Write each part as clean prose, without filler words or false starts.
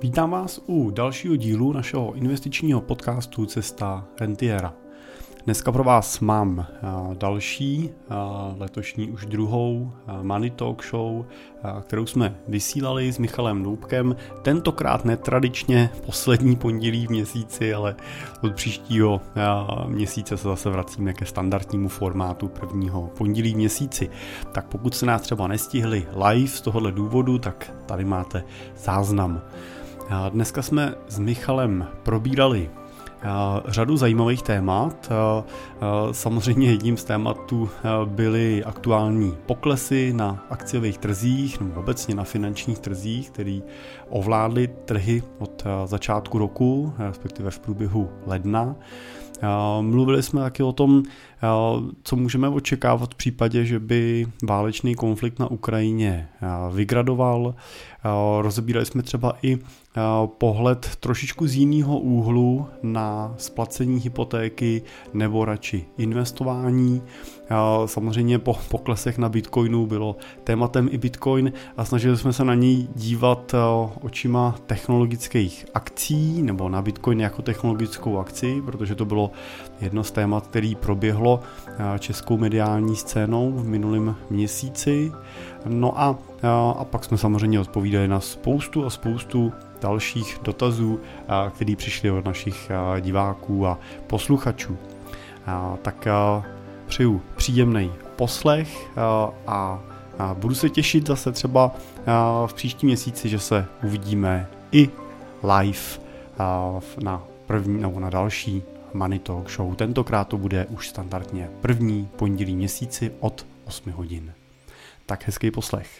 Vítám vás u dalšího dílu našeho investičního podcastu Cesta rentiera. Dneska pro vás mám další, letošní už druhou Money Talk Show, kterou jsme vysílali s Michalem Noubkem. Tentokrát netradičně poslední pondělí v měsíci, ale od příštího měsíce se zase vracíme ke standardnímu formátu prvního pondělí v měsíci. Tak pokud se nás třeba nestihli live z tohohle důvodu, tak tady máte záznam. Dneska jsme s Michalem probírali řadu zajímavých témat. Samozřejmě jedním z tématů byly aktuální poklesy na akciových trzích nebo obecně na finančních trzích, který ovládly trhy od začátku roku, respektive v průběhu ledna. Mluvili jsme taky o tom, co můžeme očekávat v případě, že by válečný konflikt na Ukrajině vygradoval. Rozebírali jsme třeba i pohled trošičku z jiného úhlu na splacení hypotéky nebo radši investování. Samozřejmě po poklesech na Bitcoinu bylo tématem i Bitcoin a snažili jsme se na něj dívat očima technologických akcí nebo na Bitcoin jako technologickou akci, protože to bylo jedno z témat, který proběhlo českou mediální scénou v minulém měsíci. No a pak jsme samozřejmě odpovídali na spoustu dalších dotazů, které přišly od našich diváků a posluchačů. Tak přeju příjemný poslech a budu se těšit zase třeba v příštím měsíci, že se uvidíme i live na první nebo na další Money Talk Show. Tentokrát to bude už standardně první pondělí měsíci od 8 hodin. Tak hezký poslech.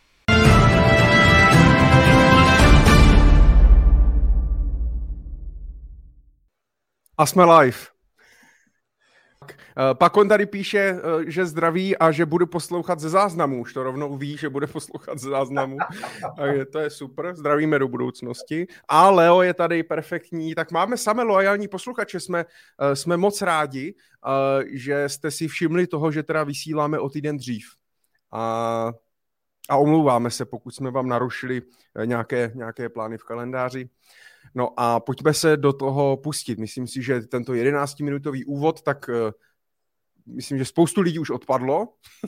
A jsme live. Pak on tady píše, že zdraví a že bude poslouchat ze záznamu. Už to rovnou ví, že bude poslouchat ze záznamu. To je super, zdravíme do budoucnosti. A Leo je tady perfektní. Tak máme samé loajální posluchače. Jsme moc rádi, že jste si všimli toho, že teda vysíláme o týden dřív. A omlouváme se, pokud jsme vám narušili nějaké plány v kalendáři. No a pojďme se do toho pustit. Myslím si, že tento 11-minutový úvod, tak myslím, že spoustu lidí už odpadlo.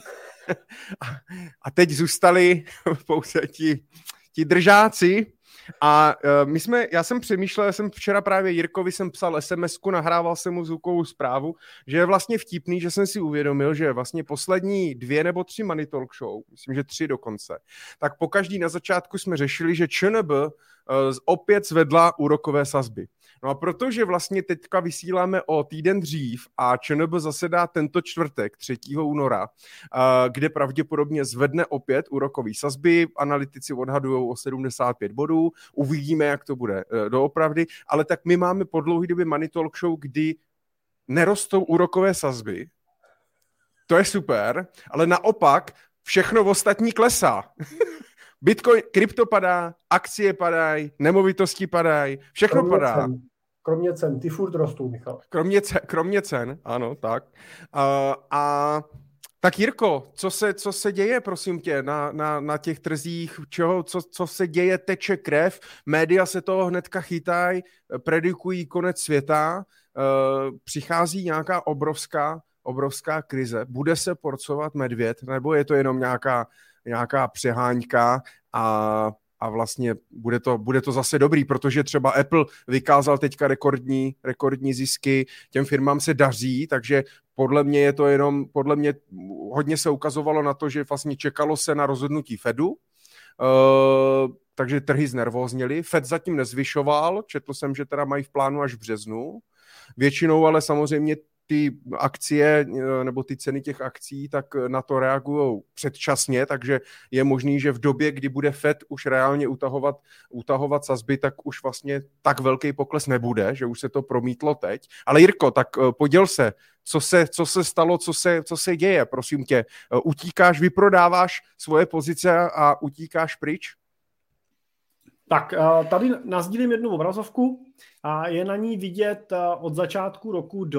A teď zůstali pouze ti držáci. A já jsem přemýšlel, včera právě Jirkovi jsem psal SMS-ku, nahrával jsem mu zvukovou zprávu, že je vlastně vtipný, že jsem si uvědomil, že vlastně poslední 2 nebo 3 Money Talk Show, myslím, že 3 dokonce, tak pokaždý na začátku jsme řešili, že ČNB opět zvedla úrokové sazby. No a protože vlastně teďka vysíláme o týden dřív a ČNB zasedá tento čtvrtek, 3. února, kde pravděpodobně zvedne opět úrokové sazby, analytici odhadují o 75 bodů, uvidíme, jak to bude doopravdy, ale tak my máme po dlouhé době Money Talk Show, kdy nerostou úrokové sazby, to je super, ale naopak všechno ostatní klesá. Bitcoin, krypto padá, akcie padají, nemovitosti padají, všechno padá. Kromě cen, ty furt rostou, Michal. Kromě cen, ano, tak. Tak Jirko, co se děje, prosím tě, na těch trzích, co se děje, teče krev, média se toho hnedka chytají, predikují konec světa, přichází nějaká obrovská krize, bude se porcovat medvěd, nebo je to jenom nějaká přeháňka a vlastně bude to zase dobrý, protože třeba Apple vykázal teďka rekordní zisky, těm firmám se daří, takže podle mě hodně se ukazovalo na to, že vlastně čekalo se na rozhodnutí Fedu, takže trhy znervózněly. Fed zatím nezvyšoval, četl jsem, že teda mají v plánu až v březnu. Většinou ale samozřejmě ty akcie nebo ty ceny těch akcí, tak na to reagují předčasně, takže je možný, že v době, kdy bude Fed už reálně utahovat sazby, tak už vlastně tak velký pokles nebude, že už se to promítlo teď. Ale Jirko, tak poděl se, co se stalo, co se děje, prosím tě. Utíkáš, vyprodáváš svoje pozice a utíkáš pryč? Tak tady nasdílím jednu obrazovku a je na ní vidět od začátku roku do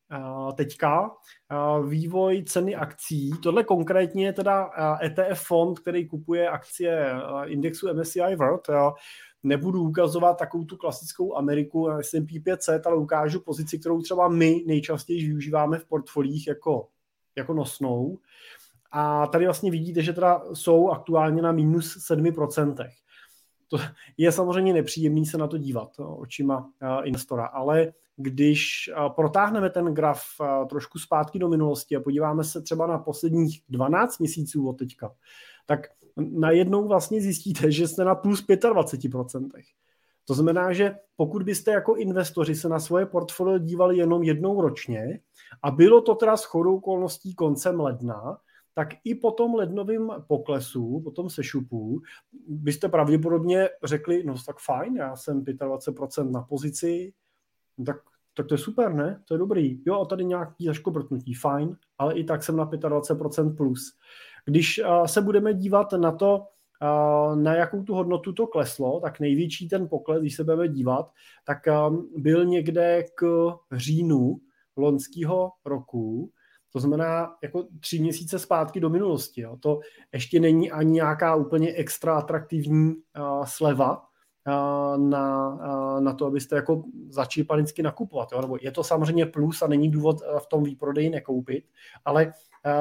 teďka vývoj ceny akcí. Tohle konkrétně je teda ETF fond, který kupuje akcie indexu MSCI World. Nebudu ukazovat takovou tu klasickou Ameriku S&P 500, ale ukážu pozici, kterou třeba my nejčastěji využíváme v portfoliích jako nosnou. A tady vlastně vidíte, že teda jsou aktuálně na minus 7%. To je samozřejmě nepříjemný se na to dívat očima investora, ale když protáhneme ten graf trošku zpátky do minulosti a podíváme se třeba na posledních 12 měsíců od teďka, tak najednou vlastně zjistíte, že jste na plus 25%. To znamená, že pokud byste jako investoři se na svoje portfolio dívali jenom jednou ročně a bylo to teda shodou okolností koncem ledna, tak i po tom lednovém poklesu, po tom sešupu, byste pravděpodobně řekli, no tak fajn, já jsem 25% na pozici, tak to je super, ne? To je dobrý. Jo, a tady nějaký zaškobrtnutí, fajn, ale i tak jsem na 25% plus. Když se budeme dívat na to, na jakou tu hodnotu to kleslo, tak největší ten pokles, když se budeme dívat, tak byl někde k říjnu loňského roku. To znamená jako 3 měsíce zpátky do minulosti. Jo. To ještě není ani nějaká úplně extra atraktivní sleva na to, abyste jako začali panicky nakupovat. Jo. Nebo je to samozřejmě plus a není důvod v tom výprodeji nekoupit, ale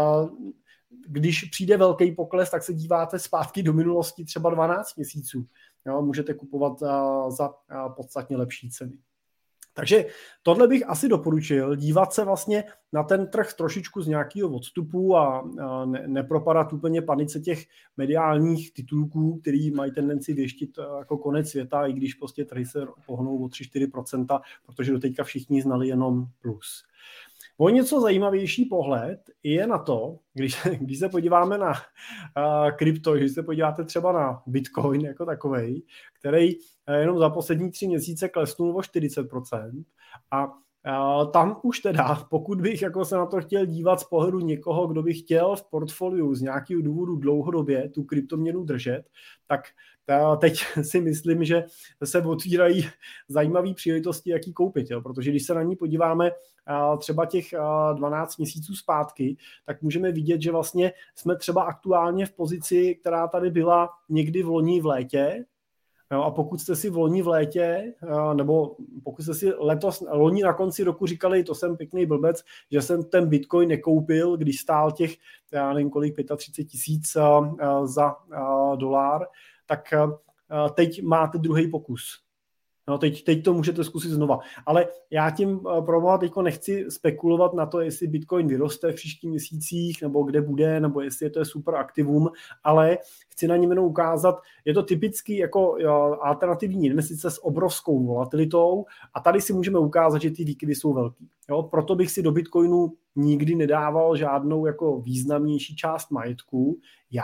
když přijde velký pokles, tak se díváte zpátky do minulosti třeba 12 měsíců. Jo. Můžete kupovat za podstatně lepší ceny. Takže tohle bych asi doporučil, dívat se vlastně na ten trh trošičku z nějakého odstupu a nepropadat úplně panice těch mediálních titulků, který mají tendenci věštit jako konec světa, i když prostě trhy se pohnou o 3-4%, protože doteďka všichni znali jenom plus. O něco zajímavější pohled je na to, když se podíváme na krypto, když se podíváte třeba na Bitcoin jako takovej, který jenom za poslední 3 měsíce klesnul o 40%. A tam už teda, pokud bych jako se na to chtěl dívat z pohledu někoho, kdo by chtěl v portfoliu z nějakého důvodu dlouhodobě tu kryptoměnu držet, tak teď si myslím, že se otvírají zajímavé příležitosti, jak ji koupit. Jo? Protože když se na ní podíváme třeba těch 12 měsíců zpátky, tak můžeme vidět, že vlastně jsme třeba aktuálně v pozici, která tady byla někdy v loni v létě. Jo, a pokud jste si v loni v létě, nebo pokud jste si loni na konci roku říkali, to jsem pěkný blbec, že jsem ten Bitcoin nekoupil, když stál těch, já nevím kolik, 35 000 za dolar, tak teď máte druhý pokus. No, teď to můžete zkusit znova. Ale já tím proboha teďko nechci spekulovat na to, jestli Bitcoin vyroste v příštích měsících, nebo kde bude, nebo jestli je to super aktivum, ale chci na něm jenom ukázat, je to typický jako alternativní investice s obrovskou volatilitou a tady si můžeme ukázat, že ty výkyvy jsou velký. Jo? Proto bych si do Bitcoinu nikdy nedával žádnou jako významnější část majetku.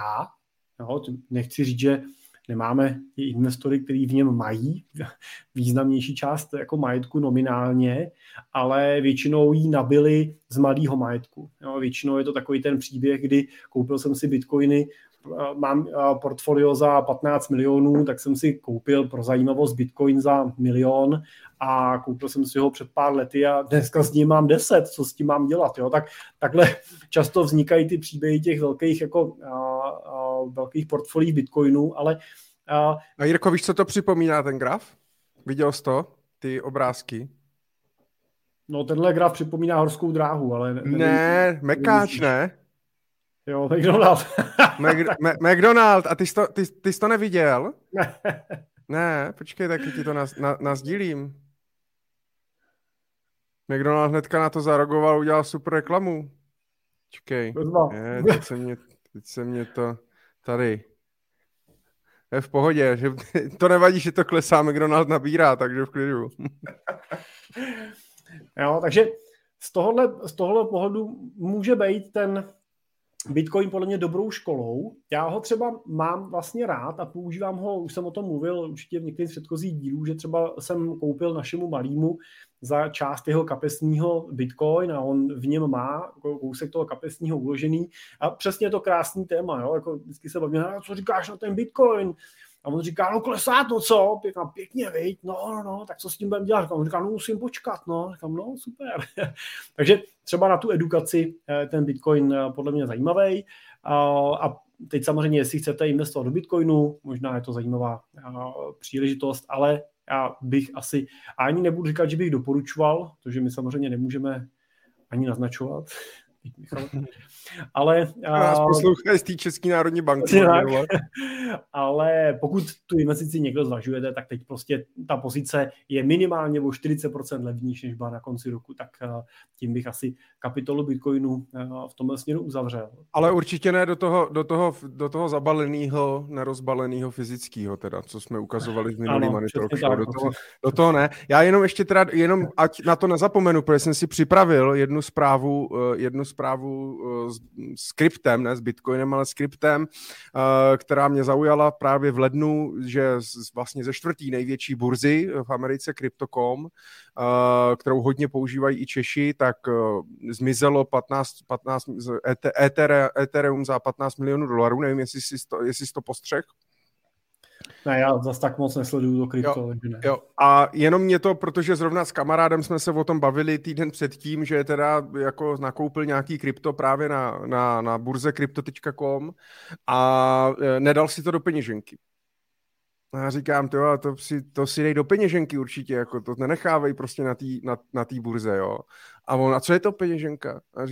Nechci říct, že nemáme i investory, kteří v něm mají významnější část jako majetku nominálně, ale většinou ji nabili z malého majetku. Jo, většinou je to takový ten příběh, kdy koupil jsem si bitcoiny, mám portfolio za 15 milionů, tak jsem si koupil pro zajímavost bitcoin za 1 milion a koupil jsem si ho před pár lety a dneska z něj mám 10, co s tím mám dělat. Jo? Takhle často vznikají ty příběhy těch velkých jako velkých portfolií bitcoinů, ale... A Jirko, víš, co to připomíná ten graf? Viděl jsi to? Ty obrázky? No, tenhle graf připomíná horskou dráhu, ale... Ne, Mekáč, ne? Jo, McDonald. McDonald, a ty jsi to neviděl? Ne, počkej, taky ti to nazdílím. McDonald hnedka na to zareagoval, udělal super reklamu. Počkej. Teď se mě to tady... Je v pohodě, že to nevadí, že to klesá, McDonald nabírá, takže v klidu. Jo, takže z tohohle pohledu může být ten Bitcoin podle mě dobrou školou. Já ho třeba mám vlastně rád a používám ho, už jsem o tom mluvil určitě v některých předchozích dílů, že třeba jsem koupil našemu malýmu za část jeho kapesního Bitcoin a on v něm má kousek toho kapesního uložený a přesně je to krásný téma, jo? Jako vždycky se bavíme, co říkáš na ten Bitcoin? A on říká, no klesá to, co? Pěkně, viď? No, tak co s tím budeme dělat? On říká, no musím počkat, no. Říkám, no super. Takže třeba na tu edukaci ten Bitcoin podle mě zajímavý. A teď samozřejmě, jestli chcete investovat do Bitcoinu, možná je to zajímavá příležitost, ale já bych asi, ani nebudu říkat, že bych doporučoval, protože my samozřejmě nemůžeme ani naznačovat, ale... Nás poslouchají z té České národní banky. Ale pokud tu investici někdo zvažujete, tak teď prostě ta pozice je minimálně o 40% levnější, než byla na konci roku, tak tím bych asi kapitolu Bitcoinu v tomhle směru uzavřel. Ale určitě ne do toho zabaleného, nerozbaleného fyzického, teda, co jsme ukazovali v minulý Money Talk Show. Do toho ne. Já jenom ještě teda, ať na to nezapomenu, protože jsem si připravil jednu zprávu s kryptem, ne s Bitcoinem, ale s kryptem, která mě zaujala právě v lednu, že vlastně ze čtvrtý největší burzy v Americe, Crypto.com, kterou hodně používají i Češi, tak zmizelo 15 Ethereum za $15 milionů. Nevím, jestli jsi to postřeh. Ne, já zase tak moc nesleduju do krypto. Jo. A jenom mě to, protože zrovna s kamarádem jsme se o tom bavili týden předtím, že teda jako nakoupil nějaký krypto právě na burze crypto.com a nedal si to do peněženky. A já říkám, to si dej do peněženky určitě, jako to nenechávej prostě na té burze, jo. A on, a co je to peněženka? A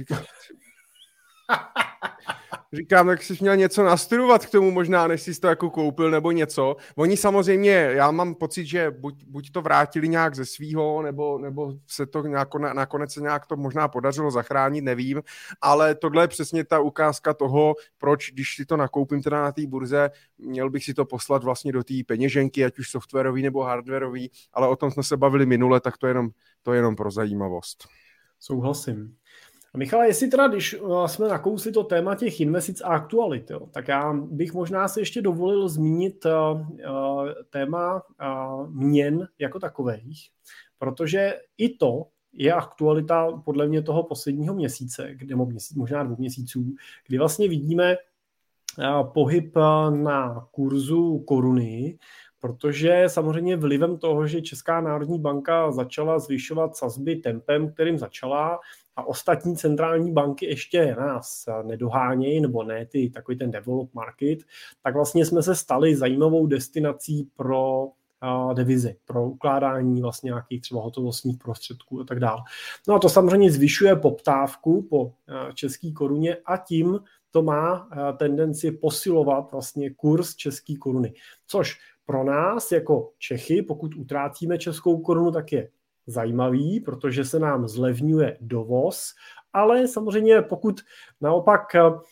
říkám, tak jsi měl něco nastudovat k tomu možná, než jsi to jako koupil nebo něco. Oni samozřejmě, já mám pocit, že buď to vrátili nějak ze svýho, nebo se to nakonec se nějak to možná podařilo zachránit, nevím, ale tohle je přesně ta ukázka toho, proč, když si to nakoupím teda na té burze, měl bych si to poslat vlastně do té peněženky, ať už softwarový nebo hardwarový, ale o tom jsme se bavili minule, tak to je jenom pro zajímavost. Souhlasím. A Michale, jestli teda, když jsme nakousli to téma těch investic a aktualit, jo, tak já bych možná se ještě dovolil zmínit téma měn jako takových, protože i to je aktualita podle mě toho posledního měsíce, možná 2 měsíců, kdy vlastně vidíme pohyb na kurzu koruny, protože samozřejmě vlivem toho, že Česká národní banka začala zvyšovat sazby tempem, kterým začala, a ostatní centrální banky ještě nás nedohánějí, nebo ne takový ten develop market, tak vlastně jsme se stali zajímavou destinací pro devizy, pro ukládání vlastně nějakých třeba hotovostních prostředků a tak dále. No a to samozřejmě zvyšuje poptávku po české koruně a tím to má tendenci posilovat vlastně kurz české koruny. Což pro nás jako Čechy, pokud utrácíme českou korunu, tak je zajímavý, protože se nám zlevňuje dovoz, ale samozřejmě pokud naopak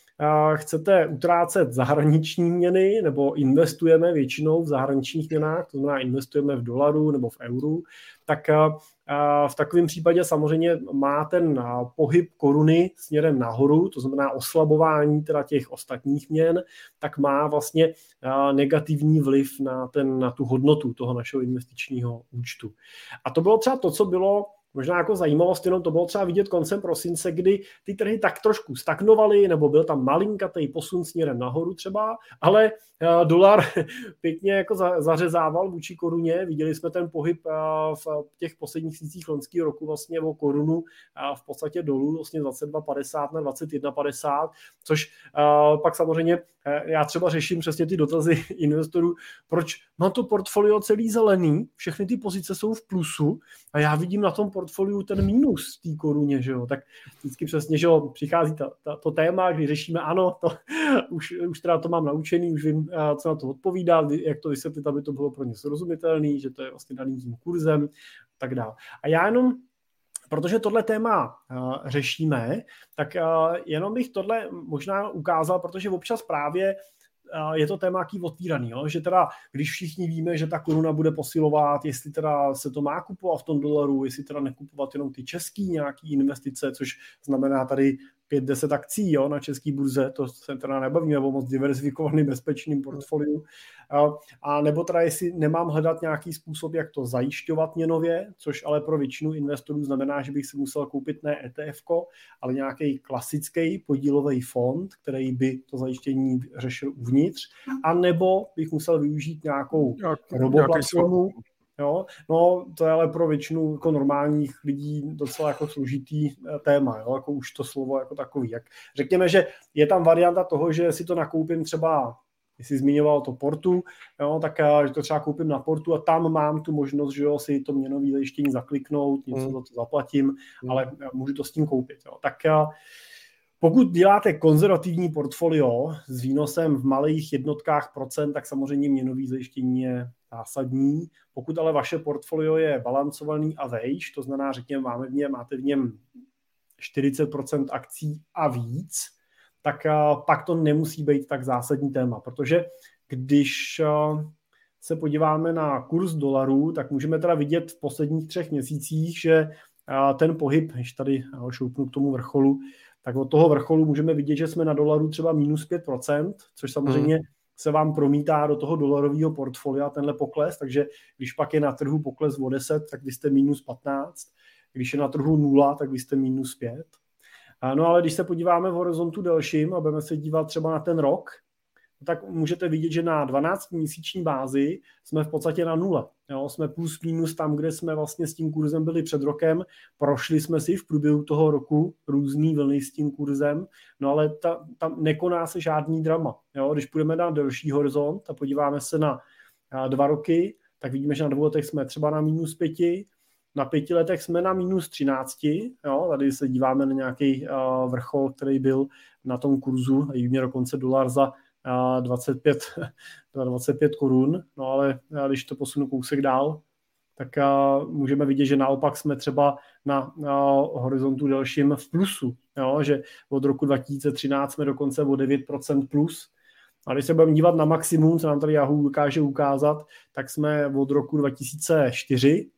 chcete utrácet zahraniční měny nebo investujeme většinou v zahraničních měnách, to znamená investujeme v dolaru nebo v euru, tak v takovém případě samozřejmě má ten pohyb koruny směrem nahoru, to znamená oslabování teda těch ostatních měn, tak má vlastně negativní vliv na tu hodnotu toho našeho investičního účtu. A to bylo třeba to, co bylo možná jako zajímavost, jenom to bylo třeba vidět koncem prosince, kdy ty trhy tak trošku stagnovaly, nebo byl tam malinkatý posun směrem nahoru třeba, ale dolar pěkně jako zařezával vůči koruně. Viděli jsme ten pohyb v těch posledních měsících loňského roku vlastně o korunu v podstatě dolů, vlastně 22,50 na 21,50, což pak samozřejmě já třeba řeším přesně ty dotazy investorů, proč mám to portfolio celý zelený, všechny ty pozice jsou v plusu a já vidím na tom portfoliu ten mínus v té koruně, že jo, tak vždycky přesně, že jo, přichází to téma, kdy řešíme, ano, to, už teda to mám naučený, už vím, co na to odpovídá, jak to vysvětlit, aby to bylo pro ně srozumitelný, že to je vlastně daným tím kurzem, tak dále. A já jenom, protože tohle téma řešíme, tak jenom bych tohle možná ukázal, protože občas právě je to téma jaký otvíraný, jo? Že teda, když všichni víme, že ta koruna bude posilovat, jestli teda se to má kupovat v tom dolaru, jestli teda nekupovat jenom ty český nějaký investice, což znamená tady 5-10 akcí, jo, na české burze, to se teda nebavíme o moc diverzifikovaným bezpečným portfoliu. A nebo teda jestli nemám hledat nějaký způsob, jak to zajišťovat měnově, což ale pro většinu investorů znamená, že bych si musel koupit ne ETF-ko, ale nějaký klasický podílový fond, který by to zajištění řešil uvnitř, a nebo bych musel využít nějakou roboplatformu. Jo? No, to je ale pro většinu jako normálních lidí docela jako složitý téma, jo? Jako už to slovo jako takový. Jak řekněme, že je tam varianta toho, že si to nakoupím třeba, jestli zmiňoval to portu, jo, tak že to třeba koupím na portu a tam mám tu možnost, že jo, si to měnové zajištění zakliknout, něco za to zaplatím, ale můžu to s tím koupit. Jo. Tak pokud děláte konzervativní portfolio s výnosem v malých jednotkách procent, tak samozřejmě měnové zajištění je zásadní. Pokud ale vaše portfolio je balancovaný a vejš, to znamená, řekněme, máte v něm 40% akcí a víc, tak pak to nemusí být tak zásadní téma, protože když se podíváme na kurz dolarů, tak můžeme teda vidět v posledních 3 měsících, že ten pohyb, když tady šoupnu k tomu vrcholu, tak od toho vrcholu můžeme vidět, že jsme na dolaru třeba minus 5%, což samozřejmě se vám promítá do toho dolarového portfolia tenhle pokles, takže když pak je na trhu pokles o 10, tak vy jste minus 15, když je na trhu 0, tak vy jste minus 5. No ale když se podíváme v horizontu delším a budeme se dívat třeba na ten rok, tak můžete vidět, že na 12-měsíční bázi jsme v podstatě na 0. Jo? Jsme plus minus tam, kde jsme vlastně s tím kurzem byli před rokem. Prošli jsme si v průběhu toho roku různý vlny s tím kurzem, no ale tam nekoná se žádný drama. Jo? Když půjdeme na delší horizont a podíváme se na 2 roky, tak vidíme, že na 2 letech jsme třeba na minus 5, na 5 letech jsme na minus 13, jo? Tady se díváme na nějaký vrchol, který byl na tom kurzu, a mě dokonce dolar za 25 korun, no ale když to posunu kousek dál, tak můžeme vidět, že naopak jsme třeba na horizontu delším v plusu, jo? Že od roku 2013 jsme dokonce o 9% plus. A když se budeme dívat na maximum, co nám tady Yahoo dokáže ukázat, tak jsme od roku 2004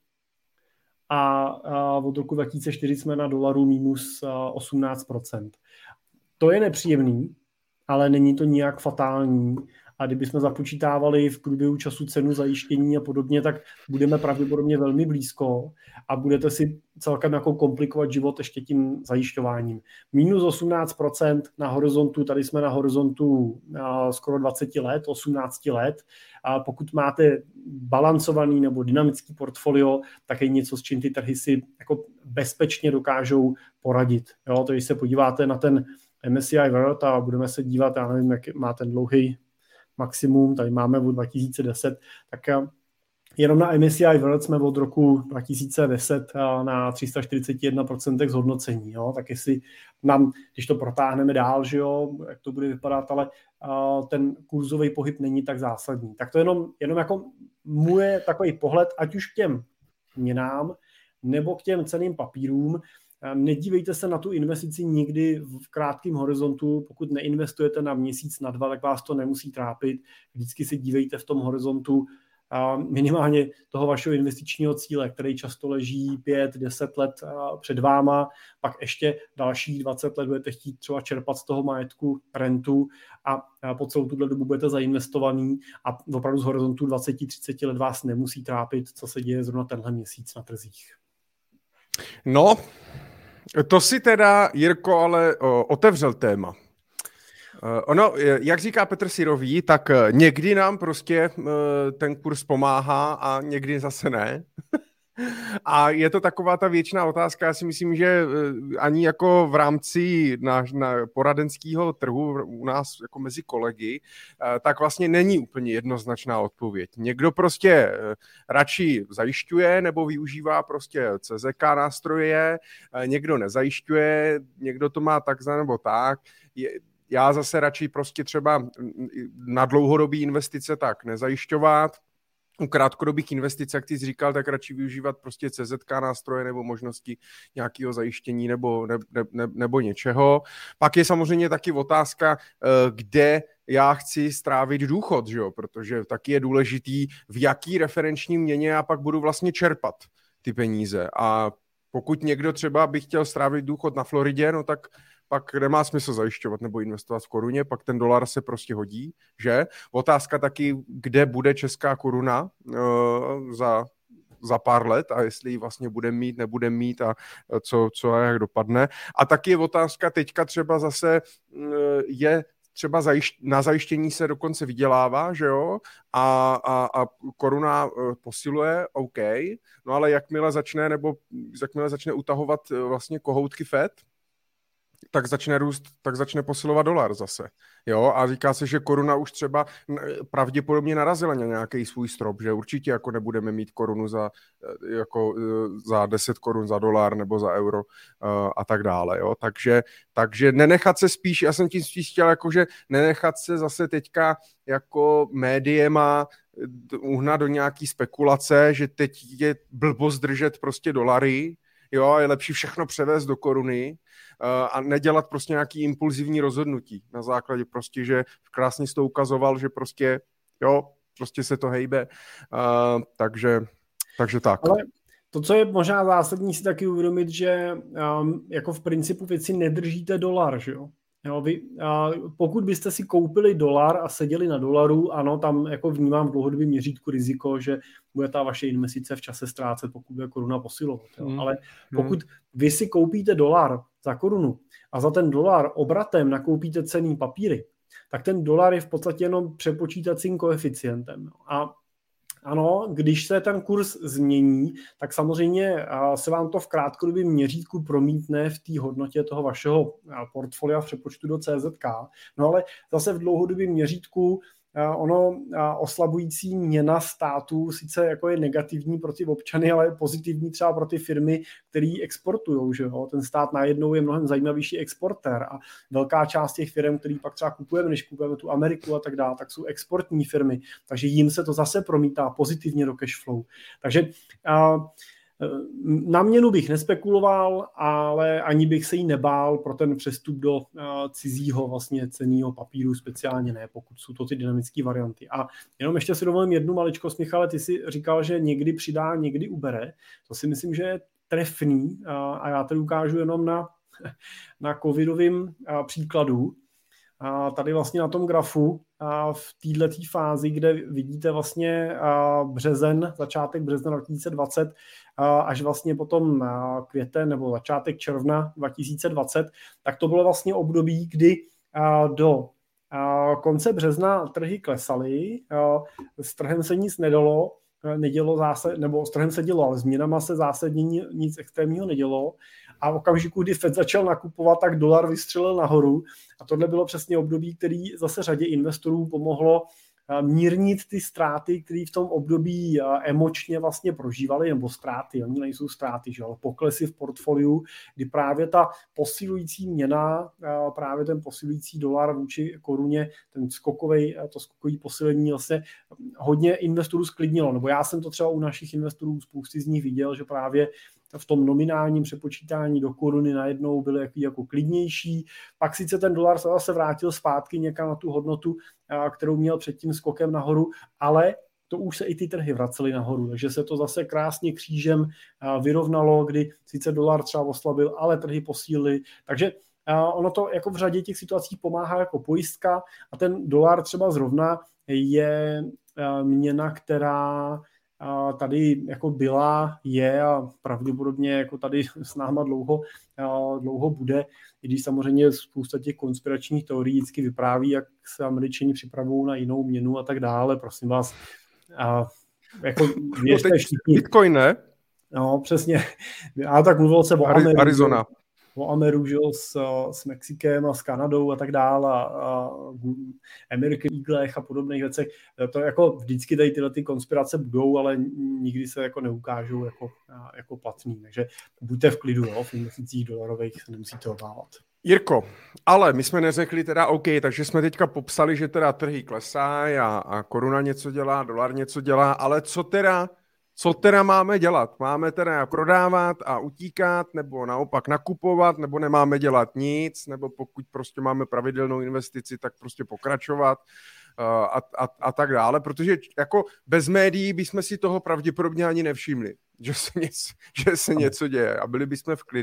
a od roku 2004 jsme na dolaru minus 18%. To je nepříjemný, ale není to nijak fatální. A kdybychom započítávali v průběhu času cenu zajištění a podobně, tak budeme pravděpodobně velmi blízko a budete si celkem jako komplikovat život ještě tím zajišťováním. Minus 18% na horizontu, tady jsme na horizontu skoro 20 let, 18 let. A pokud máte balancovaný nebo dynamický portfolio, tak je něco, s čím ty trhy si jako bezpečně dokážou poradit. Jo, to když se podíváte na ten MSCI World a budeme se dívat, já nevím, jak má ten dlouhý maximum, tady máme od 2010, tak jenom na MSCI World jsme od roku 2010 na 341% zhodnocení, jo? Tak jestli nám, když to protáhneme dál, že jo, jak to bude vypadat, ale ten kurzový pohyb není tak zásadní. Tak to jenom jako můj takový pohled, ať už k těm měnám, nebo k těm cenným papírům. Nedívejte se na tu investici nikdy v krátkém horizontu, pokud neinvestujete na měsíc, na 2, tak vás to nemusí trápit. Vždycky si dívejte v tom horizontu minimálně toho vašeho investičního cíle, který často leží 5-10 let před váma, pak ještě další 20 let budete chtít třeba čerpat z toho majetku rentu a po celou tuhle dobu budete zainvestovaný a opravdu z horizontu 20-30 let vás nemusí trápit, co se děje zrovna tenhle měsíc na trzích. No, to si teda, Jirko, ale otevřel téma. Ono, jak říká Petr Syrový, tak někdy nám prostě ten kurz pomáhá a někdy zase ne. A je to taková ta věčná otázka, já si myslím, že ani jako v rámci na poradenského trhu u nás jako mezi kolegy, tak vlastně není úplně jednoznačná odpověď. Někdo prostě radši zajišťuje nebo využívá prostě CZK nástroje, někdo nezajišťuje, někdo to má tak nebo tak. Já zase radši prostě třeba na dlouhodobý investice tak nezajišťovat. U krátkodobých investic, jak ty jsi říkal, tak radši využívat prostě CZK nástroje nebo možnosti nějakého zajištění nebo něčeho. Pak je samozřejmě taky otázka, kde já chci strávit důchod, že jo? Protože taky je důležitý, v jaký referenční měně já pak budu vlastně čerpat ty peníze. A pokud někdo třeba by chtěl strávit důchod na Floridě, no tak pak nemá smysl zajišťovat nebo investovat v koruně, pak ten dolar se prostě hodí, že? Otázka taky, kde bude česká koruna za pár let a jestli ji vlastně bude mít, nebude mít a co a jak dopadne. A taky je otázka teďka třeba zase je třeba na zajištění se dokonce vydělává, že jo, a koruna posiluje, OK, no ale jakmile začne utahovat vlastně kohoutky Fed, tak začne růst, tak začne posilovat dolar zase. Jo, a říká se, že koruna už třeba pravděpodobně narazila na nějaký svůj strop, že určitě jako nebudeme mít korunu za 10 korun za dolar nebo za euro a tak dále. Jo. Takže nenechat se spíš, já jsem tím spíš chtěl, jakože nenechat se zase teďka jako médiema uhnat do nějaký spekulace, že teď je blbost držet prostě dolary, jo, je lepší všechno převést do koruny a nedělat prostě nějaký impulzivní rozhodnutí na základě prostě, že krásně jsi to ukazoval, že prostě, jo, prostě se to hejbe, takže tak. Ale to, co je možná zásadní si taky uvědomit, že jako v principu věci nedržíte dolar, že jo? Jo, pokud byste si koupili dolar a seděli na dolaru, ano, tam jako vnímám v dlouhodobém měřítku riziko, že bude ta vaše investice v čase ztrácet, pokud bude koruna posilovat. Ale pokud vy si koupíte dolar za korunu a za ten dolar obratem nakoupíte cenný papíry, tak ten dolar je v podstatě jenom přepočítacím koeficientem. A ano, když se ten kurz změní, tak samozřejmě se vám to v krátkodobém měřítku promítne v té hodnotě toho vašeho portfolia v přepočtu do CZK. No ale zase v dlouhodobém měřítku ono oslabující měna státu sice jako je negativní pro ty občany, ale je pozitivní třeba pro ty firmy, které exportují. Že jo? Ten stát najednou je mnohem zajímavější exportér a velká část těch firm, který pak třeba kupujeme, než kupujeme tu Ameriku a tak dále, tak jsou exportní firmy, takže jim se to zase promítá pozitivně do cash flow. Takže na měnu bych nespekuloval, ale ani bych se jí nebál pro ten přestup do cizího vlastně cenného papíru, speciálně ne, pokud jsou to ty dynamické varianty. A jenom ještě si dovolím jednu maličkost, Michale, ty si říkal, že někdy přidá, někdy ubere. To si myslím, že je trefný a já tady ukážu jenom na covidovém příkladu. A tady vlastně na tom grafu v této fázi, kde vidíte vlastně březen, začátek března 2020 až vlastně potom květen nebo začátek června 2020, tak to bylo vlastně období, kdy do konce března trhy klesaly, s trhem se nic nedělo nebo s trhem se dělo, ale změnama se zásadně nic extrémního nedělo. A v okamžiku, kdy Fed začal nakupovat, tak dolar vystřelil nahoru. A tohle bylo přesně období, který zase řadě investorů pomohlo mírnit ty ztráty, které v tom období emočně vlastně prožívali, nebo ztráty, oni nejsou ztráty, že? Ale poklesy v portfoliu, kdy právě ta posilující měna, právě ten posilující dolar vůči koruně, to skokové posilení vlastně hodně investorů sklidnilo. Nebo já jsem to třeba u našich investorů, spousty z nich viděl, že právě v tom nominálním přepočítání do koruny najednou byly jako klidnější. Pak sice ten dolar se zase vrátil zpátky někam na tu hodnotu, kterou měl před tím skokem nahoru, ale to už se i ty trhy vracely nahoru, takže se to zase krásně křížem vyrovnalo, kdy sice dolar třeba oslabil, ale trhy posílily. Takže ono to jako v řadě těch situací pomáhá jako pojistka a ten dolar třeba zrovna je měna, která tady jako byla, je a pravděpodobně jako tady s náma dlouho bude, i když samozřejmě spousta těch konspiračních teorií vždycky vypráví, jak se Američani připravují na jinou měnu a tak dále. Prosím vás, jako věřte všichni. Bitcoin, ne? No, přesně. A tak mluvil se o Arizona. O Ameru, že jo, s Mexikem a s Kanadou a tak dále a American Eaglech a podobných věcech. To jako vždycky tady tyhle ty konspirace budou, ale nikdy se jako neukážou jako platný. Takže buďte v klidu, jo, v investicích dolarových se nemusíte obávat. Jirko, ale my jsme neřekli teda OK, takže jsme teďka popsali, že teda trhy klesají a koruna něco dělá, dolar něco dělá, ale co teda máme dělat? Máme teda prodávat a utíkat, nebo naopak nakupovat, nebo nemáme dělat nic, nebo pokud prostě máme pravidelnou investici, tak prostě pokračovat a tak dále, protože jako bez médií bychom si toho pravděpodobně ani nevšimli, že se něco děje a byli bychom v klidu.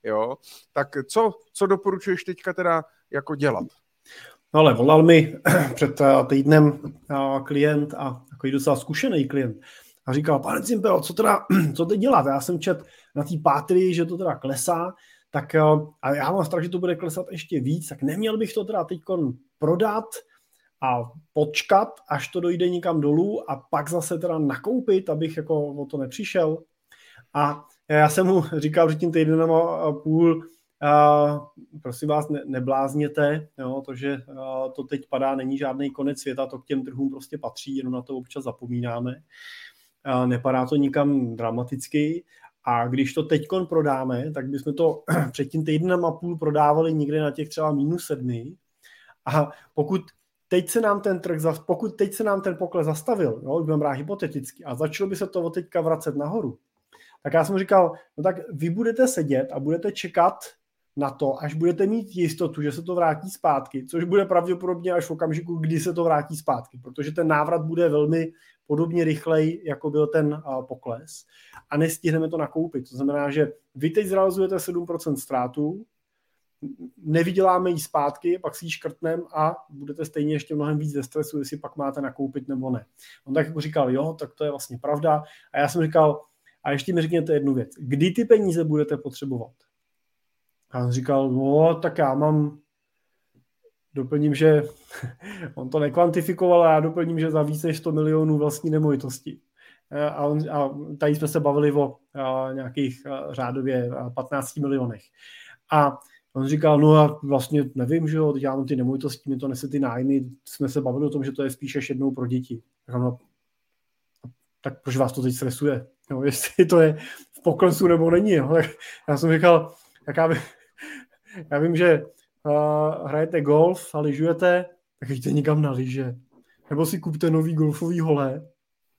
jo, tak co doporučuješ teďka teda jako dělat? No ale volal mi před týdnem klient a takový docela zkušený klient a říkal, pane Cimpel, co teď dělat? Já jsem čet na té Patrii, že to teda klesá, tak a já mám strach, že to bude klesat ještě víc, tak neměl bych to teda teď prodat a počkat, až to dojde někam dolů a pak zase teda nakoupit, abych jako o to nepřišel. A já jsem mu říkal před tím týdnem a půl, prosím vás, neblázněte, jo, to, že to teď padá, není žádný konec světa, to k těm trhům prostě patří, jenom na to občas zapomínáme. Nepadá to nikam dramaticky a když to teďkon prodáme, tak bychom to před tím týdnem a půl prodávali někde na těch třeba -7 a pokud teď se nám ten pokles zastavil, jo, budeme brát hypoteticky a začalo by se to od teďka vracet nahoru, tak já jsem říkal, no tak vy budete sedět a budete čekat na to, až budete mít jistotu, že se to vrátí zpátky, což bude pravděpodobně až v okamžiku, kdy se to vrátí zpátky, protože ten návrat bude velmi podobně rychlej, jako byl ten pokles a nestihneme to nakoupit. To znamená, že vy teď zrealizujete 7% ztrátu, nevyděláme ji zpátky, pak si ji škrtneme a budete stejně ještě mnohem víc ze stresu, jestli pak máte nakoupit nebo ne. On tak jako říkal, jo, tak to je vlastně pravda. A já jsem říkal, a ještě mi řekněte jednu věc, kdy ty peníze budete potřebovat? A on říkal, no, tak já doplním, že on to nekvantifikoval, a já doplním, že za více než 100 milionů vlastní nemovitosti. A tady jsme se bavili o nějakých řádově 15 milionech. A on říkal, no a vlastně nevím, že jo, teď já mám ty nemovitosti, mi to nese ty nájmy, jsme se bavili o tom, že to je spíše jednou pro děti. Tak proč vás to teď stresuje? Jo, jestli to je v poklesu nebo není. Jo. Tak já jsem říkal, tak já vím, že hrajete golf a lyžujete, tak jděte nikam na lyže. Nebo si kupte nový golfový hole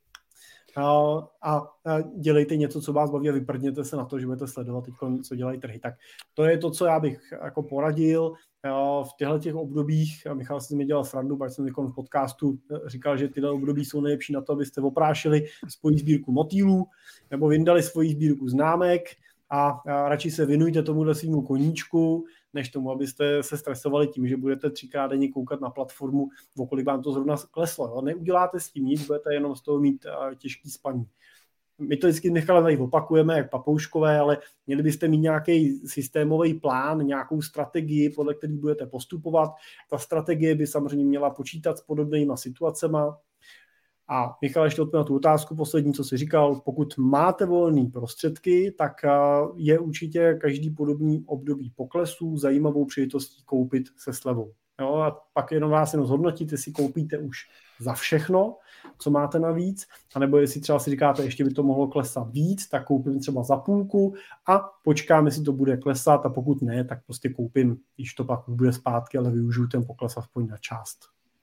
a dělejte něco, co vás baví a vyprdněte se na to, že budete sledovat teď, co dělají trhy. Tak to je to, co já bych jako poradil v těchto těch obdobích. Michal si mi dělal srandu, pak jsem v podcastu říkal, že tyhle období jsou nejlepší na to, abyste oprášili svoji sbírku motýlů nebo vyndali svoji sbírku známek a radši se věnujte tomuhle svýmu koníčku, než tomu, abyste se stresovali tím, že budete 3x denně koukat na platformu, o kolik vám to zrovna kleslo. Jo? Neuděláte s tím nic, budete jenom z toho mít těžký spaní. My to vždycky Michale tady opakujeme, jak papouškové, ale měli byste mít nějaký systémový plán, nějakou strategii, podle který budete postupovat. Ta strategie by samozřejmě měla počítat s podobnýma situacema. A Michal ještě odpověděl na tu otázku poslední, co jsi říkal, pokud máte volné prostředky, tak je určitě každý podobný období poklesů zajímavou příležitostí koupit se slevou. Jo, a pak jenom vás zhodnotit, jestli koupíte už za všechno, co máte navíc, anebo jestli třeba si říkáte, ještě by to mohlo klesat víc, tak koupím třeba za půlku a počkám, jestli to bude klesat a pokud ne, tak prostě koupím, když to pak bude zpátky, ale využiju ten pokles aspoň na část.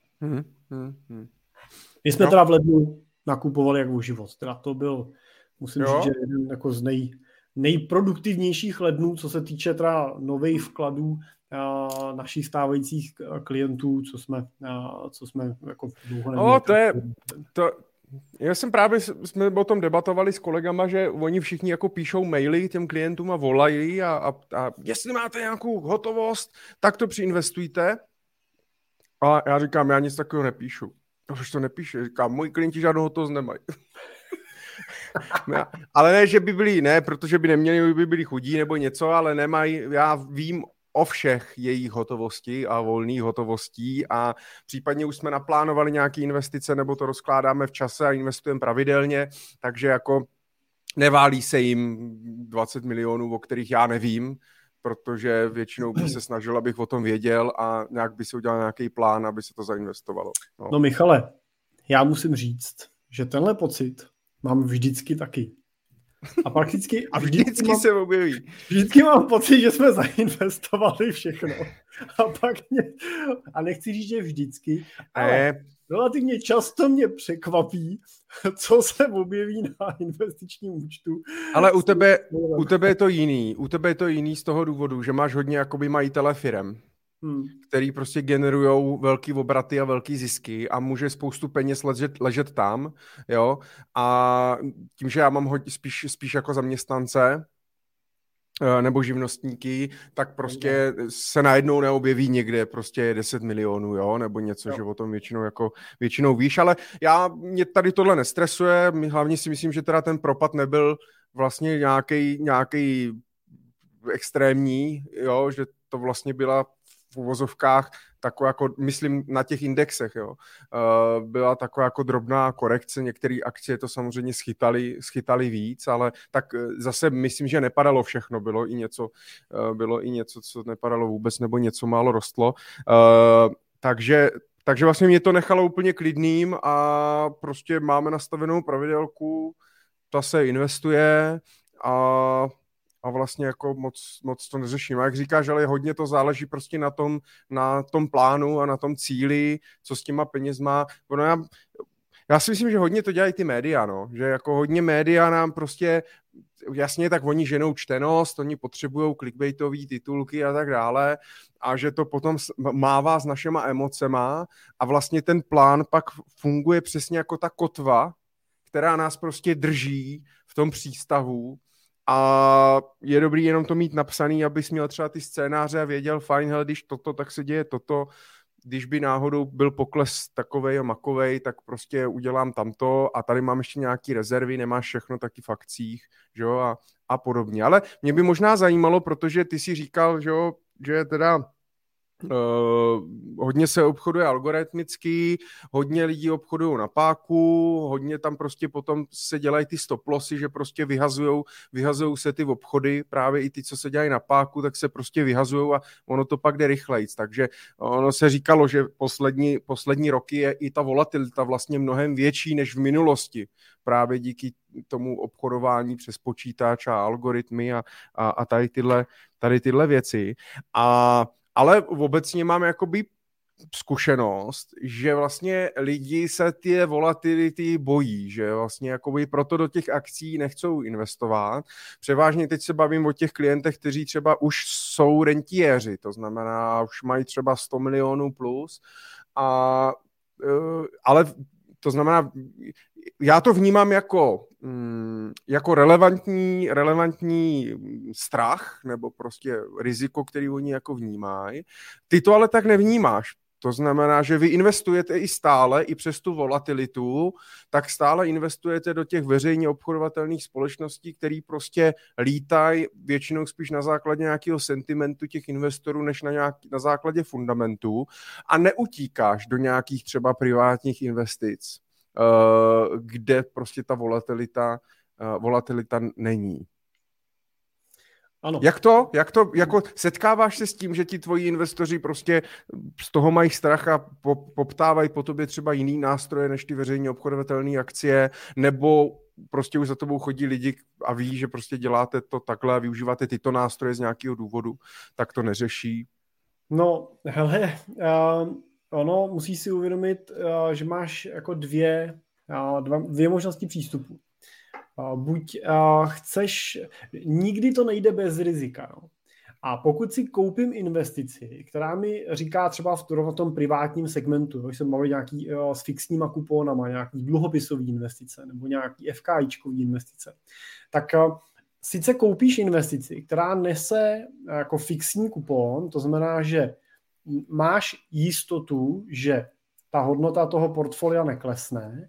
My jsme teda v lednu nakupovali jako život. Teda to byl, musím říct, že jeden jako z nejproduktivnějších lednů, co se týče teda nových vkladů našich stávajících klientů, co jsme jako dlouho neměli. Já jsem právě, jsme o tom debatovali s kolegama, že oni všichni jako píšou maily těm klientům a volají a jestli máte nějakou hotovost, tak to přiinvestujte. A já říkám, já nic takového nepíšu. Proč to nepíše? Říkám, moji klienti žádnou hotovost nemají. Ale ne, že by byli, ne, protože by neměli, by byli chudí nebo něco, ale nemají, já vím o všech jejich hotovosti a volných hotovostí a případně už jsme naplánovali nějaké investice nebo to rozkládáme v čase a investujeme pravidelně, takže jako neválí se jim 20 milionů, o kterých já nevím, protože většinou bych se snažil, abych o tom věděl a nějak by si udělal nějaký plán, aby se to zainvestovalo. No Michale, já musím říct, že tenhle pocit mám vždycky taky. A prakticky vždycky se objeví. Vždycky mám pocit, že jsme zainvestovali všechno. A nechci říct, že vždycky, ale relativně často mě překvapí, co se objeví na investičním účtu. Ale u tebe je to jiný. U tebe je to jiný z toho důvodu, že máš hodně jakoby majitele firem, který prostě generujou velký obraty a velký zisky a může spoustu peněz ležet tam, jo. A tím, že já mám spíš jako zaměstnance, nebo živnostníky, tak prostě se najednou neobjeví někde prostě 10 milionů, jo, nebo něco, že o tom většinou víš, ale mě tady tohle nestresuje, hlavně si myslím, že teda ten propad nebyl vlastně nějaký extrémní, jo, že to vlastně byla v uvozovkách taková jako, myslím na těch indexech, jo, byla taková jako drobná korekce, některé akcie to samozřejmě schytali víc, ale tak zase myslím, že nepadalo všechno, bylo i něco, co nepadalo vůbec, nebo něco málo rostlo, takže vlastně mě to nechalo úplně klidným a prostě máme nastavenou pravidelku, ta se investuje a vlastně jako moc to neřeším. A jak říkáš, ale hodně to záleží prostě na tom plánu a na tom cíli, co s těma penězma. Já si myslím, že hodně to dělají ty média, no. Že jako hodně média nám prostě, jasně, tak oni ženou čtenost, oni potřebují clickbaitové titulky a tak dále a že to potom mává s našima emocema a vlastně ten plán pak funguje přesně jako ta kotva, která nás prostě drží v tom přístavu. A je dobrý jenom to mít napsaný, abys měl třeba ty scénáře a věděl, fajn, hele, když toto, tak se děje toto, když by náhodou byl pokles takovej a makovej, tak prostě udělám tamto a tady mám ještě nějaký rezervy, nemáš všechno taky v akcích, že jo, a podobně. Ale mě by možná zajímalo, protože ty si říkal, že jo, že teda hodně se obchoduje algoritmicky, hodně lidí obchodují na páku, hodně tam prostě potom se dělají ty stop lossy, že prostě vyhazujou se ty obchody, právě i ty, co se dělají na páku, tak se prostě vyhazujou a ono to pak jde rychlejc. Takže ono se říkalo, že poslední roky je i ta volatilita vlastně mnohem větší než v minulosti, právě díky tomu obchodování přes počítač a algoritmy a tady tyhle věci. Ale obecně mám jakoby zkušenost, že vlastně lidi se ty volatility bojí, že vlastně jakoby proto do těch akcí nechcou investovat. Převážně teď se bavím o těch klientech, kteří třeba už jsou rentiéři, to znamená, už mají třeba 100 milionů plus, ale to znamená, já to vnímám jako relevantní strach nebo prostě riziko, který oni jako vnímají. Ty to ale tak nevnímáš. To znamená, že vy investujete i stále, i přes tu volatilitu, tak stále investujete do těch veřejně obchodovatelných společností, které prostě lítají většinou spíš na základě nějakého sentimentu těch investorů, než na základě fundamentů a neutíkáš do nějakých třeba privátních investic, kde prostě ta volatilita není. Ano. Jak to, jako setkáváš se s tím, že ti tvoji investoři prostě z toho mají strach a poptávají po tobě třeba jiný nástroje než ty veřejně obchodovatelné akcie, nebo prostě už za tebou chodí lidi a ví, že prostě děláte to takhle a využíváte tyto nástroje z nějakého důvodu, tak to neřeší? No, hele, ono musí si uvědomit, že máš jako dvě možnosti přístupu. Buď chceš, nikdy to nejde bez rizika. No. A pokud si koupím investici, která mi říká třeba v tom privátním segmentu, když jsem mluvil nějaký s fixníma kuponama, nějaký dluhopisový investice nebo nějaký FKIčkový investice, tak sice koupíš investici, která nese jako fixní kupon, to znamená, že máš jistotu, že ta hodnota toho portfolia neklesne,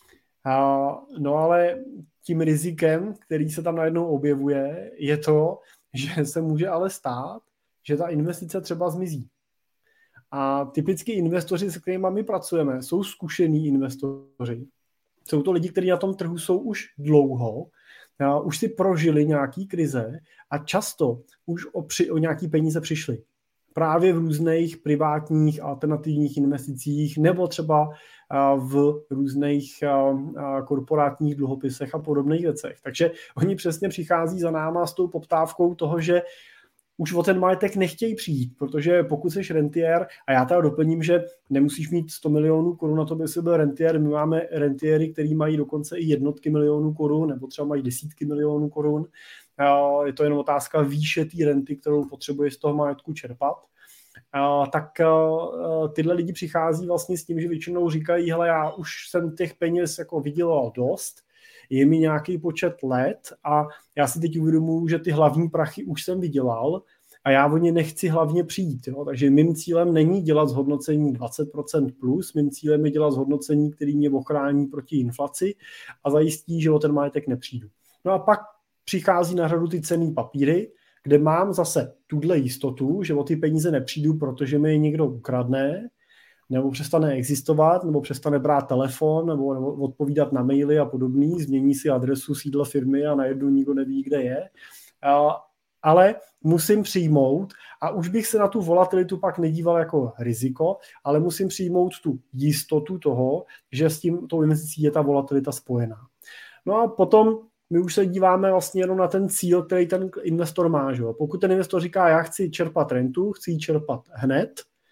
no ale tím rizikem, který se tam najednou objevuje, je to, že se může ale stát, že ta investice třeba zmizí. A typicky investoři, se kterými my pracujeme, jsou zkušení investoři. Jsou to lidi, kteří na tom trhu jsou už dlouho, už si prožili nějaký krize a často už o nějaký peníze přišli. Právě v různých privátních alternativních investicích nebo třeba v různých korporátních dluhopisech a podobných věcech. Takže oni přesně přichází za náma s tou poptávkou toho, že už o ten majetek nechtějí přijít, protože pokud jsi rentiér, a já teda doplním, že nemusíš mít 100 milionů korun na to, aby jsi byl rentiér, my máme rentiéry, který mají dokonce i jednotky milionů korun, nebo třeba mají desítky milionů korun. Je to jen otázka výše té renty, kterou potřebuje z toho majetku čerpat. Tak tyhle lidi přichází vlastně s tím, že většinou říkají, hele, já už jsem těch peněz jako vydělal dost, je mi nějaký počet let a já si teď uvědomuji, že ty hlavní prachy už jsem vydělal a já o ně nechci hlavně přijít. Jo? Takže mým cílem není dělat zhodnocení 20% plus, mým cílem je dělat zhodnocení, který mě ochrání proti inflaci a zajistí, že o ten majetek nepřijdu. No a pak přichází na řadu ty cenný papíry, kde mám zase tuhle jistotu, že o ty peníze nepřijdu, protože mi je někdo ukradne, nebo přestane existovat, nebo přestane brát telefon, nebo odpovídat na maily a podobný, změní si adresu sídla firmy a najednou nikdo neví, kde je. Ale musím přijmout, a už bych se na tu volatilitu pak nedíval jako riziko, ale musím přijmout tu jistotu toho, že s tou investicí je ta volatilita spojená. No a potom my už se díváme vlastně jenom na ten cíl, který ten investor má. Že? Pokud ten investor říká, já chci čerpat rentu, chci ji čerpat hned,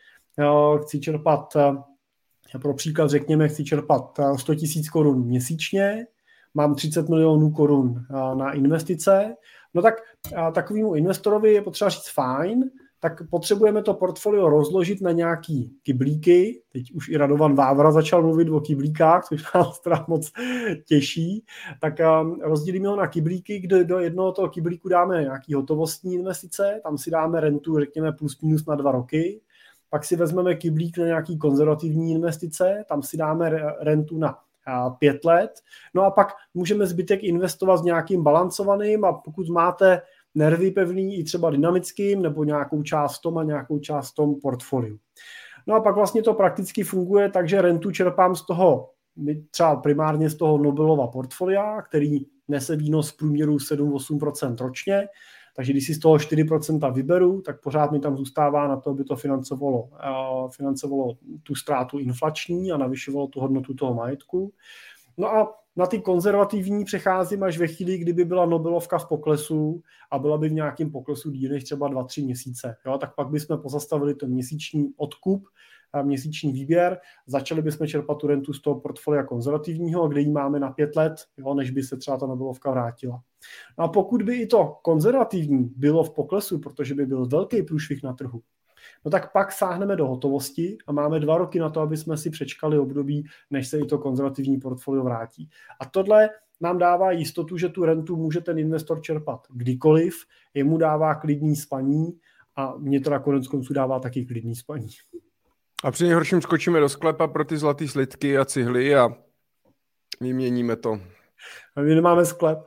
chci čerpat, pro příklad řekněme, chci čerpat 100 000 korun měsíčně, mám 30 milionů korun na investice, no tak takovému investorovi je potřeba říct fajn, tak potřebujeme to portfolio rozložit na nějaký kyblíky. Teď už i Radovan Vávra začal mluvit o kyblíkách, což nás teda moc těší. Tak rozdělíme ho na kyblíky, kde do jednoho toho kyblíku dáme nějaký hotovostní investice, tam si dáme rentu, řekněme, plus minus na 2 roky. Pak si vezmeme kyblík na nějaký konzervativní investice, tam si dáme rentu na 5 let. No a pak můžeme zbytek investovat s nějakým balancovaným a pokud máte nervy pevný i třeba dynamickým nebo nějakou část tom a nějakou část tom portfoliu. No a pak vlastně to prakticky funguje, takže rentu čerpám z toho, třeba primárně z toho Nobelova portfolia, který nese výnos v průměru 7-8% ročně, takže když si z toho 4% vyberu, tak pořád mi tam zůstává na to, aby to financovalo tu ztrátu inflační a navyšovalo tu hodnotu toho majetku. No a na ty konzervativní přecházím až ve chvíli, kdyby byla Nobelovka v poklesu a byla by v nějakém poklesu díl než třeba 2-3 měsíce. Jo? Tak pak bychom pozastavili ten měsíční odkup, měsíční výběr, začali bychom čerpat tu rentu z toho portfolia konzervativního, kde ji máme na 5 let, jo, než by se třeba ta Nobelovka vrátila. No a pokud by i to konzervativní bylo v poklesu, protože by byl velký průšvih na trhu, no tak pak sáhneme do hotovosti a máme 2 roky na to, aby jsme si přečkali období, než se i to konzervativní portfolio vrátí. A tohle nám dává jistotu, že tu rentu může ten investor čerpat kdykoliv, jemu dává klidný spaní a mě to nakonec konců dává taky klidný spaní. A při nejhorším skočíme do sklepa pro ty zlatý slitky a cihly a vyměníme to. A my nemáme sklep.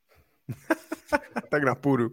Tak na půdu.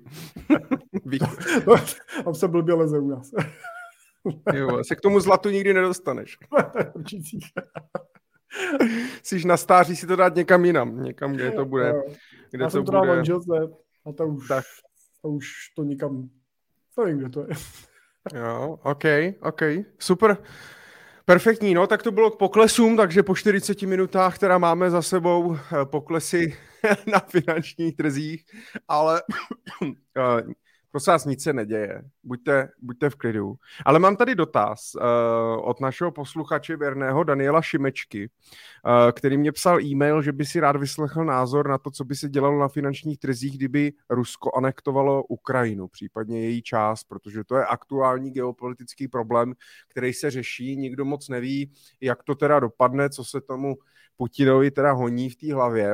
Tam se blbě leze u nás. Jo, se k tomu zlatu nikdy nedostaneš. Určitě. Jsi na stáří si to dát někam jinam. Někam, kde to bude. Kde já to jsem bude... manželce a ta už to nikam... To nevím, kde to je. Jo, OK. Super. Perfektní, no, tak to bylo k poklesům, takže po 40 minutách, která máme za sebou poklesy na finančních trzích, ale prosím vás, nic se neděje, buďte v klidu. Ale mám tady dotaz od našeho posluchače věrného Daniela Šimečky, který mě psal e-mail, že by si rád vyslechl názor na to, co by se dělalo na finančních trzích, kdyby Rusko anektovalo Ukrajinu, případně její část, protože to je aktuální geopolitický problém, který se řeší, nikdo moc neví, jak to teda dopadne, co se tomu Putinovi teda honí v té hlavě.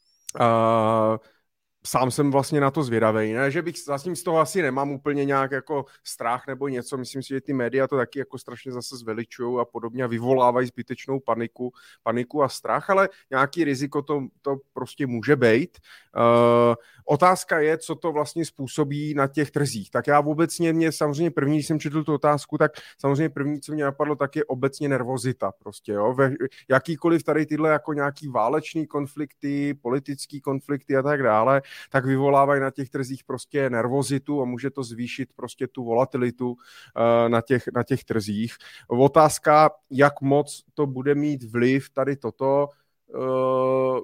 Sám jsem vlastně na to zvědavej, ne, že bych vlastně z toho asi nemám úplně nějak jako strach nebo něco, myslím si, že ty média to taky jako strašně zase zveličují a podobně a vyvolávají zbytečnou paniku a strach, ale nějaký riziko to prostě může být. Otázka je, co to vlastně způsobí na těch trzích. Tak já obecně mě samozřejmě první, když jsem četl tu otázku, tak samozřejmě první, co mě napadlo, tak je obecně nervozita prostě, jo. Jakýkoliv tady tyhle jako nějaký válečný konflikty, politický konflikty a tak dále, tak vyvolávají na těch trzích prostě nervozitu a může to zvýšit prostě tu volatilitu na těch trzích. Otázka, jak moc to bude mít vliv tady toto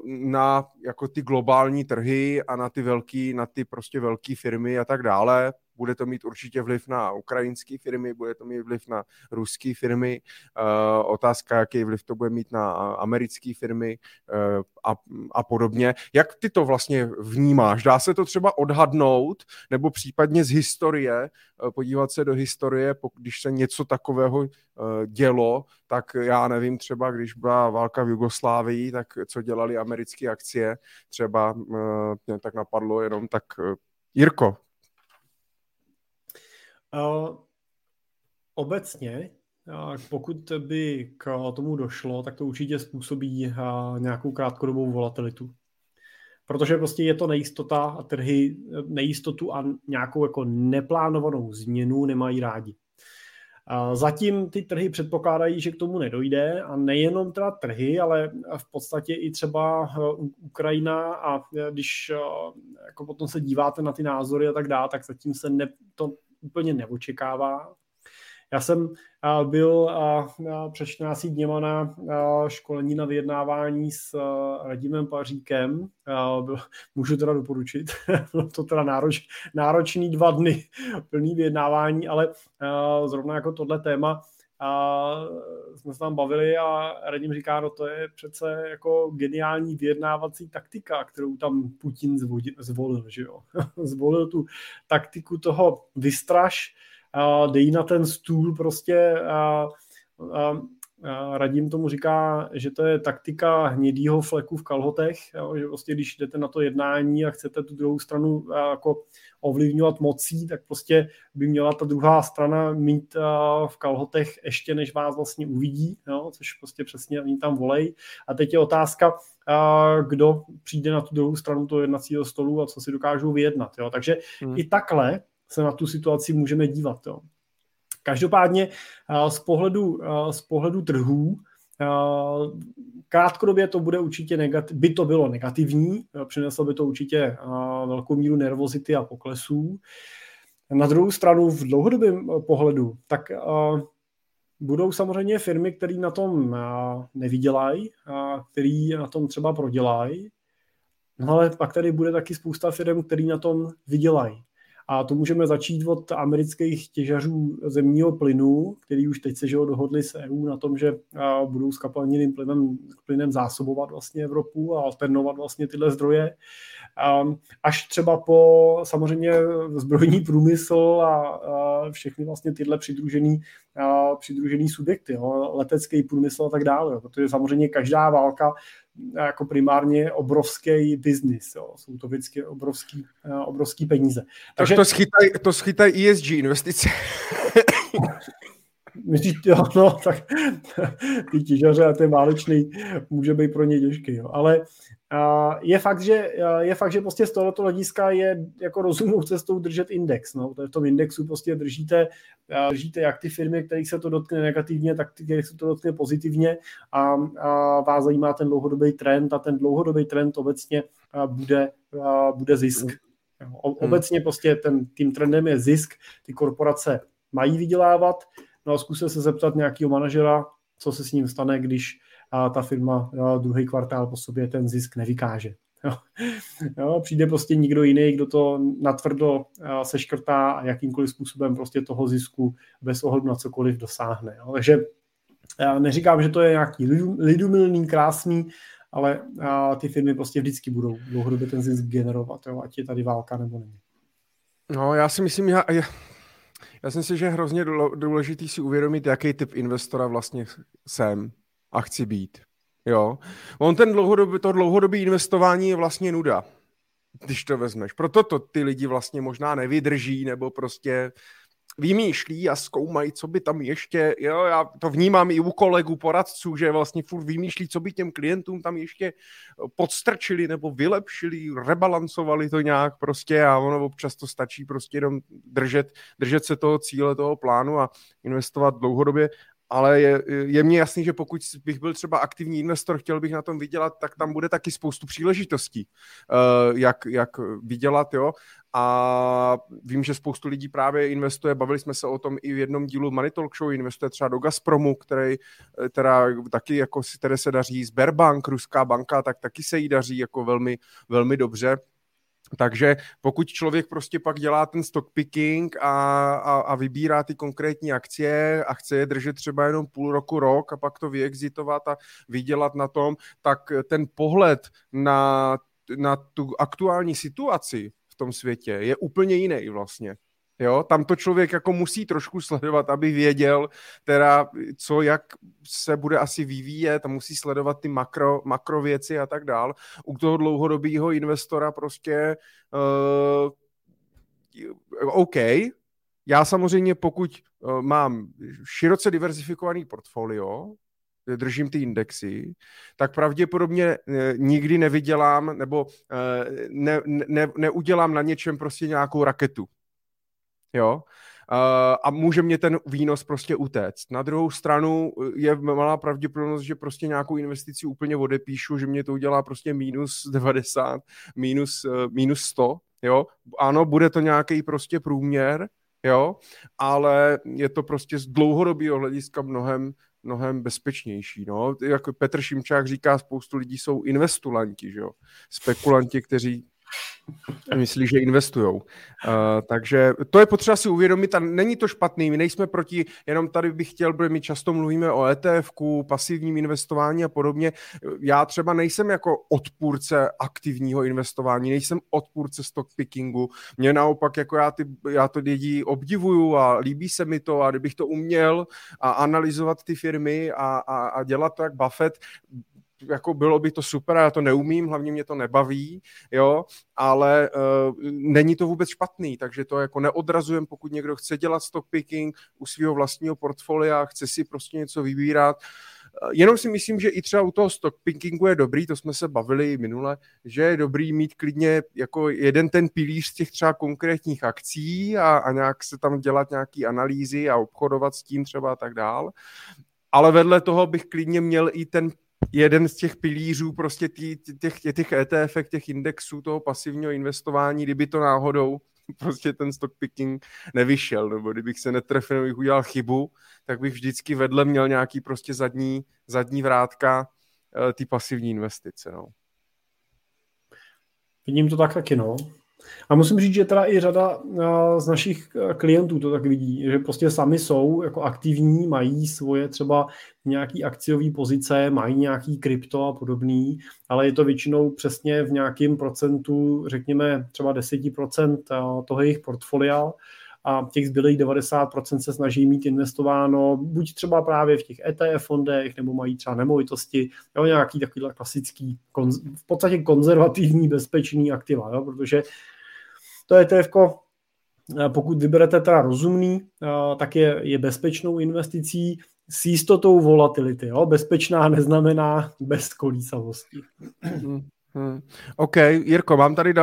na jako ty globální trhy a na ty prostě velké firmy a tak dále. bude to mít určitě vliv na ukrajinské firmy, bude to mít vliv na ruské firmy, otázka, jaký vliv to bude mít na americké firmy a podobně. Jak ty to vlastně vnímáš? Dá se to třeba odhadnout, nebo případně z historie, podívat se do historie, když se něco takového dělo, tak já nevím, třeba když byla válka v Jugoslávii, tak co dělali americké akcie, třeba mě tak napadlo jenom tak. Jirko. Obecně, pokud by k tomu došlo, tak to určitě způsobí nějakou krátkodobou volatilitu. Protože prostě je to nejistota a trhy nejistotu a nějakou jako neplánovanou změnu nemají rádi. Zatím ty trhy předpokládají, že k tomu nedojde a nejenom teda trhy, ale v podstatě i třeba Ukrajina a když jako potom se díváte na ty názory a tak dále, tak zatím se to úplně neočekává. Já jsem byl před 14 dněma na školení na vyjednávání s Radimem Paříkem. Můžu teda doporučit. Bylo to teda náročný 2 dny plný vyjednávání, ale zrovna jako tohle téma jsme se tam bavili a Radim říká, no to je přece jako geniální vyjednávací taktika, kterou tam Putin zvolil, že jo. Zvolil tu taktiku toho vystraš, dej na ten stůl prostě Radim tomu říká, že to je taktika hnědýho fleku v kalhotech, jo, že prostě když jdete na to jednání a chcete tu druhou stranu jako ovlivňovat mocí, tak prostě by měla ta druhá strana mít v kalhotech ještě než vás vlastně uvidí, jo, což prostě přesně oni tam volej. A teď je otázka, kdo přijde na tu druhou stranu toho jednacího stolu a co si dokážou vyjednat. Jo. Takže i takhle se na tu situaci můžeme dívat. Jo. Každopádně z pohledu trhů krátkodobě to bude určitě by to bylo negativní, přineslo by to určitě velkou míru nervozity a poklesů. Na druhou stranu v dlouhodobém pohledu, tak budou samozřejmě firmy, které na tom nevydělají, které na tom třeba prodělají, no ale pak tady bude taky spousta firm, které na tom vydělají. A to můžeme začít od amerických těžařů zemního plynu, který už teď se dohodli s EU na tom, že budou skapalněným plynem zásobovat vlastně Evropu a alternovat vlastně tyhle zdroje. Až třeba po samozřejmě zbrojní průmysl a všechny vlastně tyhle přidružený subjekty, letecký průmysl a tak dále, protože samozřejmě každá válka jako primárně obrovský biznis. Jsou to vždycky obrovský peníze. Takže to schytaj ESG investice. Myslíš, no, tak ty těžaře a ten válečný může být pro ně těžký. Jo. Ale je fakt, že prostě z tohoto hlediska je jako rozumnou cestou držet index. No. V tom indexu prostě držíte jak ty firmy, kterých se to dotkne negativně, tak ty, kterých se to dotkne pozitivně a vás zajímá ten dlouhodobý trend a ten dlouhodobý trend obecně bude zisk. Obecně prostě tím trendem je zisk, ty korporace mají vydělávat. No a zkuste se zeptat nějakého manažera, co se s ním stane, když ta firma druhý kvartál po sobě ten zisk nevykáže. Jo, přijde prostě někdo jiný, kdo to natvrdo seškrtá a jakýmkoliv způsobem prostě toho zisku bez ohledu na cokoliv dosáhne. Jo. Takže já neříkám, že to je nějaký lidumilný, krásný, ale ty firmy prostě vždycky budou dlouhodobě ten zisk generovat, jo, ať je tady válka nebo není. No, já si myslím, já si, že je hrozně důležitý si uvědomit, jaký typ investora vlastně jsem a chci být. Jo. To dlouhodobé investování je vlastně nuda, když to vezmeš. Proto to ty lidi vlastně možná nevydrží, nebo prostě vymýšlí a zkoumají, co by tam ještě, jo, já to vnímám i u kolegů, poradců, že vlastně furt vymýšlí, co by těm klientům tam ještě podstrčili nebo vylepšili, rebalancovali to nějak prostě a ono občas to stačí prostě jenom držet se toho cíle, toho plánu a investovat dlouhodobě. Ale je mně jasný, že pokud bych byl třeba aktivní investor, chtěl bych na tom vydělat, tak tam bude taky spoustu příležitostí, jak vydělat, jo. A vím, že spoustu lidí právě investuje, bavili jsme se o tom i v jednom dílu Money Talk Show, investuje třeba do Gazpromu, který teda taky jako které se daří, Sberbank, ruská banka, tak taky se jí daří jako velmi, velmi dobře. Takže pokud člověk prostě pak dělá ten stock picking a vybírá ty konkrétní akcie a chce je držet třeba jenom půl roku, rok a pak to vyexitovat a vydělat na tom, tak ten pohled na tu aktuální situaci v tom světě je úplně jiný vlastně. Jo, tam to člověk jako musí trošku sledovat, aby věděl teda, co, jak se bude asi vyvíjet a musí sledovat ty makro věci a tak dál. U toho dlouhodobého investora prostě OK. Já samozřejmě, pokud mám široce diverzifikovaný portfolio, držím ty indexy, tak pravděpodobně nikdy nevydělám nebo neudělám na něčem prostě nějakou raketu. Jo? A může mě ten výnos prostě utéct. Na druhou stranu je malá pravděpodobnost, že prostě nějakou investici úplně odepíšu, že mě to udělá prostě minus 90, minus 100, jo? Ano, bude to nějaký prostě průměr, jo? Ale je to prostě z dlouhodobého hlediska mnohem bezpečnější. No? Jako Petr Šimčák říká, spoustu lidí jsou investulanti, že jo? Spekulanti, kteří myslí, že investujou. Takže to je potřeba si uvědomit a není to špatný. My nejsme proti, jenom tady bych chtěl, protože my často mluvíme o ETF-ku, pasivním investování a podobně. Já třeba nejsem jako odpůrce aktivního investování, nejsem odpůrce stock pickingu. Mě naopak, jako já to lidi obdivuju a líbí se mi to a kdybych to uměl a analyzovat ty firmy a dělat to jak Buffett, jako bylo by to super, já to neumím, hlavně mě to nebaví, jo, ale není to vůbec špatný, takže to jako neodrazujem, pokud někdo chce dělat stock picking u svého vlastního portfolia, chce si prostě něco vybírat. Jenom si myslím, že i třeba u toho stock pickingu je dobrý, to jsme se bavili minule, že je dobrý mít klidně jako jeden ten pilíř z těch třeba konkrétních akcí a nějak se tam dělat nějaký analýzy a obchodovat s tím třeba a tak dál. Ale vedle toho bych klidně měl i ten jeden z těch pilířů prostě těch ETF, těch indexů toho pasivního investování, kdyby to náhodou prostě ten stock picking nevyšel, nebo kdybych se netrefil, kdybych udělal chybu, tak bych vždycky vedle měl nějaký prostě zadní vrátka ty pasivní investice. No. Vidím to tak taky, no. A musím říct, že teda i řada z našich klientů to tak vidí, že prostě sami jsou jako aktivní, mají svoje třeba nějaký akciový pozice, mají nějaký krypto a podobný, ale je to většinou přesně v nějakém procentu, řekněme třeba 10% toho jejich portfolia a těch zbylých 90% se snaží mít investováno buď třeba právě v těch ETF fondech, nebo mají třeba nemovitosti, jo, nějaký takovýhle klasický, v podstatě konzervativní, bezpečný aktiva, jo, protože to ETF-ko, pokud vyberete teda rozumný, tak je bezpečnou investicí s jistotou volatility. Jo? Bezpečná neznamená bez kolísavosti. OK, Jirko, mám tady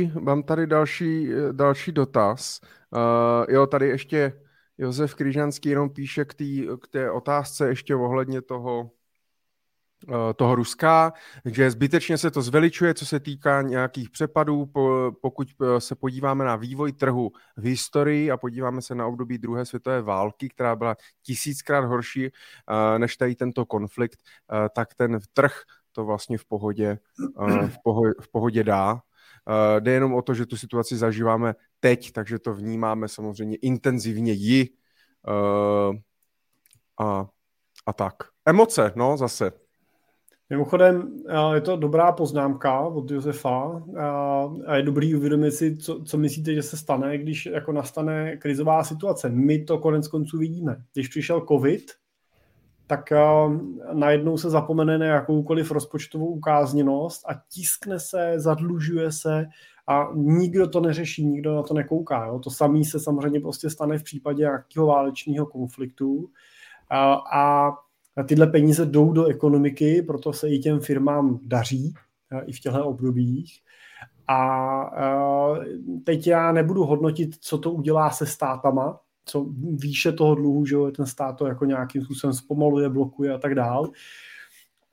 další dotaz. Jo, tady ještě Josef Kryžanský jenom píše k té otázce ještě ohledně toho Ruska, že zbytečně se to zveličuje, co se týká nějakých přepadů, pokud se podíváme na vývoj trhu v historii a podíváme se na období druhé světové války, která byla 1000krát horší než tady tento konflikt, tak ten trh to vlastně v pohodě dá. Jde jenom o to, že tu situaci zažíváme teď, takže to vnímáme samozřejmě intenzivněji a tak. Emoce, no zase. Mimochodem, je to dobrá poznámka od Josefa a je dobrý uvědomit si, co myslíte, že se stane, když jako nastane krizová situace. My to konec konců vidíme. Když přišel covid, tak najednou se zapomene na jakoukoliv rozpočtovou ukázněnost a tiskne se, zadlužuje se a nikdo to neřeší, nikdo na to nekouká. Jo? To samé se samozřejmě prostě stane v případě nějakého válečného konfliktu a tyhle peníze jdou do ekonomiky, proto se i těm firmám daří i v těchto obdobích. A teď já nebudu hodnotit, co to udělá se státama, co výše toho dluhu, že ten stát to jako nějakým způsobem zpomaluje, blokuje a tak dál.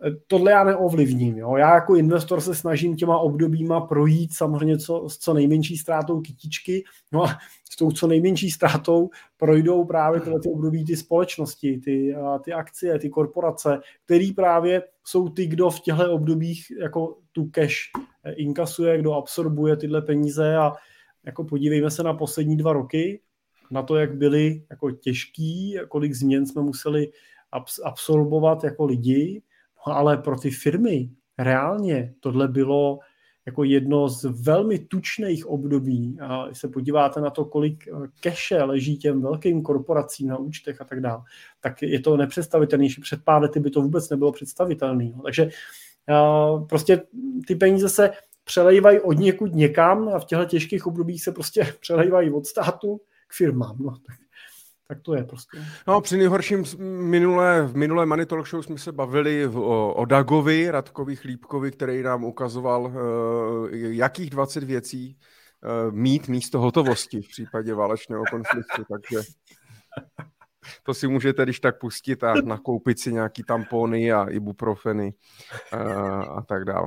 tohle já neovlivním. Jo. Já jako investor se snažím těma obdobíma projít samozřejmě s co nejmenší ztrátou kytičky, no a s tou co nejmenší ztrátou projdou právě tyhle ty období ty společnosti, ty akcie, ty korporace, který právě jsou ty, kdo v těchto obdobích jako tu cash inkasuje, kdo absorbuje tyhle peníze a jako podívejme se na poslední 2 roky, na to, jak byly jako těžký, kolik změn jsme museli absorbovat jako lidi, no ale pro ty firmy reálně tohle bylo jako jedno z velmi tučných období. A když se podíváte na to, kolik keše leží těm velkým korporacím na účtech a tak dále, tak je to nepředstavitelné. Před pár lety by to vůbec nebylo představitelné. Takže prostě ty peníze se přelejvají od někud někam a v těchto těžkých obdobích se prostě přelejvají od státu k firmám. No, tak to je prostě. No, při nejhorším v minulé Money Talk Show jsme se bavili o Dagovi, Radkovi Chlípkovi, který nám ukazoval, jakých 20 věcí mít místo hotovosti v případě válečného konfliktu, takže to si můžete když tak pustit a nakoupit si nějaký tampony a ibuprofeny a tak dále.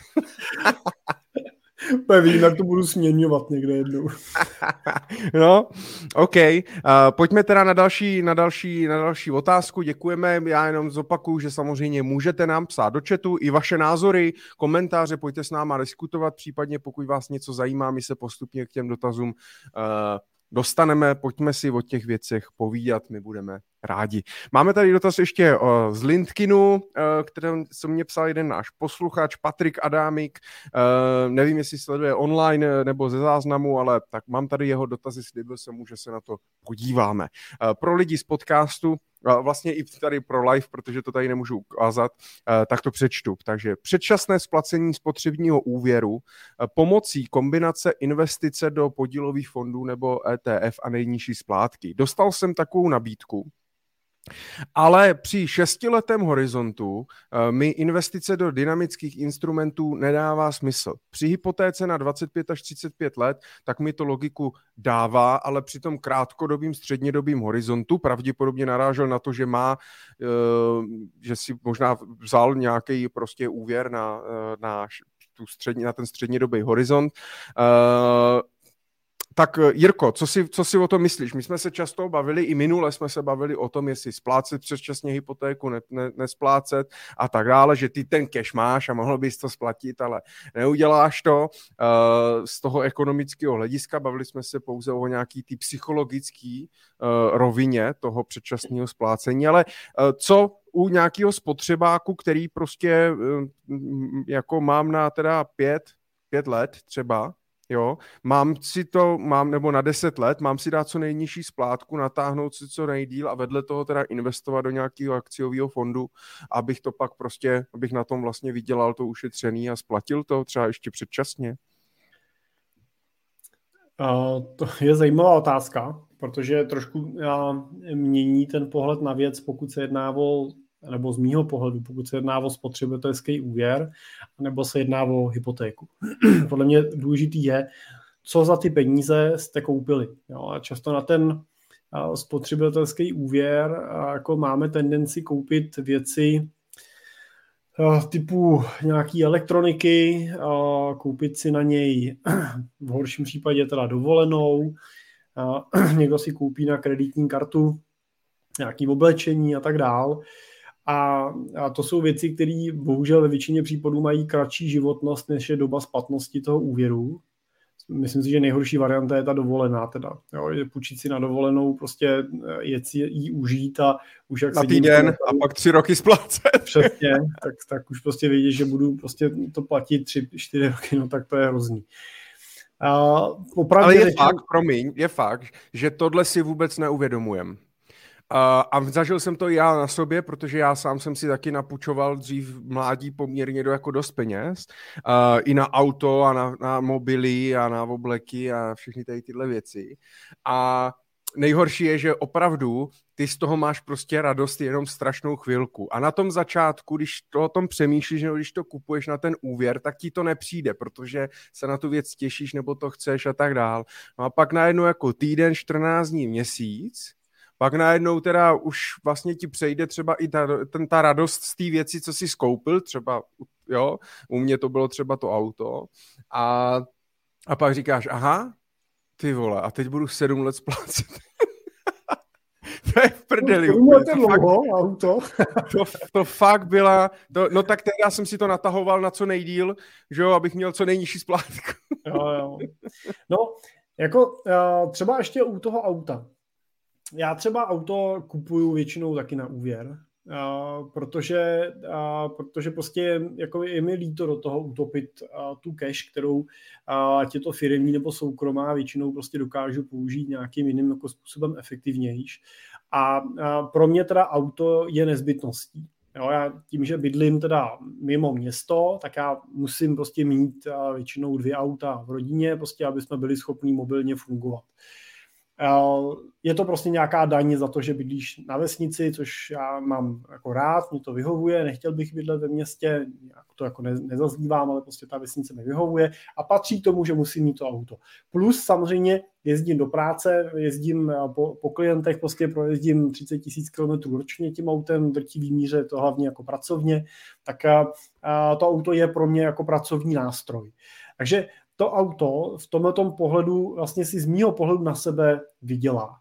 Pevím, tak to budu směňovat někde jednou. No, OK. Pojďme teda na další otázku. Děkujeme. Já jenom zopakuju, že samozřejmě můžete nám psát do chatu i vaše názory, komentáře, pojďte s náma diskutovat, případně pokud vás něco zajímá, my se postupně k těm dotazům dostaneme, pojďme si o těch věcech povídat, my budeme rádi. Máme tady dotaz ještě z LinkedInu, co mě psal jeden náš posluchač, Patrik Adámik, nevím, jestli sleduje online nebo ze záznamu, ale tak mám tady jeho dotazy, slíbil jsem, že se na to podíváme. Pro lidi z podcastu, vlastně i tady pro live, protože to tady nemůžu ukázat, tak to přečtu. Takže předčasné splacení spotřebního úvěru pomocí kombinace investice do podílových fondů nebo ETF a nejnižší splátky. Dostal jsem takovou nabídku, ale při 6letém horizontu mi investice do dynamických instrumentů nedává smysl. Při hypotéce na 25 až 35 let, tak mi to logiku dává, ale při tom krátkodobým střednědobým horizontu pravděpodobně narážel na to, že si možná vzal nějaký prostě úvěr na ten střednědobý horizont. Tak Jirko, co si o tom myslíš? My jsme se často bavili, i minule jsme se bavili o tom, jestli splácet předčasně hypotéku, nesplácet a tak dále, že ty ten cash máš a mohl bys to splatit, ale neuděláš to. Z toho ekonomického hlediska bavili jsme se pouze o nějaký ty psychologický rovině toho předčasného splácení, ale co u nějakého spotřebáku, který prostě jako mám na teda 5 let třeba, jo, nebo na 10 let, mám si dát co nejnižší splátku, natáhnout si co nejdýl a vedle toho teda investovat do nějakého akciového fondu, abych na tom vlastně vydělal to ušetřený a splatil to třeba ještě předčasně? To je zajímavá otázka, protože trošku mění ten pohled na věc, pokud se jedná nebo z mýho pohledu, pokud se jedná o spotřebitelský úvěr, nebo se jedná o hypotéku. Podle mě důležitý je, co za ty peníze jste koupili. Jo, a často na ten spotřebitelský úvěr jako máme tendenci koupit věci typu nějaký elektroniky, koupit si na něj v horším případě teda dovolenou, někdo si koupí na kreditní kartu nějaké oblečení a tak dál. A to jsou věci, které bohužel ve většině případů mají kratší životnost, než je doba splatnosti toho úvěru. Myslím si, že nejhorší varianta je ta dovolená teda. Jo, půjčit si na dovolenou, prostě jet si jí užít a už jak na týden a pak 3 roky splácet. Přesně, tak už prostě vědět, že budu prostě to platit 3-4 roky, no tak to je hrozný. Ale je fakt, že tohle si vůbec neuvědomujem. A zažil jsem to já na sobě, protože já sám jsem si taky napůjčoval dřív v mládí poměrně dost peněz. I na auto a na mobily a na obleky a všechny tyhle věci. A nejhorší je, že opravdu ty z toho máš prostě radost jenom strašnou chvilku. A na tom začátku, když to o tom přemýšlíš, nebo když to kupuješ na ten úvěr, tak ti to nepřijde, protože se na tu věc těšíš, nebo to chceš a tak dál. No a pak najednou jako týden, 14 dní, měsíc, Pak najednou teda už vlastně ti přejde třeba i ta radost z té věci, co jsi skoupil, třeba, jo, u mě to bylo třeba to auto a pak říkáš, aha, ty vole, a teď budu 7 let splácet. To je v prdeli. To fakt byla, no tak teda jsem si to natahoval na co nejdýl, že jo, abych měl co nejnižší splátku. Jo. No, jako třeba ještě u toho auta. Já třeba auto kupuju většinou taky na úvěr, protože prostě jako je mi líto do toho utopit tu cash, kterou ať je to firemní nebo soukromá, většinou prostě dokážu použít nějakým jiným jako způsobem efektivnější. A pro mě teda auto je nezbytností. Jo, já tím, že bydlím teda mimo město, tak já musím prostě mít většinou 2 auta v rodině, prostě aby jsme byli schopni mobilně fungovat. Je to prostě nějaká daň za to, že bydlíš na vesnici, což já mám jako rád, mě to vyhovuje, nechtěl bych bydlet ve městě, to jako nezazlívám, ale prostě ta vesnice mi vyhovuje a patří k tomu, že musím mít to auto. Plus samozřejmě jezdím do práce, jezdím po klientech, prostě projezdím 30 000 km ročně tím autem, v drtivý míře to hlavně jako pracovně, tak to auto je pro mě jako pracovní nástroj. Takže to auto v tomhletom pohledu vlastně si z mýho pohledu na sebe vydělá.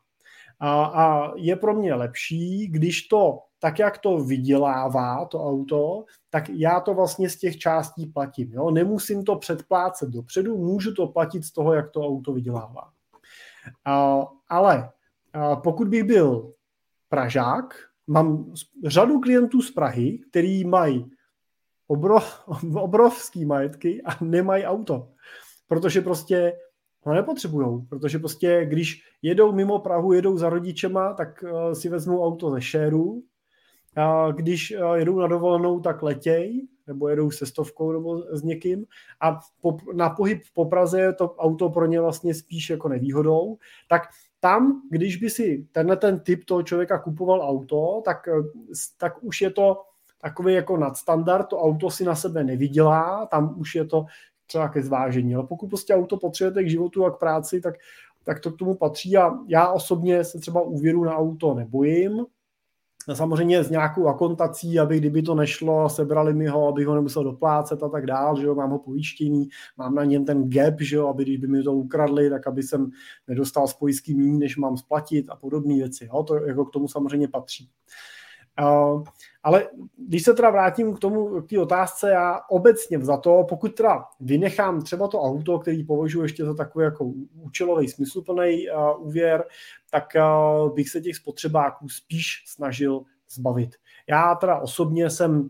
A je pro mě lepší, když to tak, jak to vydělává to auto, tak já to vlastně z těch částí platím. Jo? Nemusím to předplácet dopředu, můžu to platit z toho, jak to auto vydělává. Ale pokud bych byl Pražák, mám řadu klientů z Prahy, který mají obrovský majetky a nemají auto. Protože prostě ho nepotřebujou, protože prostě když jedou mimo Prahu, jedou za rodičema, tak si vezmou auto ze šéru, a když jedou na dovolenou, tak letěj, nebo jedou se stovkou nebo s někým a na pohyb po Praze je to auto pro ně vlastně spíš jako nevýhodou, tak tam, když by si ten typ toho člověka kupoval auto, tak už je to takový jako nadstandard, to auto si na sebe nevydělá, tam už je to třeba ke zvážení. Ale pokud prostě auto potřebujete k životu a k práci, tak to k tomu patří a já osobně se třeba úvěru na auto nebojím. Samozřejmě s nějakou akontací, aby kdyby to nešlo, sebrali mi ho, abych ho nemusel doplácet a tak dál, že jo, mám ho pojištěný, mám na něm ten gap, že jo, aby když by mi to ukradli, tak aby jsem nedostal z pojistky méně, než mám splatit a podobné věci. Jo, to jako k tomu samozřejmě patří. Ale když se teda vrátím k té otázce, já obecně vzato, pokud teda vynechám třeba to auto, který považuji ještě za takový jako účelový, smysluplný úvěr, tak bych se těch spotřebáků spíš snažil zbavit. Já teda osobně jsem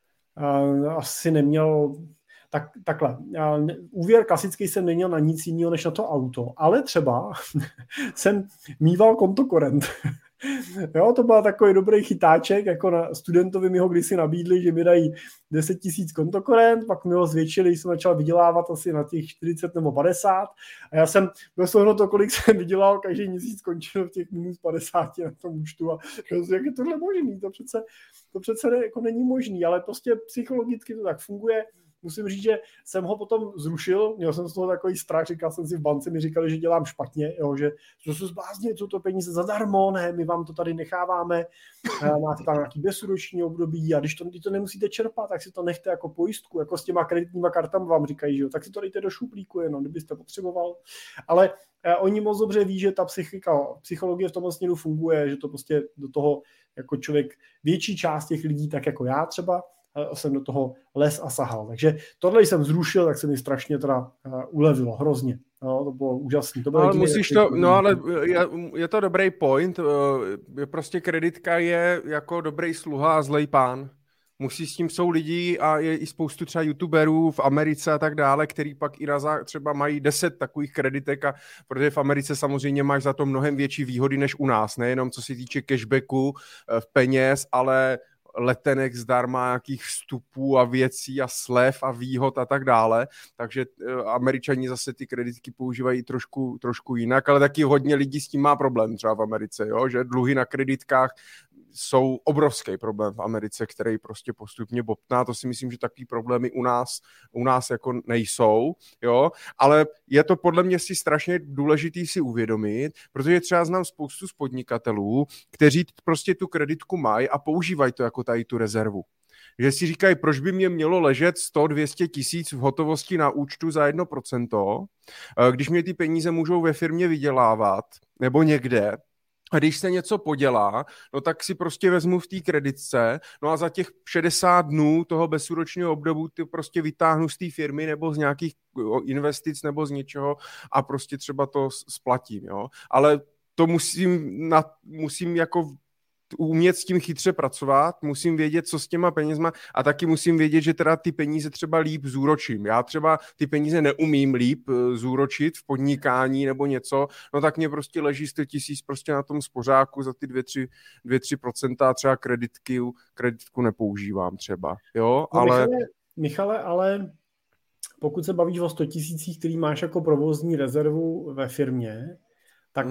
asi neměl takhle. Úvěr klasický jsem neměl na nic jiného než na to auto, ale třeba jsem mýval kontokorent. Jo, to byl takový dobrý chytáček, jako na studentovi mi ho kdysi nabídli, že mi dají 10 000 kontokorent, pak mi ho zvětšili, jsem začal vydělávat asi na těch 40 nebo 50 a já jsem bez toho to, kolik jsem vydělal, každý měsíc skončil v těch minus 50 na tom účtu a jak je tohle možný, to přece jako není možný, ale prostě psychologicky to tak funguje. Musím říct, že jsem ho potom zrušil, měl jsem z toho takový strach, říkal jsem si v bance, mi říkali, že dělám špatně, jo, že se zblázně, jsou to peníze zadarmo, ne, my vám to tady necháváme, máte tam nějaký bezúroční období a když to nemusíte čerpat, tak si to nechte jako pojistku, jako s těma kreditníma kartama vám říkají, že jo, tak si to dejte do šuplíku jenom, kdybyste potřeboval, ale oni moc dobře ví, že ta psychologie v tomhle směru funguje, že to prostě do toho jako člověk, větší část těch lidí, tak jako já třeba, jsem do toho les a sahal. Takže tohle jsem zrušil, tak se mi strašně teda ulevilo, hrozně. No, to bylo úžasné. Ale je to dobrý point. Prostě kreditka je jako dobrý sluha a zlej pán. Musí s tím jsou lidi a je i spoustu třeba youtuberů v Americe a tak dále, který pak i třeba mají 10 takových kreditek, protože v Americe samozřejmě máš za to mnohem větší výhody než u nás. Nejenom co se týče cashbacku v peněz, ale letenek zdarma, nějakých vstupů a věcí a slev a výhod a tak dále. Takže Američani zase ty kreditky používají trošku jinak, ale taky hodně lidí s tím má problém třeba v Americe, jo? Že dluhy na kreditkách jsou obrovský problém v Americe, který prostě postupně bobtná. To si myslím, že takový problémy u nás jako nejsou, jo, ale je to podle mě si strašně důležitý si uvědomit, protože třeba znám spoustu z podnikatelů, kteří prostě tu kreditku mají a používají to jako tady tu rezervu. Že si říkají, proč by mě mělo ležet 100-200 tisíc v hotovosti na účtu za 1%, když mě ty peníze můžou ve firmě vydělávat nebo někde. A když se něco podělá, no tak si prostě vezmu v té kreditce, no a za těch 60 dnů toho bezúročního obdobu ty prostě vytáhnu z té firmy nebo z nějakých investic nebo z něčeho a prostě třeba to splatím, jo. Ale to musím jako umět s tím chytře pracovat, musím vědět, co s těma penězma a taky musím vědět, že teda ty peníze třeba líp zúročím. Já třeba ty peníze neumím líp zúročit v podnikání nebo něco, no tak mě prostě leží 100 tisíc prostě na tom spořáku za ty 2-3% a třeba kreditku nepoužívám třeba, jo, no, ale... Michale, ale pokud se bavíš o 100 tisících, který máš jako provozní rezervu ve firmě, tak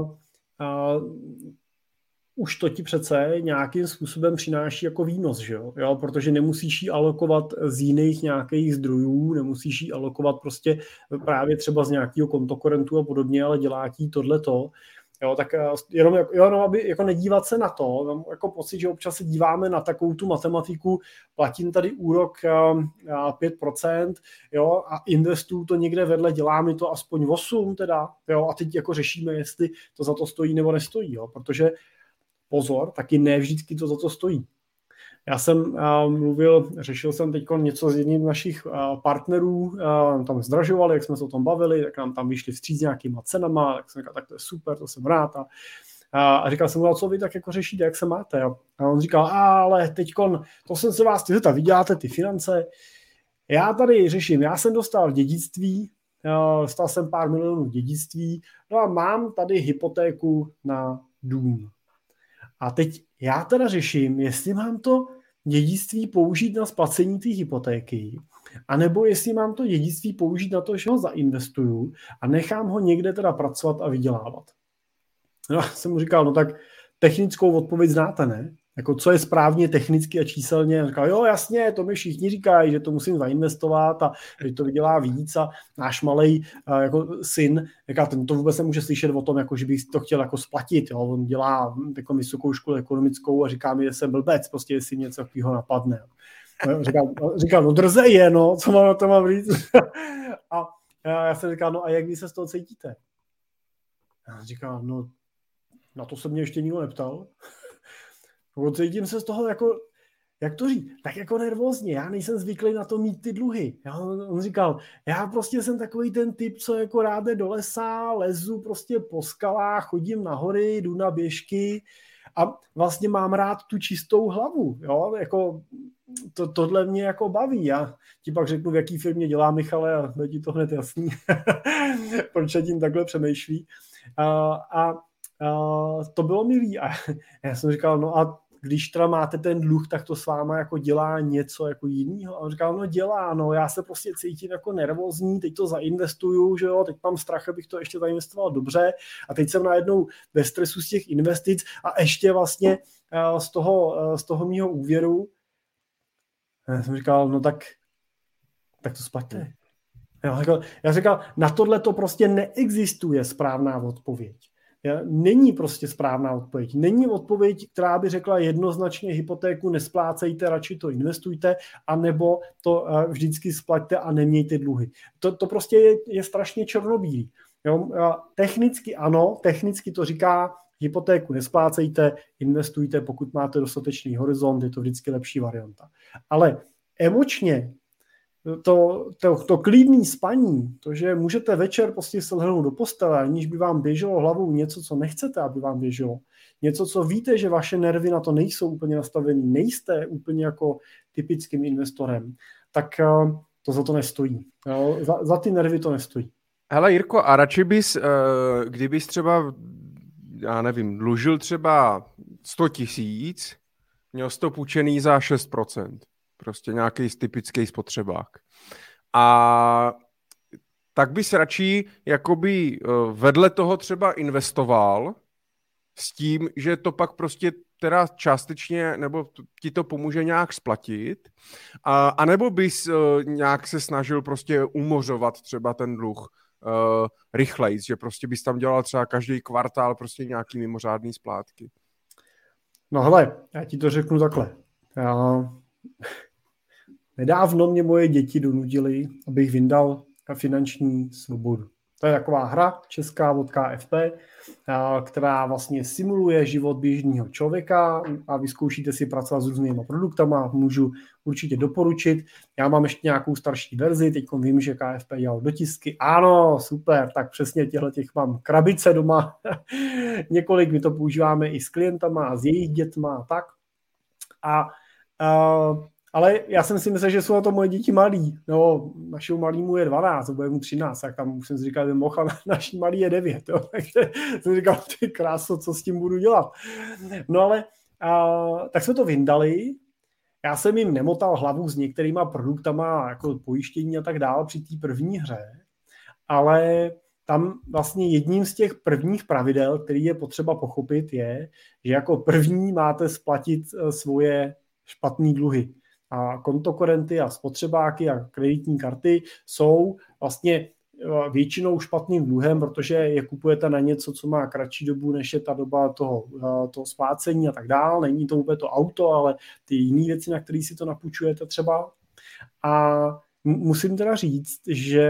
už to ti přece nějakým způsobem přináší jako výnos, že jo? Jo? Protože nemusíš ji alokovat z jiných nějakých zdrojů, nemusíš ji alokovat prostě právě třeba z nějakého kontokorentu a podobně, ale dělá ti tohleto. Jo, tak jenom aby jako nedívat se na to, mám jako pocit, že občas se díváme na takovou tu matematiku, platím tady úrok 5%, jo, a investuju to někde vedle, dělá mi to aspoň 8 teda, jo, a teď jako řešíme, jestli to za to stojí nebo nestojí, jo, protože pozor, taky ne vždycky to za to stojí. Já jsem řešil jsem teď něco s jedním z našich partnerů, tam zdražovali, jak jsme se o tom bavili, tak nám tam vyšli vstříc nějakýma cenama, tak jsem říkal, tak to je super, to jsem rád. A říkal jsem mu, co vy tak jako řešíte, jak se máte? A on říkal, ale teďkon, to jsem se vás chtěl, vy děláte ty finance, já tady řeším, já jsem dostal dědictví, dostal jsem pár milionů dědictví, no a mám tady hypotéku na dům. A teď já teda řeším, jestli mám to dědictví použít na splacení té hypotéky, anebo jestli mám to dědictví použít na to, že ho zainvestuju a nechám ho někde teda pracovat a vydělávat. No, jsem mu říkal, no tak technickou odpověď znáte, ne? Jako co je správně technicky a číselně. A říkal, jo, jasně, to mi všichni říkají, že to musím zainvestovat a že to vydělá víc a náš malej jako syn, ten to vůbec nemůže slyšet o tom, jako, že bych to chtěl jako splatit. Jo. On dělá jako vysokou školu ekonomickou a říká mi, že jsem blbec, prostě jestli něco takového napadne. Říkal, no drzej je, no, co mám na to mám říct. A já jsem říkal, no a jak vy se z toho cítíte? A říkal, no na to se mě ještě nikdo neptal. Cítím se z toho jako, jak to říct, tak jako nervózně, já nejsem zvyklý na to mít ty dluhy. On říkal, já prostě jsem takový ten typ, co jako rád jde do lesa, lezu prostě po skalách, chodím na hory, jdu na běžky a vlastně mám rád tu čistou hlavu, jo, jako tohle mě jako baví. Já ti pak řeknu, v jaký firmě dělá Michale a bude ti to hned jasný, proč se tím takhle přemýšlí. To bylo milý a já jsem říkal, no a když teda máte ten dluh, tak to s váma jako dělá něco jako jinýho. A on říkal, no dělá, no já se prostě cítím jako nervózní, teď to zainvestuju, že jo, teď mám strach, abych to ještě zainvestoval dobře a teď jsem najednou ve stresu z těch investic a ještě vlastně z toho mýho úvěru. A já jsem říkal, no tak to splaťte. Já říkal, na tohle to prostě neexistuje správná odpověď. Není prostě správná odpověď. Není odpověď, která by řekla jednoznačně hypotéku nesplácejte, radši to investujte, anebo to vždycky splaťte a nemějte dluhy. To prostě je strašně černobílý. Jo? Technicky ano, technicky to říká, hypotéku nesplácejte, investujte, pokud máte dostatečný horizont, je to vždycky lepší varianta. Ale emočně to klidný spaní, to, že můžete večer prostě se lehnout do postele, aniž by vám běželo hlavou něco, co nechcete, aby vám běželo, něco, co víte, že vaše nervy na to nejsou úplně nastavený, nejste úplně jako typickým investorem, tak to za to nestojí. Jo? Za ty nervy to nestojí. Hele Jirko, a radši bys, kdybys třeba, já nevím, dlužil třeba 100 tisíc, měl jsi to půjčený za 6%. Prostě nějaký typický spotřebák. A tak bys radši jakoby vedle toho třeba investoval s tím, že to pak prostě teda částečně, nebo ti to pomůže nějak splatit, anebo bys nějak se snažil prostě umořovat třeba ten dluh rychlejc, že prostě bys tam dělal třeba každý kvartál prostě nějaký mimořádný splátky? No hele, já ti to řeknu takhle. Nedávno mě moje děti donutily, abych vyndal finanční svobodu. To je taková hra česká od KFP, která vlastně simuluje život běžného člověka a vyzkoušíte si pracovat s různýma produktama, můžu určitě doporučit. Já mám ještě nějakou starší verzi, teď vím, že KFP dělal dotisky. Ano, super, tak přesně těch mám krabice doma. Několik, my to používáme i s klientama a s jejich dětma a tak. Ale já jsem si myslel, že jsou na to moje děti malí. No, našemu malýmu je 12, bude mu 13, tak tam už jsem si říkal, že mohl, a naší malý je 9. Jo. Takže jsem říkal, ty kráso, co s tím budu dělat. No ale tak jsme to vyndali. Já jsem jim nemotal hlavu s některýma produktama, jako pojištění a tak dále při té první hře, ale tam vlastně jedním z těch prvních pravidel, který je potřeba pochopit, je, že jako první máte splatit svoje špatné dluhy. A kontokorenty a spotřebáky a kreditní karty jsou vlastně většinou špatným dluhem, protože je kupujete na něco, co má kratší dobu, než je ta doba toho splácení a tak dále. Není to úplně to auto, ale ty jiné věci, na které si to napůjčujete třeba. A musím teda říct, že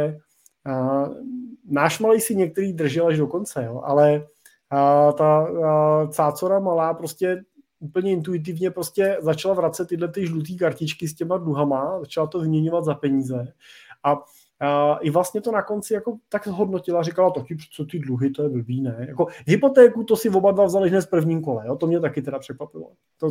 náš malej si některý držel až do konce, jo, ale ta cácora malá prostě úplně intuitivně prostě začala vracet tyhle ty žlutý kartičky s těma dluhama, začala to vyměňovat za peníze a i vlastně to na konci jako tak hodnotila, říkala taky, co ty dluhy, to je blbý, ne? Jako hypotéku to si oba dva vzali hned z prvním kole, jo? To mě taky teda překvapilo.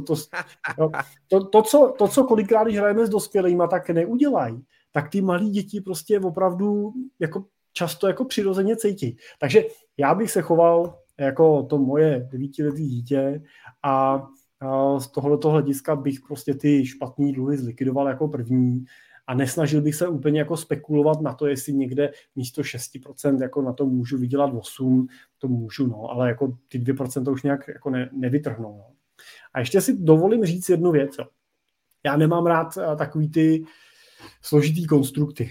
To, co kolikrát, když hrajeme s dospělýma, tak neudělají, tak ty malí děti prostě opravdu jako často jako přirozeně cítí. Takže já bych se choval jako to moje 9letý dítě a z tohoto hlediska bych prostě ty špatný dluhy zlikvidoval jako první a nesnažil bych se úplně jako spekulovat na to, jestli někde místo 6% jako na to můžu vydělat 8%, to můžu, no, ale jako ty 2% už nějak jako nevytrhnou. No. A ještě si dovolím říct jednu věc. Jo. Já nemám rád takový ty složitý konstrukty.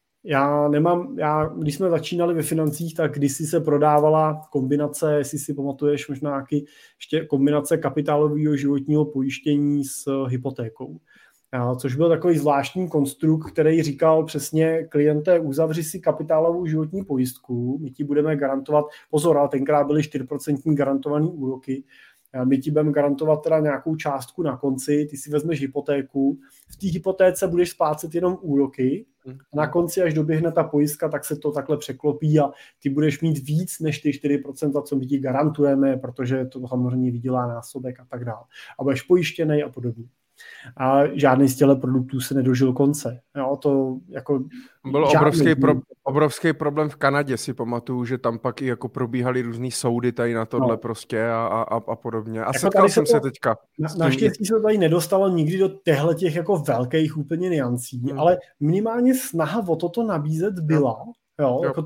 Když jsme začínali ve financích, tak kdysi se prodávala kombinace, jestli si pamatuješ, možná nějaký ještě kombinace kapitálového životního pojištění s hypotékou. Což byl takový zvláštní konstrukt, který říkal přesně klienté, uzavři si kapitálovou životní pojistku, my ti budeme garantovat, pozor, ale tenkrát byly 4% garantované úroky, my ti budeme garantovat teda nějakou částku na konci, ty si vezmeš hypotéku, v té hypotéce budeš splácet jenom úroky, a na konci, až doběhne ta pojistka, tak se to takhle překlopí a ty budeš mít víc než ty 4%, co my ti garantujeme, protože to samozřejmě vydělá násobek a tak dále. A budeš pojištěnej a podobně. A žádný z těchto produktů se nedožil konce. Jo, to jako byl obrovský problém v Kanadě, si pamatuju, že tam pak i jako probíhaly různý soudy tady na tohle prostě a podobně. A jako setkal jsem se teďka. Naštěstí se tady nedostalo nikdy do těch jako velkých úplně niancí, ale minimálně snaha o toto nabízet byla. Jo. Jako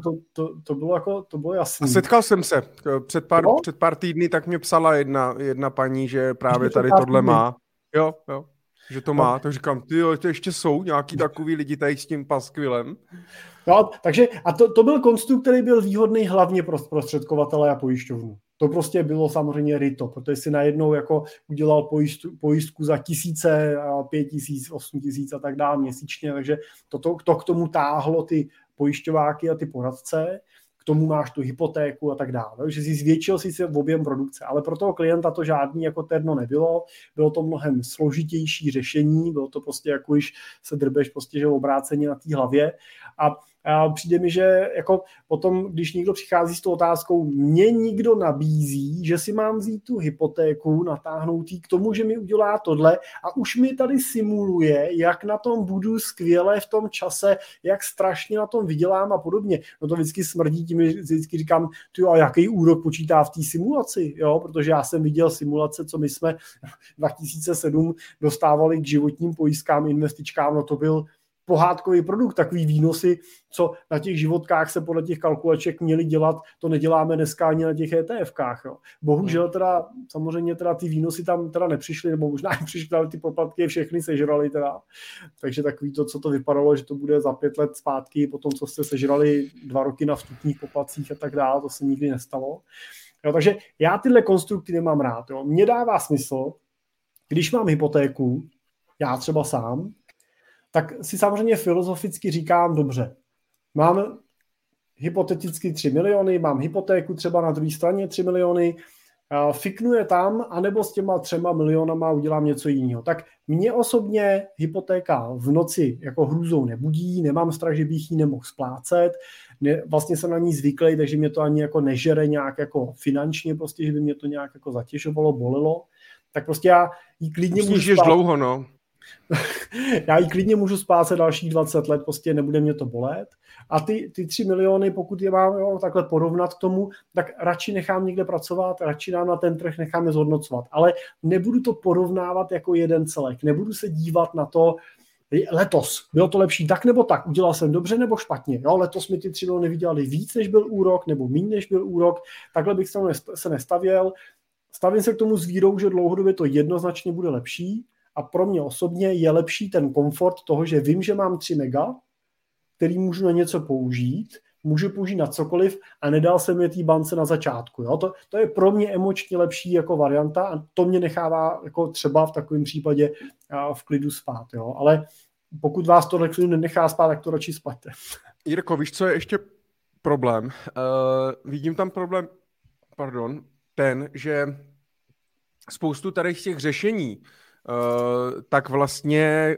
to bylo jasné. A setkal jsem se. Před pár týdny tak mě psala jedna paní, že právě tady tohle má. Jo, že to má, tak říkám, to ještě jsou nějaký takový lidi tady s tím paskvilem. No, takže a to byl konstrukt, který byl výhodný hlavně pro zprostředkovatele a pojišťovnu. To prostě bylo samozřejmě ryto, protože si najednou jako udělal pojistku za 1000, 5000, 8000 a tak dále měsíčně, takže to k tomu táhlo ty pojišťováky a ty poradce, k tomu máš tu hypotéku a tak dále. Takže si zvětšil si objem produkce, ale pro toho klienta to žádný jako terno nebylo, bylo to mnohem složitější řešení, bylo to prostě jako když se drbeš prostě že obráceně na té hlavě a přijde mi, že jako potom, když někdo přichází s tou otázkou, mě někdo nabízí, že si mám vzít tu hypotéku, natáhnout jí k tomu, že mi udělá tohle a už mi tady simuluje, jak na tom budu skvěle v tom čase, jak strašně na tom vydělám a podobně. No to vždycky smrdí tím, že vždycky říkám, a jaký úrok počítá v té simulaci, jo, protože já jsem viděl simulace, co my jsme 2007 dostávali k životním pojistkám, investičkám, no to byl pohádkový produkt, takový výnosy, co na těch životkách se podle těch kalkulaček měli dělat, to neděláme dneska ani na těch ETFkách. Jo. Bohužel teda, samozřejmě teda ty výnosy tam teda nepřišly, nebo možná i přišly, ale ty poplatky všechny sežrali teda. Takže takový to, co to vypadalo, že to bude za 5 let zpátky, potom co jste sežrali 2 roky na vstupních poplatcích a tak dále, to se nikdy nestalo. Jo, takže já tyhle konstrukty nemám rád. Jo. Mně dává smysl, když mám hypotéku, já třeba sám, tak si samozřejmě filozoficky říkám, dobře, mám hypoteticky 3 miliony, mám hypotéku třeba na druhé straně 3 miliony, fiknu je tam, anebo s těma 3 milionama udělám něco jiného. Tak mě osobně hypotéka v noci jako hrůzou nebudí, nemám strach, že bych ji nemohl splácet, vlastně jsem na ní zvyklý, takže mě to ani jako nežere nějak jako finančně, prostě, že by mě to nějak jako zatěžovalo, bolelo. Tak prostě já jí klidně můžu spát. Dlouho, no. Já jí klidně můžu splácet dalších 20 let, prostě nebude mě to bolet. A ty 3 miliony, pokud je mám takhle porovnat k tomu, tak radši nechám někde pracovat, radši nám na ten trh necháme zhodnocovat. Ale nebudu to porovnávat jako jeden celek. Nebudu se dívat na to, letos bylo to lepší tak nebo tak, udělal jsem dobře nebo špatně. Jo, letos mi ty 3 miliony vydělali víc, než byl úrok, nebo méně, než byl úrok. Takhle bych se nestavěl. Stavím se k tomu s vírou, že dlouhodobě to jednoznačně bude lepší. A pro mě osobně je lepší ten komfort toho, že vím, že mám 3 mega, který můžu na něco použít, můžu použít na cokoliv a nedal jsem je té bance na začátku. Jo? To je pro mě emočně lepší jako varianta a to mě nechává jako třeba v takovém případě v klidu spát. Jo? Ale pokud vás to klidu nenechá spát, tak to radši splaťte. Jirko, víš, co je ještě problém? Vidím tam problém, ten, že spoustu tady těch řešení tak vlastně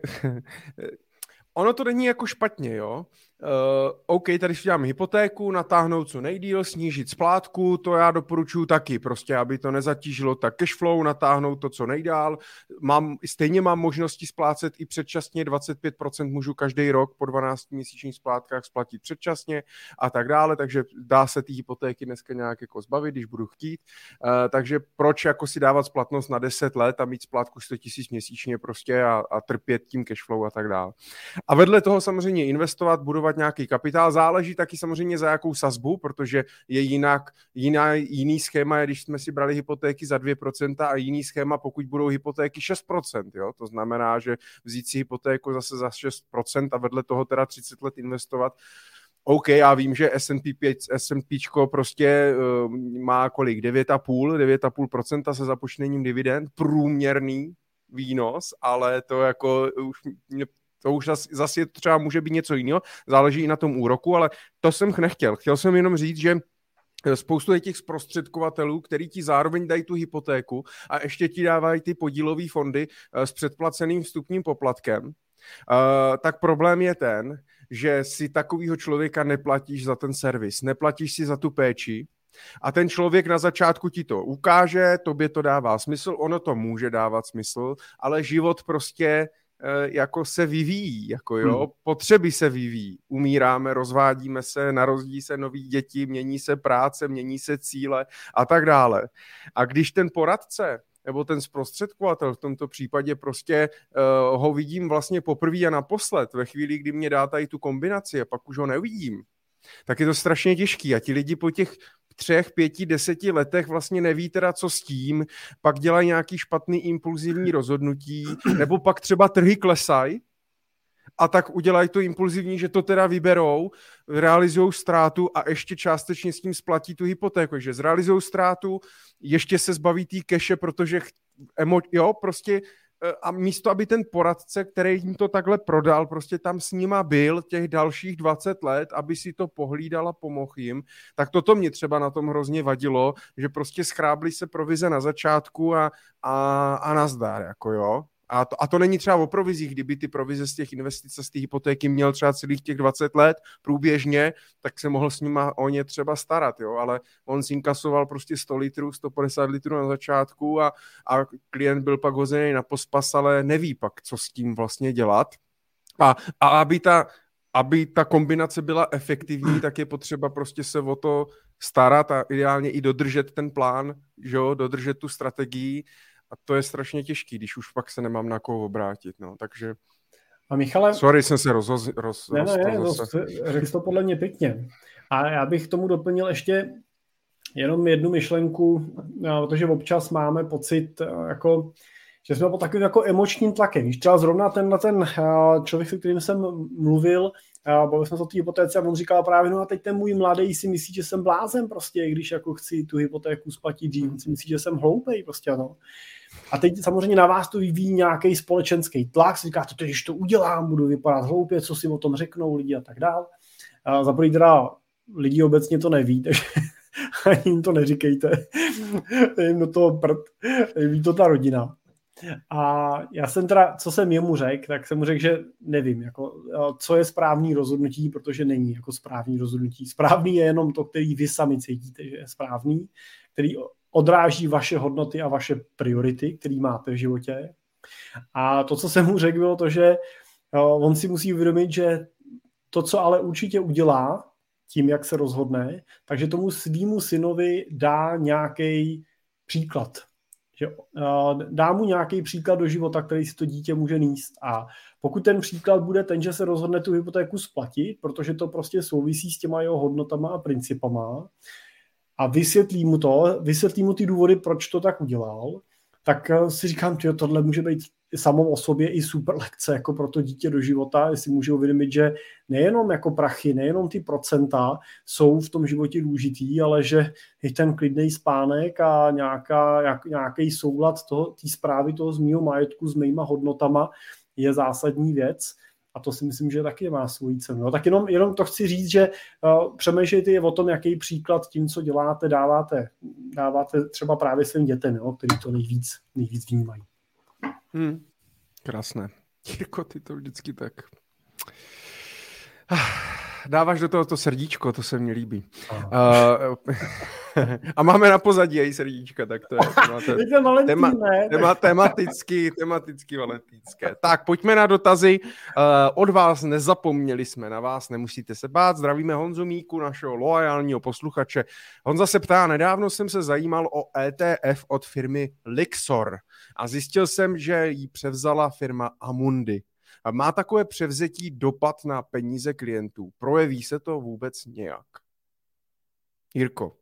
ono to není jako špatně, jo. OK, tady si dělám hypotéku, natáhnout co nejdýl, snížit splátku, to já doporučuji taky, prostě aby to nezatížilo tak cashflow, natáhnout to co nejdál. Stejně mám možnosti splácet i předčasně, 25% můžu každý rok po 12 měsíčních splátkách splatit předčasně a tak dále, takže dá se ty hypotéky dneska nějak jako zbavit, když budu chtít. Takže proč jako si dávat splatnost na 10 let a mít splátku 100 000 měsíčně prostě a trpět tím cashflow a tak dále. A vedle toho samozřejmě investovat, budovat nějaký kapitál, záleží taky samozřejmě za jakou sazbu, protože je jiný schéma, je, když jsme si brali hypotéky za 2% a jiný schéma, pokud budou hypotéky 6%, jo? To znamená, že vzít si hypotéku zase za 6% a vedle toho teda 30 let investovat. OK, já vím, že S&Pčko prostě má kolik? 9,5% se započtením dividend, průměrný výnos, ale to jako už zase třeba může být něco jiného, záleží i na tom úroku, ale to jsem nechtěl. Chtěl jsem jenom říct, že spoustu je těch zprostředkovatelů, který ti zároveň dají tu hypotéku a ještě ti dávají ty podílové fondy s předplaceným vstupním poplatkem, tak problém je ten, že si takovýho člověka neplatíš za ten servis, neplatíš si za tu péči, a ten člověk na začátku ti to ukáže, tobě to dává smysl, ono to může dávat smysl, ale život prostě jako se vyvíjí, jako jo, potřeby se vyvíjí, umíráme, rozvádíme se, narodí se noví děti, mění se práce, mění se cíle a tak dále. A když ten poradce nebo ten zprostředkovatel v tomto případě prostě ho vidím vlastně poprvé a naposled, ve chvíli, kdy mě dá tady tu kombinaci a pak už ho neuvidím, tak je to strašně těžký a ti lidi po těch 3, 5, 10 letech vlastně neví teda, co s tím, pak dělají nějaký špatný impulzivní rozhodnutí, nebo pak třeba trhy klesají a tak udělají to impulzivní, že to teda vyberou, realizujou ztrátu a ještě částečně s tím splatí tu hypotéku, takže zrealizujou ztrátu, ještě se zbaví té keše, protože prostě a místo, aby ten poradce, který jim to takhle prodal, prostě tam s nima byl těch dalších 20 let, aby si to pohlídal a pomohl jim, tak toto mě třeba na tom hrozně vadilo, že prostě schrábli se provize na začátku a nazdar, jako jo. A to není třeba o provizích, kdyby ty provize z těch investic z té hypotéky měl třeba celých těch 20 let průběžně, tak se mohl s nima o ně třeba starat, jo, ale on inkasoval prostě 100 litrů, 150 litrů na začátku a klient byl pak hozený na pospas, ale neví pak, co s tím vlastně dělat. A aby ta kombinace byla efektivní, tak je potřeba prostě se o to starat a ideálně i dodržet ten plán, že jo, dodržet tu strategii. A to je strašně těžký, když už pak se nemám na koho obrátit, no, takže... A Michale... Sorry, jsem se řekl to podle mě pěkně. A já bych tomu doplnil ještě jenom jednu myšlenku, protože občas máme pocit, jako, že jsme pod takovým jako emočním tlakem. Když třeba zrovna ten člověk, se kterým jsem mluvil, bavili jsme se o té hypotéce a on říkal právě, no a teď ten můj mladý si myslí, že jsem blázen prostě, když jako chci tu hypotéku splatit dřív, on si myslí, že jsem hloupej prostě, no. A teď samozřejmě na vás to vyvíjí nějaký společenský tlak, si říkáte, když to udělám, budu vypadat hloupě, co si o tom řeknou lidi a tak dál. Za první teda lidi obecně to neví, takže ani jim to neříkejte. Jim do toho ví to ta rodina. A já jsem teda, co jsem jemu řekl, tak jsem mu řekl, že nevím, jako, co je správný rozhodnutí, protože není jako správný rozhodnutí. Správný je jenom to, který vy sami cítíte, že je správný, který odráží vaše hodnoty a vaše priority, které máte v životě. A to, co jsem mu řekl, bylo to, že on si musí uvědomit, že to, co ale určitě udělá tím, jak se rozhodne, takže tomu svýmu synovi dá nějaký příklad. Že dá mu nějaký příklad do života, který si to dítě může nést. A pokud ten příklad bude ten, že se rozhodne tu hypotéku splatit, protože to prostě souvisí s těma jeho hodnotama a principama, a vysvětlí mu ty důvody, proč to tak udělal, tak si říkám, že tohle může být samou o sobě i super lekce jako pro to dítě do života, jestli může uvědomit, že nejenom jako prachy, nejenom ty procenta jsou v tom životě důležitý, ale že i ten klidný spánek a nějaký soulad té správy toho z mýho majetku s mýma hodnotama je zásadní věc. A to si myslím, že taky má svoji cenu. No, tak jenom to chci říct, že přemýšlejte o tom, jaký příklad tím, co děláte, dáváte třeba právě svým dětem, jo, který to nejvíc vnímají. Krásné. Jirko, ty to vždycky tak... Dáváš do toho to srdíčko, to se mně líbí. A máme na pozadí její srdíčka, tak to je tematicky valentínské. Tak, pojďme na dotazy. Od vás nezapomněli jsme na vás, nemusíte se bát. Zdravíme Honzu Míku, našeho loajálního posluchače. Honza se ptá, nedávno jsem se zajímal o ETF od firmy Lixor a zjistil jsem, že ji převzala firma Amundi. Má takové převzetí dopad na peníze klientů? Projeví se to vůbec nějak? Jirko.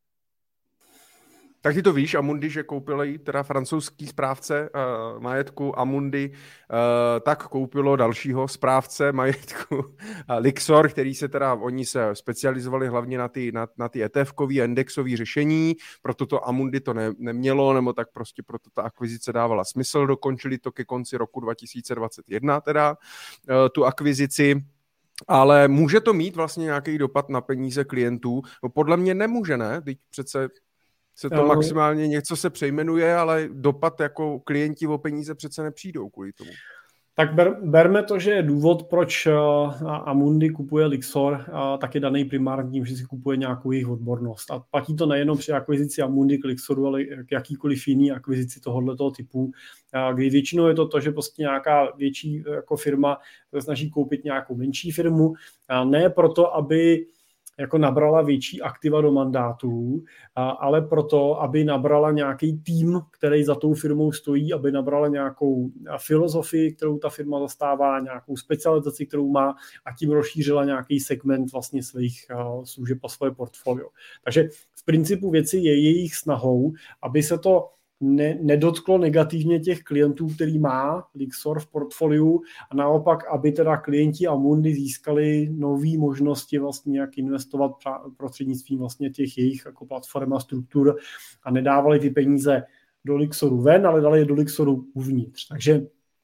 Tak ty to víš, Amundi, že koupili teda francouzský správce majetku Amundi, tak koupilo dalšího správce majetku Lixor, který se teda, oni se specializovali hlavně na ty ETF-kový a indexový řešení, proto to Amundi to nemělo, nebo tak prostě proto ta akvizice dávala smysl, dokončili to ke konci roku 2021 teda tu akvizici. Ale může to mít vlastně nějaký dopad na peníze klientů? No podle mě nemůže, ne? Teď přece se to maximálně něco se přejmenuje, ale dopad jako klienti o peníze přece nepřijdou kvůli tomu. Tak berme to, že je důvod, proč Amundi kupuje Lixor, tak je daný primárně tím, že si kupuje nějakou jejich odbornost. A platí to nejenom při akvizici Amundi k Lixoru, ale k jakýkoliv jiný akvizici tohoto typu, kdy většinou je to, že prostě nějaká větší jako firma se snaží koupit nějakou menší firmu, ne proto, aby jako nabrala větší aktiva do mandátů, ale proto, aby nabrala nějaký tým, který za tou firmou stojí, aby nabrala nějakou filozofii, kterou ta firma zastává, nějakou specializaci, kterou má a tím rozšířila nějaký segment vlastně svých služeb a svoje portfolio. Takže v principu věci je jejich snahou, aby se to nedotklo negativně těch klientů, který má Lixor v portfoliu a naopak, aby teda klienti Amundi získali nové možnosti vlastně, jak investovat prostřednictvím vlastně těch jejich jako platform a struktur a nedávali ty peníze do Lixoru ven, ale dali je do Lixoru uvnitř. Takže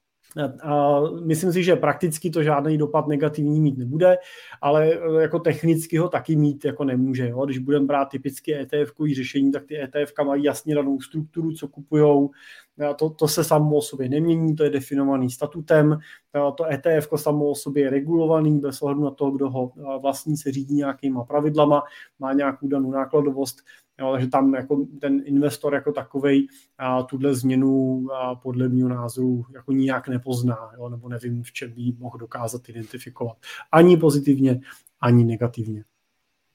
myslím si, že prakticky to žádný dopad negativní mít nebude, ale jako technicky ho taky mít jako nemůže. Jo? Když budeme brát typicky ETF-kový řešení, tak ty ETF-ka mají jasně danou strukturu, co kupujou. To se samo o sobě nemění, to je definovaný statutem. To ETF-ko samo o sobě je regulovaný, bez ohledu na to, kdo ho vlastní, se řídí nějakýma pravidlama, má nějakou danou nákladovost. Jo, takže tam jako ten investor jako takovej tuhle změnu podle mého názoru jako nijak nepozná, jo, nebo nevím, v čem by mohl dokázat identifikovat. Ani pozitivně, ani negativně.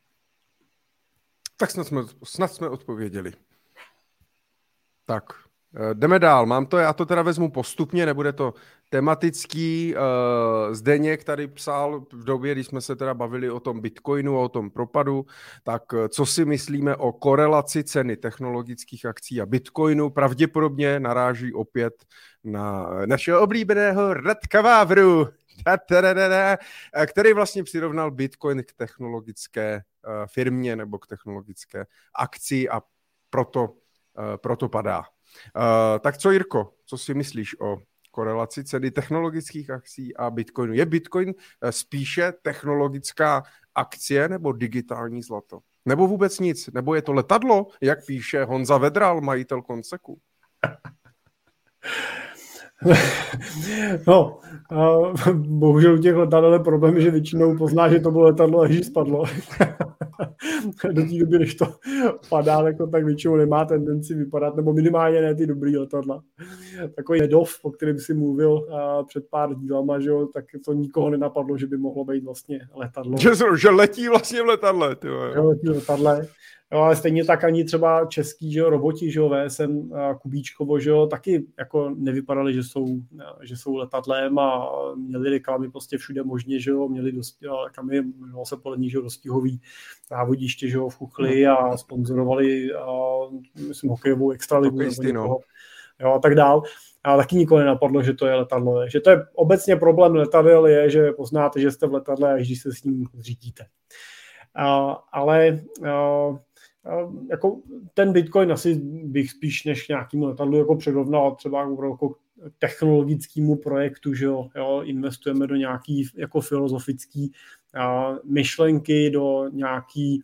Tak snad jsme odpověděli. Tak, Jdeme dál, já to teda vezmu postupně, nebude to tematický. Zdeněk tady psal v době, kdy jsme se teda bavili o tom Bitcoinu, o tom propadu, tak co si myslíme o korelaci ceny technologických akcí a Bitcoinu? Pravděpodobně naráží opět na našeho oblíbeného Radka Vávru, který vlastně přirovnal Bitcoin k technologické firmě nebo k technologické akci a proto padá. Tak co, Jirko, co si myslíš o korelaci ceny technologických akcí a Bitcoinu? Je Bitcoin spíše technologická akcie nebo digitální zlato? Nebo vůbec nic? Nebo je to letadlo, jak píše Honza Vedral, majitel Konseku? No, bohužel u těch letadel je problém, že většinou pozná, že to bylo letadlo a že spadlo. Do té doby, než to padá, tak většinou nemá tendenci vypadat, nebo minimálně ne ty dobrý letadla. Takový Medov, o kterém si mluvil před pár dílama, že jo, tak to nikoho nenapadlo, že by mohlo být vlastně letadlo. Že letí vlastně v letadle. Že letí v letadle. Jo, ale stejně tak ani třeba český, že jo, roboti, že jo, VSN Kubíčkovo, že jo, taky jako nevypadali, že jsou letadlem a měli reklamy prostě všude možně, že jo, měli reklamy, se podle ní, že jo, dostihový závodiště, že jo, v Chuchli a sponzorovali, myslím, hokejovou extraligu nebo někoho, jo, a tak dál. A taky nikoho nenapadlo, že to je letadlo. Že to je obecně problém letadel je, že poznáte, že jste v letadle, až když se s ním řídíte. Ale jako ten Bitcoin asi bych spíš než nějakému letadlu jako přirovnal třeba jako technologickému projektu, že jo, investujeme do nějaký jako filozofický myšlenky, do nějaký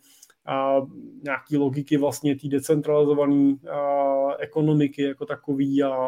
logiky vlastně té decentralizované ekonomiky jako takový a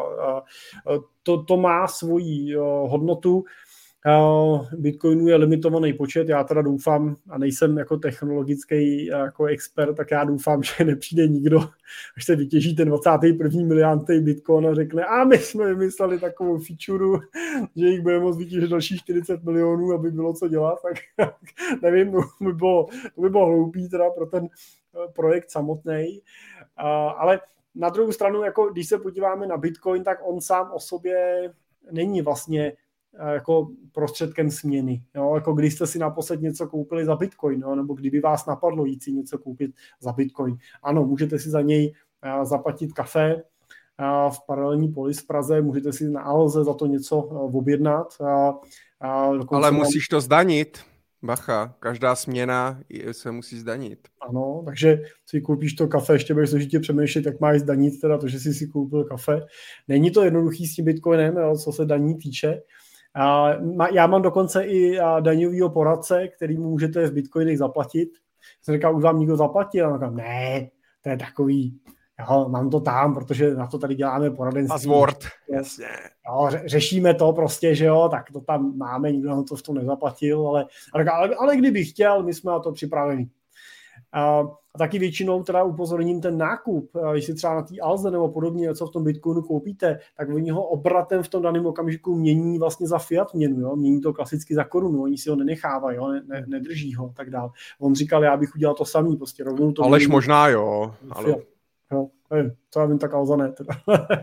to má svoji hodnotu. Bitcoinu je limitovaný počet, já teda doufám, a nejsem jako technologický jako expert, tak já doufám, že nepřijde nikdo, až se vytěží ten 21. miliardý Bitcoin a řekne, a my jsme vymysleli takovou feature, že jich budeme moct vytěžit dalších 40 milionů, aby bylo co dělat, tak nevím, to by bylo hloupý teda pro ten projekt samotný, ale na druhou stranu, jako když se podíváme na Bitcoin, tak on sám o sobě není vlastně jako prostředkem směny. Jo? Jako když jste si naposled něco koupili za Bitcoin, jo? Nebo kdyby vás napadlo jít si něco koupit za Bitcoin. Ano, můžete si za něj zaplatit kafe v paralelní polis v Praze, můžete si na Alze za to něco objednat. Ale musíš to zdanit. Bacha, každá směna se musí zdanit. Ano, takže si koupíš to kafe, ještě budeš složitě přemýšlet, jak máš zdanit, teda to, že jsi si koupil kafe. Není to jednoduchý s tím Bitcoinem, jo, co se daní týče. Já mám dokonce i daňovýho poradce, který můžete v Bitcoinech zaplatit. Jsem říkal, už vám někdo zaplatil? A on říkal, ne, to je takový, jo, mám to tam, protože na to tady děláme poradenství. Password, jasně. Jo, řešíme to prostě, že jo, tak to tam máme, nikdo nám to v tom nezaplatil, ale kdyby chtěl, my jsme na to připraveni. A taky většinou teda upozorním ten nákup, když si třeba na té Alze nebo podobně něco v tom Bitcoinu koupíte, tak oni ho obratem v tom daném okamžiku mění vlastně za fiat měnu, jo? Mění to klasicky za korunu, oni si ho nenechávají, jo? Nedrží ho tak dál. On říkal, já bych udělal to samý, prostě rovnou to. Alež možná jo. Jo, nevím, co já vím, tak Alza ne teda.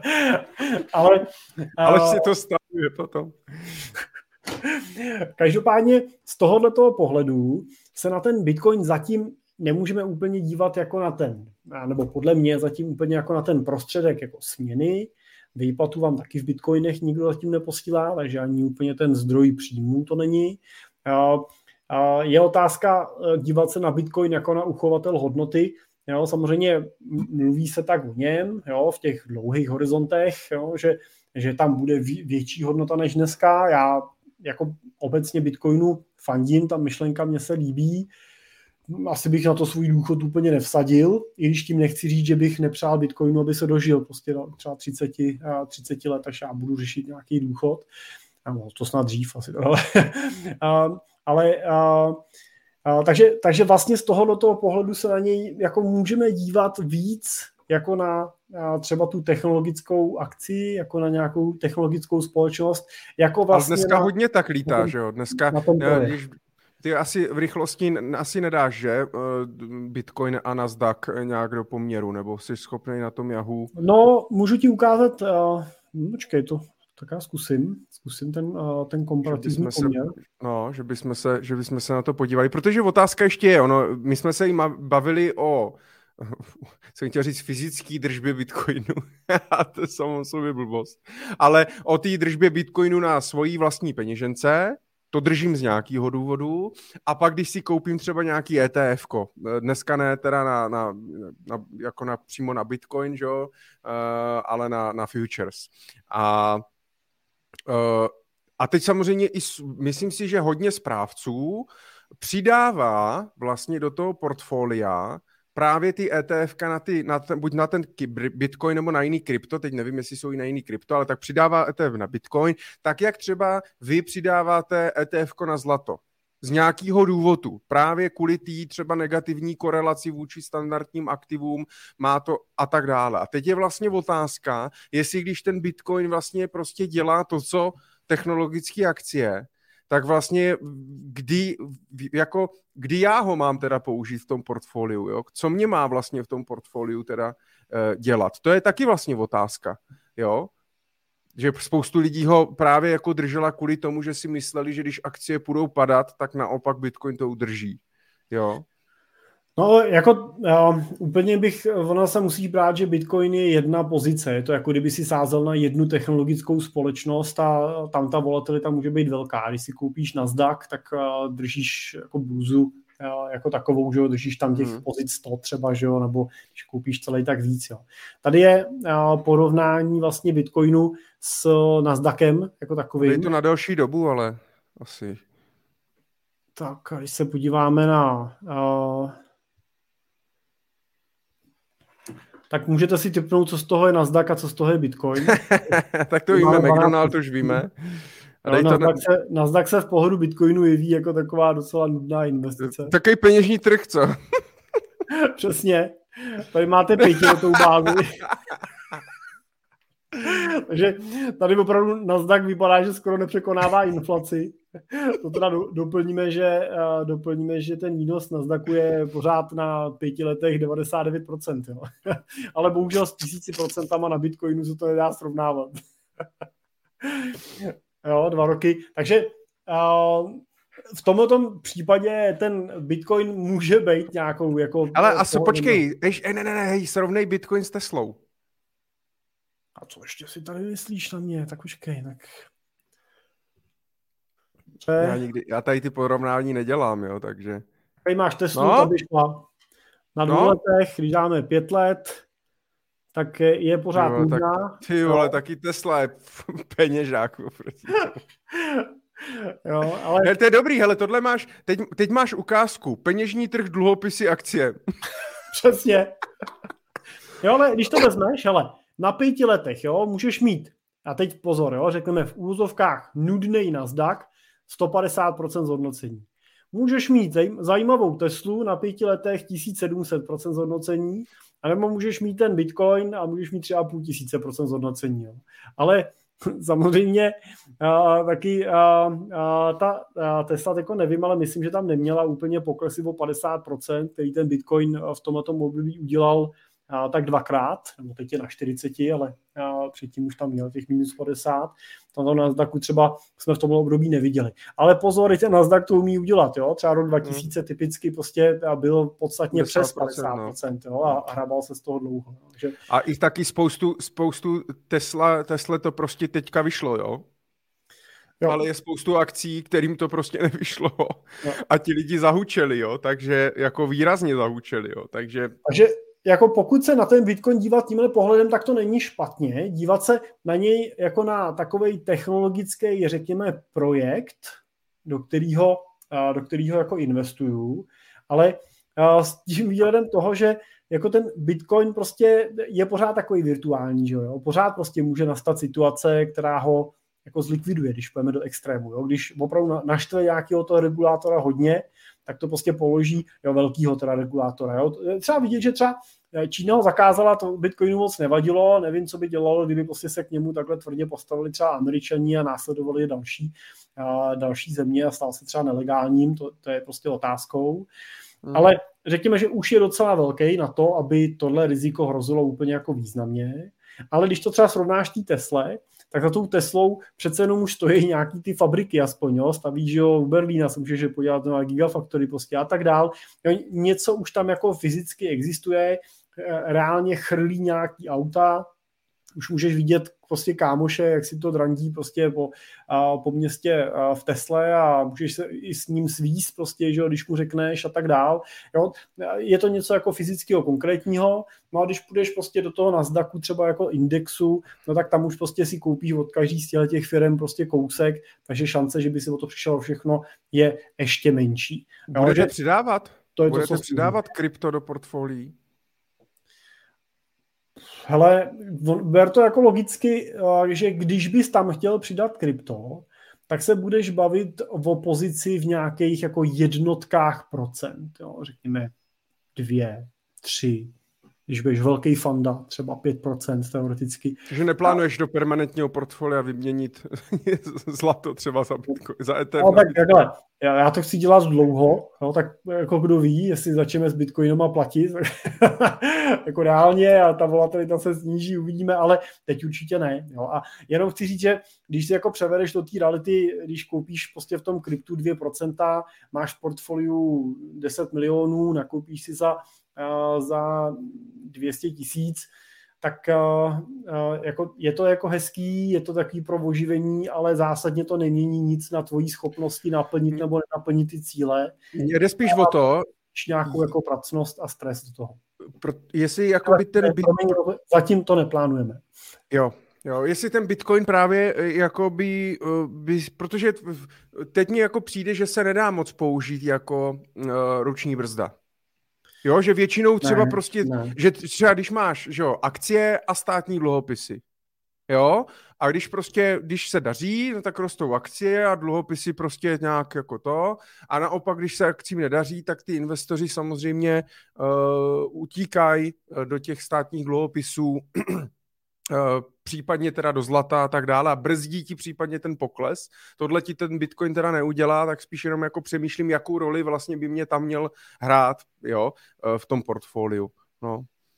Ale si to stavuje potom. Každopádně z tohoto pohledu se na ten Bitcoin zatím nemůžeme úplně dívat jako na ten, nebo podle mě zatím úplně jako na ten prostředek jako směny. Výplatu vám taky v Bitcoinech nikdo zatím neposílá, takže ani úplně ten zdroj příjmů to není. Je otázka dívat se na Bitcoin jako na uchovatel hodnoty. Jo, samozřejmě mluví se tak o něm, jo, v těch dlouhých horizontech, jo, že tam bude větší hodnota než dneska. Já jako obecně Bitcoinu fandím, ta myšlenka mě se líbí. Asi bych na to svůj důchod úplně nevsadil, i když tím nechci říct, že bych nepřál Bitcoinu, aby se dožil prostě třeba 30 let, až já budu řešit nějaký důchod. To snad dřív asi. Takže vlastně z toho pohledu se na něj jako můžeme dívat víc jako na třeba tu technologickou akci, jako na nějakou technologickou společnost. Jako vlastně ale dneska hodně tak lítá, že jo? Dneska, Ty asi v rychlosti asi nedáš, že? Bitcoin a Nasdaq nějak do poměru, nebo jsi schopný na tom Yahoo? No, můžu ti ukázat, počkej to, tak já zkusím ten komparativní poměr. Že bychom se na to podívali, protože otázka ještě je, my jsme se jim bavili o, jsem chtěl říct, fyzické držbě Bitcoinu, a to je samozřejmě blbost, ale o té držbě Bitcoinu na svojí vlastní peněžence, to držím z nějakého důvodu, a pak když si koupím třeba nějaký ETF-ko, dneska ne teda přímo na Bitcoin, že? Ale na futures. A teď samozřejmě myslím si, že hodně správců přidává vlastně do toho portfolia právě ty ETF-ka buď na ten Bitcoin nebo na jiný krypto, teď nevím, jestli jsou i na jiný krypto, ale tak přidává ETF na Bitcoin, tak jak třeba vy přidáváte ETF-ko na zlato. Z nějakého důvodu, právě kvůli té třeba negativní korelaci vůči standardním aktivům, má to a tak dále. A teď je vlastně otázka, jestli když ten Bitcoin vlastně prostě dělá to, co technologické akcie, tak vlastně kdy já ho mám teda použít v tom portfoliu, jo? Co mě má vlastně v tom portfoliu teda dělat? To je taky vlastně otázka, jo? Že spoustu lidí ho právě jako držela kvůli tomu, že si mysleli, že když akcie půjdou padat, tak naopak Bitcoin to udrží, jo? No, jako úplně ono se musí brát, že Bitcoin je jedna pozice. Je to jako kdyby si sázel na jednu technologickou společnost a tam ta volatilita může být velká. Když si koupíš Nasdaq, tak držíš jako burzu jako takovou, že jo, držíš tam těch pozic 100 třeba, že jo, nebo když koupíš celý, tak víc, jo. Tady je porovnání vlastně Bitcoinu s Nasdaqem jako takovým. Je to na delší dobu, ale asi. Tak, když se podíváme na... tak můžete si tipnout, co z toho je Nasdaq a co z toho je Bitcoin. Tak to víme, McDonald už víme. Nasdaq se v pohledu Bitcoinu jeví jako taková docela nudná investice. Takový peněžní trh, co? Přesně. Tady máte 5letou bázi. Takže tady opravdu Nasdaq vypadá, že skoro nepřekonává inflaci. To teda doplníme, že ten výnos Nasdaqu je pořád na 5 letech 99%. Jo. Ale bohužel s 1000% na Bitcoinu se to nedá srovnávat. Jo, 2 roky. Takže v tomto případě ten Bitcoin může být nějakou jako... Ale počkej, hej, srovnej Bitcoin s Teslou. A co ještě si tady myslíš na mě? Tak počkej, tak... Já tady ty porovnání nedělám, jo, takže... Tady máš Teslu, ta by šla na 2 letech, když dáme 5 let, tak je pořád nudná. Ty vole, taky Tesla je peněžák. Jo, ale... To je dobrý, hele, tohle máš, teď máš ukázku, peněžní trh, dluhopisy, akcie. Přesně. Jo, ale když to vezmeš, hele, na 5 letech, jo, můžeš mít, a teď pozor, jo, řekneme v úvozovkách nudnej Nasdaq, 150% zhodnocení. Můžeš mít zajímavou Teslu na 5 letech 1700% zhodnocení, anebo můžeš mít ten Bitcoin a můžeš mít 3500% zhodnocení. Jo. Ale samozřejmě taky ta Tesla jako nevím, ale myslím, že tam neměla úplně poklesy o 50%, který ten Bitcoin v tomto období udělal tak 2krát, nebo teď je na 40, ale předtím už tam měl těch minus 50. Tam Nasdaqu třeba jsme v tomhle období neviděli. Ale pozor, i ten Nasdaq to umí udělat, jo? Třeba rok 2000 typicky prostě byl podstatně přes 50%, jo? A hrabal se z toho dlouho. Takže... A i taky spoustu Tesla to prostě teďka vyšlo, jo? Jo. Ale je spoustu akcí, kterým to prostě nevyšlo. Jo. A ti lidi zahučeli, jo? Takže jako výrazně zahučeli, jo? Takže jako pokud se na ten Bitcoin dívat tímhle pohledem, tak to není špatně. Dívat se na něj jako na takovej technologický, řekněme, projekt, do kterého jako investuju, ale s tím výhledem toho, že jako ten Bitcoin prostě je pořád takový virtuální, že jo? Pořád prostě může nastat situace, která ho jako zlikviduje, když půjdeme do extrému. Jo? Když opravdu naštve nějakého toho regulátora hodně, tak to prostě položí velkýho teda regulátora. Jo? Třeba vidět, že třeba Čína ho zakázala, to Bitcoinu moc nevadilo, nevím, co by dělalo, kdyby prostě se k němu takhle tvrdě postavili třeba Američani a následovali je další. další země a stal se třeba nelegálním, to je prostě otázkou. Ale řekněme, že už je docela velký na to, aby tohle riziko hrozilo úplně jako významně. Ale když to třeba srovnáš té Tesle, tak za tou Teslou přece jenom už stojí nějaký ty fabriky aspoň, jo? Staví, že jo, u Berlína se můžeš podívat na Gigafactory prostě a tak dál. Jo, něco už tam jako fyzicky existuje, reálně chrlí nějaký auta, už můžeš vidět prostě kámoše, jak si to drandí prostě po městě v Tesle a můžeš se i s ním svízt prostě, že jo, když mu řekneš a tak dál. Jo. Je to něco jako fyzického, konkrétního, no a když půjdeš prostě do toho Nasdaqu třeba jako indexu, no tak tam už prostě si koupíš od každý z těch firm prostě kousek, takže šance, že by si o to přišel všechno, je ještě menší. Budete přidávat? Budete přidávat krypto do portfolií? Hele, ber to jako logicky, že když bys tam chtěl přidat krypto, tak se budeš bavit o pozici v nějakých jako jednotkách procent. Jo, řekněme 2, 3, když budeš velký fanda, třeba 5% teoreticky. Takže neplánuješ do permanentního portfolia vyměnit zlato třeba za Ether? No tak takhle, já to chci dělat dlouho, no, tak jako kdo ví, jestli začneme s Bitcoinoma platit, jako reálně a ta volatilita se sníží, uvidíme, ale teď určitě ne. Jo. A jenom chci říct, že když si jako převedeš do té reality, když koupíš prostě v tom kryptu 2%, máš v portfoliu 10 milionů, nakoupíš si za 200 000, tak jako je to jako hezký, je to takový pro oživení, ale zásadně to nemění nic na tvojí schopnosti naplnit nebo nenaplnit ty cíle. Jde spíš o to, nějakou jako pracnost a stres do toho. Jestli jakoby ten zatím to neplánujeme. Jo, jestli ten Bitcoin právě jakoby, protože teď mi jako přijde, že se nedá moc použít jako ruční brzda. Jo, že většinou třeba že třeba když máš, že jo, akcie a státní dluhopisy, jo, a když se daří, no tak rostou akcie a dluhopisy prostě nějak jako to, a naopak, když se akcím nedaří, tak ty investoři samozřejmě utíkají do těch státních dluhopisů, případně teda do zlata a tak dále a brzdí ti případně ten pokles. Tohle ti ten Bitcoin teda neudělá, tak spíš jenom jako přemýšlím, jakou roli vlastně by mě tam měl hrát, jo, v tom portfoliu. No.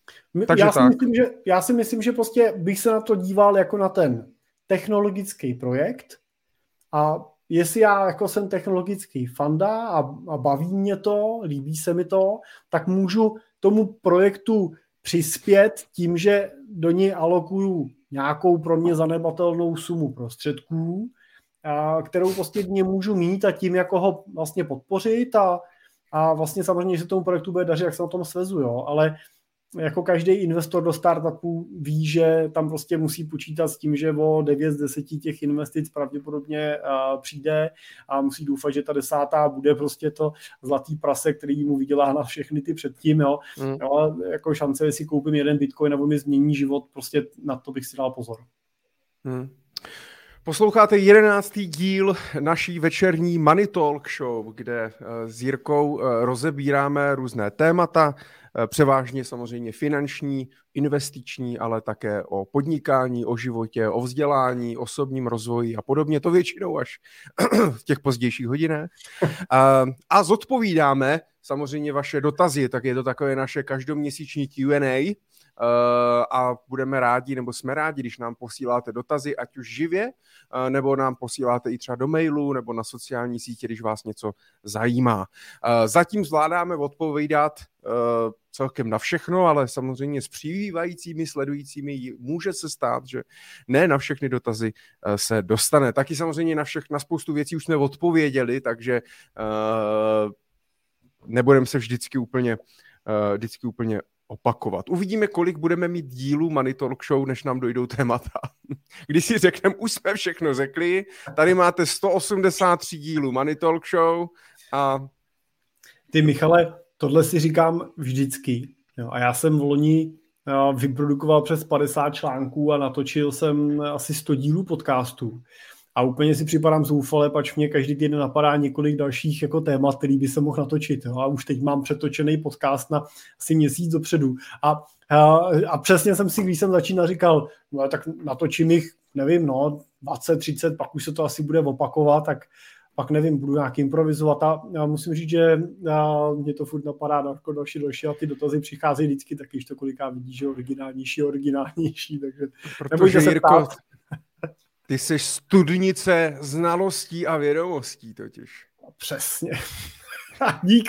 Já si myslím, že prostě bych se na to díval jako na ten technologický projekt a jestli já jako jsem technologický fanda a baví mě to, líbí se mi to, tak můžu tomu projektu přispět tím, že do něj alokuju nějakou pro mě zanedbatelnou sumu prostředků, kterou prostě dně můžu mít a tím jako ho vlastně podpořit a vlastně samozřejmě, že tomu projektu bude dařit, jak se na tom svezu, jo, ale jako každý investor do startupů ví, že tam prostě musí počítat s tím, že o 9 z 10 těch investic pravděpodobně přijde a musí doufat, že ta 10. bude prostě to zlatý prase, který mu vydělá na všechny ty předtím, jo. Jo, jako šance, jestli koupím jeden Bitcoin nebo mi změní život, prostě na to bych si dal pozor. Posloucháte 11. díl naší večerní Money Talk Show, kde s Jirkou rozebíráme různé témata, převážně samozřejmě finanční, investiční, ale také o podnikání, o životě, o vzdělání, osobním rozvoji a podobně. To většinou až v těch pozdějších hodinách. A zodpovídáme samozřejmě vaše dotazy, tak je to takové naše každoměsíční Q&A a budeme rádi, nebo jsme rádi, když nám posíláte dotazy, ať už živě, nebo nám posíláte i třeba do mailu, nebo na sociální sítě, když vás něco zajímá. Zatím zvládáme odpovídat celkem na všechno, ale samozřejmě s přibývajícími sledujícími může se stát, že ne na všechny dotazy se dostane. Taky samozřejmě na spoustu věcí už jsme odpověděli, takže nebudeme se vždycky úplně opakovat. Uvidíme, kolik budeme mít dílů Money Talk Show, než nám dojdou témata. Když si řekneme, už jsme všechno řekli, tady máte 183 dílů Money Talk Show a... Ty, Michale, tohle si říkám vždycky. Jo, a já jsem v loni vyprodukoval přes 50 článků a natočil jsem asi 100 dílů podcastů. A úplně si připadám zoufale, pač mě každý týden napadá několik dalších jako témat, který by se mohl natočit. Jo? A už teď mám přetočený podcast na asi měsíc dopředu. A přesně jsem si, když jsem začínal, říkal, no tak natočím jich, nevím, 20, 30, pak už se to asi bude opakovat, tak pak nevím, budu nějak improvizovat a já musím říct, že mě to furt napadá jako další a ty dotazy přicházejí vždycky taky, že to koliká vidí, že originálnější, takže protože Jirko, ty jsi studnice znalostí a vědomostí totiž. Přesně. Dík.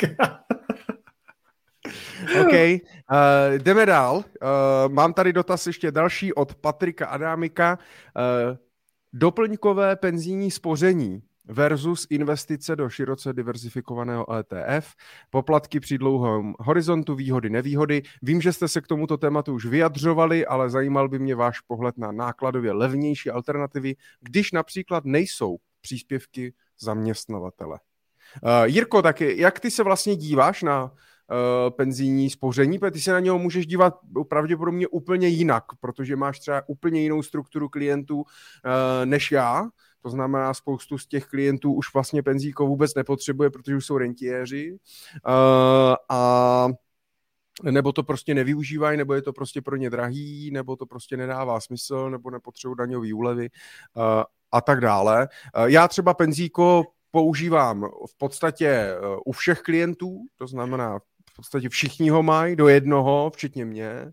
OK, jdeme dál. Mám tady dotaz ještě další od Patrika Adámika. Doplňkové penzijní spoření versus investice do široce diverzifikovaného ETF, poplatky při dlouhém horizontu, výhody, nevýhody. Vím, že jste se k tomuto tématu už vyjadřovali, ale zajímal by mě váš pohled na nákladově levnější alternativy, když například nejsou příspěvky zaměstnavatele. Jirko, taky, jak ty se vlastně díváš na penzijní spoření, protože ty se na něho můžeš dívat pravděpodobně úplně jinak, protože máš třeba úplně jinou strukturu klientů než já. To znamená, spoustu z těch klientů už vlastně penzíko vůbec nepotřebuje, protože už jsou rentiéři a nebo to prostě nevyužívají, nebo je to prostě pro ně drahý, nebo to prostě nedává smysl, nebo nepotřebují daňové úlevy a tak dále. Já třeba penzíko používám v podstatě u všech klientů, to znamená v podstatě všichni ho mají, do jednoho, včetně mě.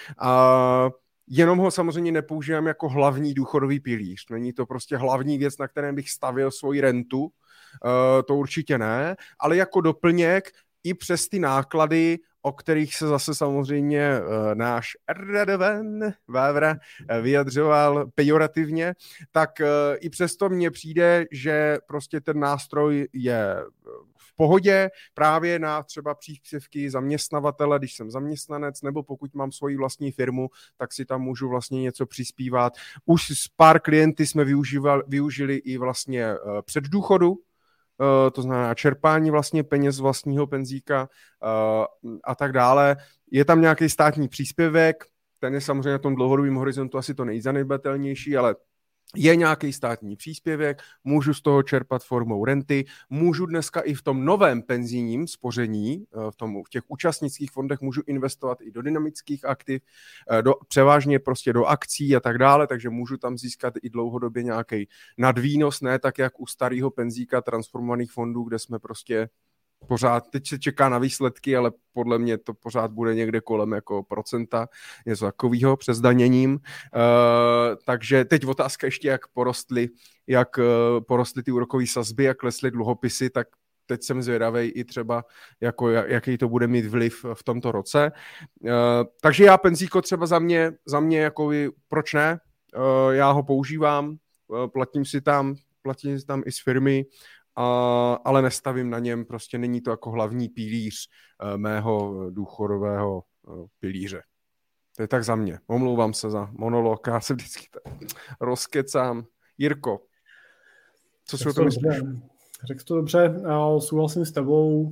Jenom ho samozřejmě nepoužívám jako hlavní důchodový pilíř. Není to prostě hlavní věc, na kterém bych stavil svoji rentu, to určitě ne, ale jako doplněk i přes ty náklady, o kterých se zase samozřejmě náš Radovan Vávra vyjadřoval pejorativně, tak i přesto mně přijde, že prostě ten nástroj je v pohodě právě na třeba příspěvky zaměstnavatele, když jsem zaměstnanec, nebo pokud mám svoji vlastní firmu, tak si tam můžu vlastně něco přispívat. Už s pár klienty jsme využili i vlastně předdůchodu, to znamená čerpání vlastně peněz vlastního penzíka a tak dále. Je tam nějaký státní příspěvek, ten je samozřejmě na tom dlouhodobém horizontu asi to nejzanedbatelnější, ale je nějaký státní příspěvek, můžu z toho čerpat formou renty, můžu dneska i v tom novém penzijním spoření, v těch účastnických fondech můžu investovat i do dynamických aktiv, převážně prostě do akcí a tak dále, takže můžu tam získat i dlouhodobě nějaký nadvýnos, ne tak jak u starého penzíka transformovaných fondů, kde jsme prostě pořád, teď se čeká na výsledky, ale podle mě to pořád bude někde kolem jako procenta, něco takového přes daněním. Takže teď otázka ještě, jak porostly ty úrokové sazby, jak klesly dluhopisy, tak teď jsem zvědavej i třeba, jako, jaký to bude mít vliv v tomto roce. Takže já penzíko třeba za mě jako proč ne? Já ho používám, platím si tam i z firmy, ale nestavím na něm, prostě není to jako hlavní pilíř mého důchodového pilíře. To je tak za mě. Omlouvám se za monolog, já se vždycky rozkecám. Jirko, co si o tom myslíš? Řekl to dobře, souhlasím s tebou.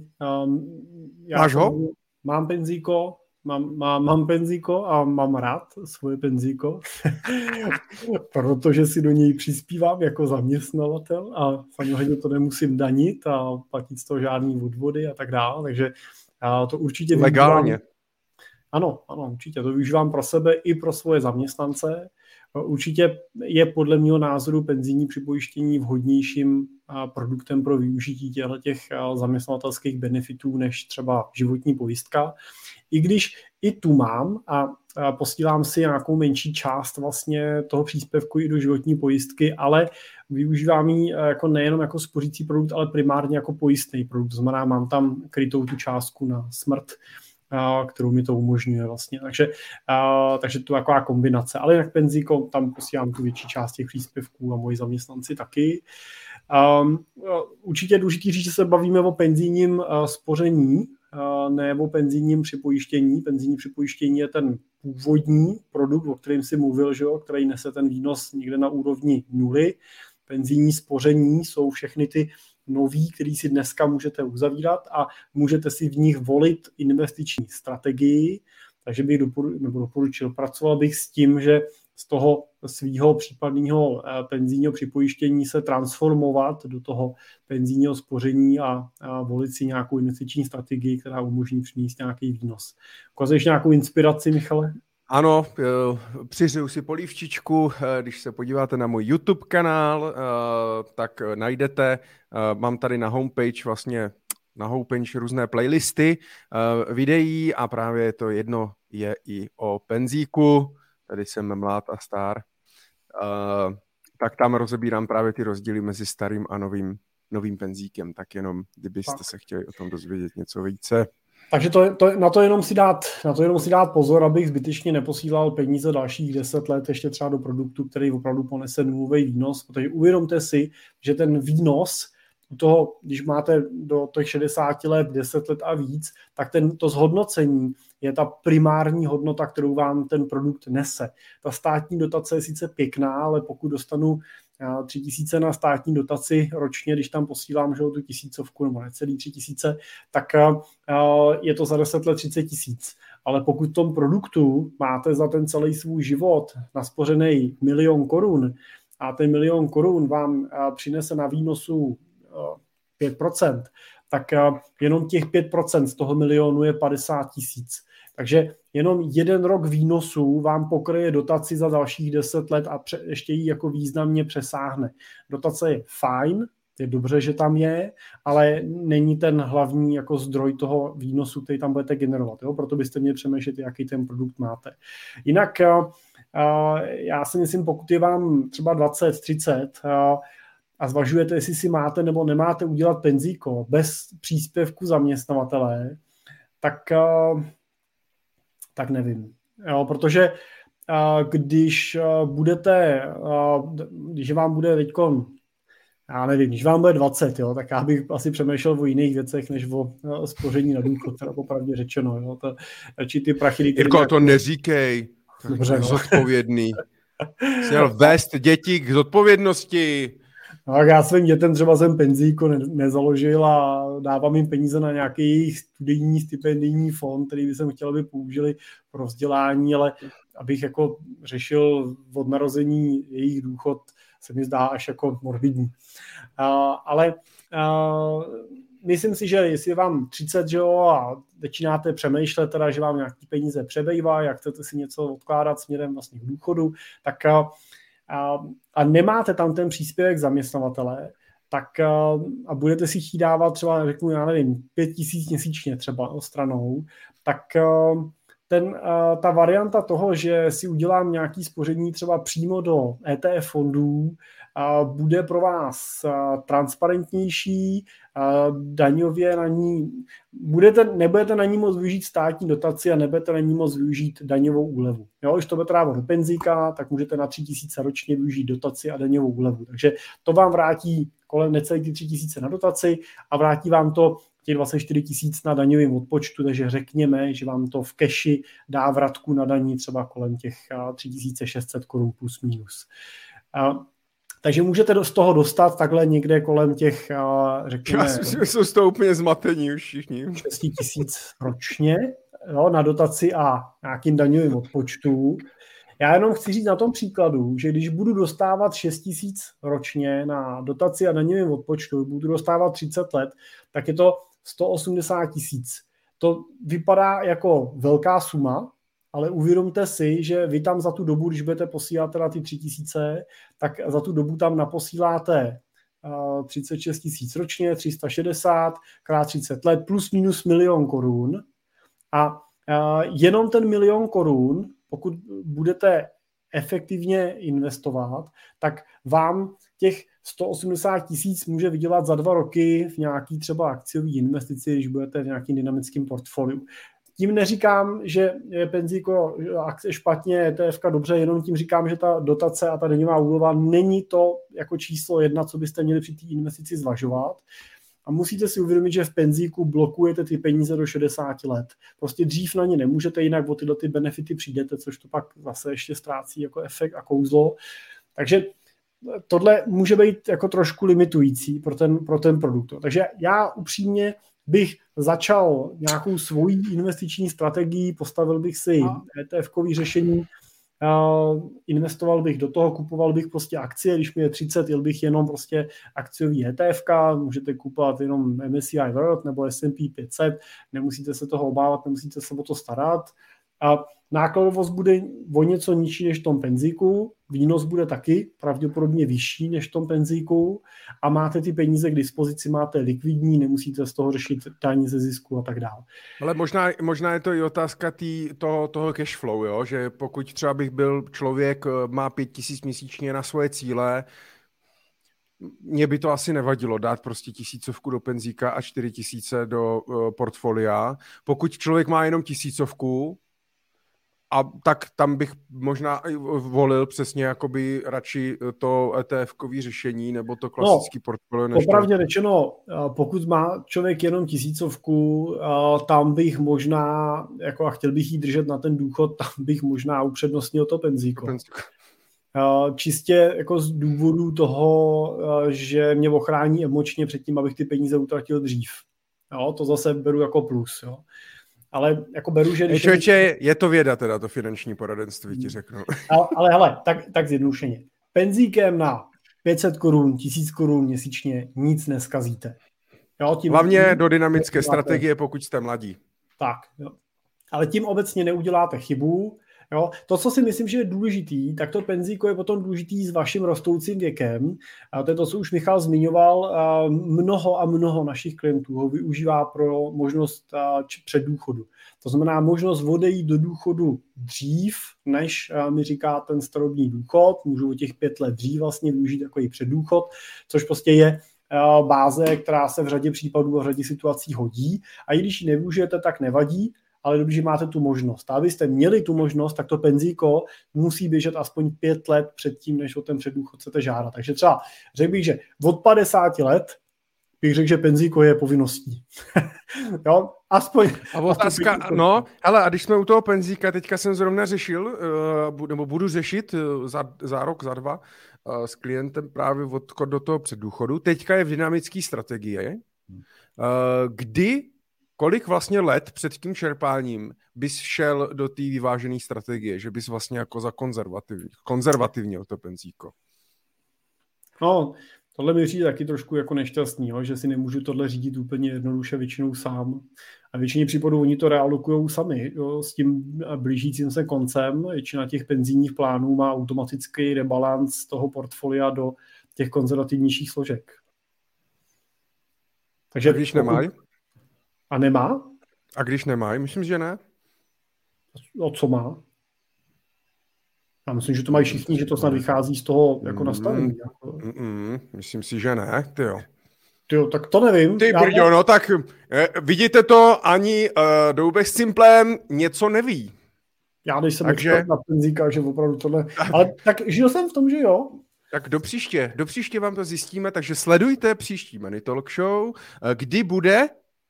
Máš ho? Mám penzíko, mám penzíko a mám rád svoje penzíko, protože si do něj přispívám jako zaměstnavatel a samozřejmě to nemusím danit a platit z toho žádný odvody a tak dále, takže to určitě legálně. Ano, určitě to využívám pro sebe i pro svoje zaměstnance. Určitě je podle mého názoru penzijní připojištění vhodnějším produktem pro využití těch zaměstnavatelských benefitů než třeba životní pojistka. I když i tu mám a posílám si nějakou menší část vlastně toho příspěvku i do životní pojistky, ale využívám ji jako nejenom jako spořící produkt, ale primárně jako pojistný produkt. To znamená, mám tam krytou tu částku na smrt, kterou mi to umožňuje vlastně. Takže to je taková kombinace. Ale jinak penzíko, tam posílám tu větší část těch příspěvků a moji zaměstnanci taky. Určitě je důležitý říct, že se bavíme o penzijním spoření, ne o penzijním připojištění. Penzijní připojištění je ten původní produkt, o kterém si mluvil, že jo, který nese ten výnos někde na úrovni 0. Penzijní spoření jsou všechny ty nový, který si dneska můžete uzavírat a můžete si v nich volit investiční strategii, takže bych doporučil. Pracoval bych s tím, že z toho svého případného penzijního připojištění se transformovat do toho penzijního spoření a volit si nějakou investiční strategii, která umožní přinést nějaký výnos. Ukazuješ nějakou inspiraci, Michale? Ano, přiřeju si polívčičku, když se podíváte na můj YouTube kanál, tak najdete, mám tady na homepage různé playlisty videí a právě to jedno je i o penzíku, tady jsem mlád a star, tak tam rozebírám právě ty rozdíly mezi starým a novým penzíkem, tak jenom kdybyste se chtěli o tom dozvědět něco více. Takže na to jenom si dát pozor, abych zbytečně neposílal peníze dalších 10 let ještě třeba do produktu, který opravdu ponese nulový výnos, protože uvědomte si, že ten výnos u toho, když máte do těch 60 let, 10 let a víc, tak to zhodnocení je ta primární hodnota, kterou vám ten produkt nese. Ta státní dotace je sice pěkná, ale pokud dostanu 3 000 na státní dotaci ročně, když tam posílám tu 1000 nebo necelý 3 000, tak je to za 10 let 30 000. Ale pokud v tom produktu máte za ten celý svůj život naspořený 1 000 000 korun a ten 1 000 000 korun vám přinese na výnosu 5%, tak jenom těch 5% z toho milionu je 50 000. Takže jenom 1 rok výnosů vám pokryje dotaci za dalších 10 let a ještě ji jako významně přesáhne. Dotace je fajn, je dobře, že tam je, ale není ten hlavní jako zdroj toho výnosu, který tam budete generovat. Jo? Proto byste měli přemýšlet, jaký ten produkt máte. Jinak já si myslím, pokud je vám třeba 20, 30 a zvažujete, jestli si máte nebo nemáte udělat penzíko bez příspěvku zaměstnavatele, tak nevím. Jo, protože když vám bude teďkon, já nevím, když vám bude 20, jo, tak já bych asi přemýšlel o jiných věcech, než o spoření na důchod, teda popravdě řečeno. Jo, radši ty prachy... Jirko, to neříkej. Dobře, zodpovědný. Jsi měl vést děti k zodpovědnosti. No, já svým dětem třeba jsem penzíko nezaložil a dávám jim peníze na nějaký jejich studijní stipendijní fond, který by jsem chtěl, aby použili pro vzdělání, ale abych jako řešil od narození jejich důchod, se mi zdá až jako morbidní. Ale myslím si, že jestli je vám 30, že jo, a začínáte přemýšlet teda, že vám nějaký peníze přebývá, jak chcete si něco odkládat směrem vlastně k důchodu, tak a nemáte tam ten příspěvek zaměstnavatele, tak a budete si chtít dávat třeba, řeknu, já nevím, 5 000 měsíčně třeba stranou, tak ta varianta toho, že si udělám nějaké spoření třeba přímo do ETF fondů, bude pro vás transparentnější, daňově na ní, nebudete na ní moc využít státní dotaci a nebudete na ní moc využít daňovou úlevu. Jo, když to budete dávat do penzíka, tak můžete na 3 000 ročně využít dotaci a daňovou úlevu. Takže to vám vrátí kolem necelých 3 000 na dotaci a vrátí vám to těch 24 000 na daňovém odpočtu, takže řekněme, že vám to v keši dá vratku na daní třeba kolem těch 3 600 korun plus minus. Takže můžete z toho dostat takhle někde kolem těch, řekněme... Já si myslím, že jsou z toho úplně zmatení už všichni. 6 000 ročně, jo, na dotaci a nějakým daňovým odpočtu. Já jenom chci říct na tom příkladu, že když budu dostávat 6 000 ročně na dotaci a daňovým odpočtu, budu dostávat 30 let, tak je to 180 000. To vypadá jako velká suma, ale uvědomte si, že vy tam za tu dobu, když budete posílat teda ty 3 000, tak za tu dobu tam naposíláte 36 000 ročně, 360 krát 30 let, plus minus 1 000 000 korun. A jenom ten 1 000 000 korun, pokud budete efektivně investovat, tak vám těch 180 000 může vydělat za 2 roky v nějaký třeba akciový investici, když budete v nějakým dynamickém portfoliu. Tím neříkám, že je penzíko akce špatně, ETF dobře, jenom tím říkám, že ta dotace a ta daňová úleva není to jako číslo 1, co byste měli při té investici zvažovat. A musíte si uvědomit, že v penzíku blokujete ty peníze do 60 let. Prostě dřív na ně nemůžete, jinak o tyhle ty benefity přijdete, což to pak zase ještě ztrácí jako efekt a kouzlo. Takže tohle může být jako trošku limitující pro ten produkt. Takže já upřímně bych začal nějakou svoji investiční strategii, postavil bych si ETF-kový řešení, investoval bych do toho, kupoval bych prostě akcie, když mi je 30, jel bych jenom prostě akciový ETF-ka, můžete kupovat jenom MSCI World nebo S&P 500, nemusíte se toho obávat, nemusíte se o to starat. A nákladovost bude o něco nižší než v tom penzíku, výnos bude taky pravděpodobně vyšší než v tom penzíku a máte ty peníze k dispozici, máte likvidní, nemusíte z toho řešit daň ze zisku a tak dále. Ale možná je to i otázka toho cash flow, jo? Že pokud třeba bych byl člověk, má 5 000 měsíčně na svoje cíle, mně by to asi nevadilo dát prostě 1000 do penzíka a 4 000 do portfolia. Pokud člověk má jenom 1000, a tak tam bych možná volil přesně jakoby radši to ETF-kový řešení nebo to klasický portfolio. Popravdě řečeno, pokud má člověk jenom 1000, tam bych možná, jako a chtěl bych jí držet na ten důchod, tam bych možná upřednostnil to penzíko. Čistě jako z důvodu toho, že mě ochrání emočně před tím, abych ty peníze utratil dřív. Jo, to zase beru jako plus. Jo. Ale jako beru, že... Je to věda teda, to finanční poradenství, ti řeknu. Ale hele, tak zjednodušeně. Penzíkem na 500 korun, 1000 korun měsíčně nic neskazíte. Jo, hlavně do dynamické strategie, pokud jste mladí. Tak, jo. Ale tím obecně neuděláte chybu. Jo. To, co si myslím, že je důležitý, tak to penzíko je potom důležitý s vaším rostoucím věkem. A to je to, co už Michal zmiňoval. Mnoho našich klientů ho využívá pro možnost předdůchodu. To znamená možnost odejít do důchodu dřív, než mi říká ten starobní důchod. Můžu o těch 5 let dřív vlastně využít takový předdůchod, což prostě je báze, která se v řadě případů a v řadě situací hodí. A i když ji nevyužijete, tak nevadí, ale dobře, že máte tu možnost. A abyste měli tu možnost, tak to penzíko musí běžet aspoň 5 let před tím, než o ten předdůchod chcete žádat. Takže třeba řekl bych, že od 50 let bych řekl, že penzíko je povinností. Jo, aspoň... A otázka, no, ale a když jsme u toho penzíka, teďka jsem zrovna řešil, nebo budu řešit za rok, za 2, s klientem právě odchod do toho předdůchodu. Teďka je v dynamické strategii, kolik vlastně let před tím čerpáním bys šel do té vyvážené strategie, že bys vlastně jako za konzervativně to penzíko? No, tohle mi přijde taky trošku jako nešťastný, jo? Že si nemůžu tohle řídit úplně jednoduše většinou sám. A většině případů oni to realokujou sami, jo? S tím blížícím se koncem. Většina těch penzijních plánů má automatický rebalans toho portfolia do těch konzervativnějších složek. Takže a když nemají? A nemá? A když nemají? Myslím, že ne. O co má? Já myslím, že to mají všichni, že to snad vychází z toho jako nastavení. Myslím si, že ne, tyjo. Tyjo, tak to nevím. Ty brďo, no tak vidíte to, ani Doubek s Simplem něco neví. Já nejsem expert na penzíka, že opravdu tohle... Ale tak žil jsem v tom, že jo. Tak do příště vám to zjistíme, takže sledujte příští Money Talk Show, kdy bude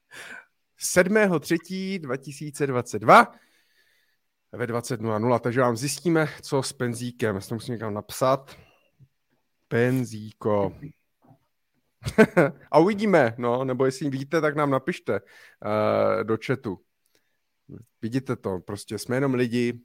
7.3.2022 ve 20:00, takže vám zjistíme, co s penzíkem. Já to musím někam napsat. Penzíko. A uvidíme, no, nebo jestli víte, tak nám napište do chatu. Vidíte to, prostě jsme jenom lidi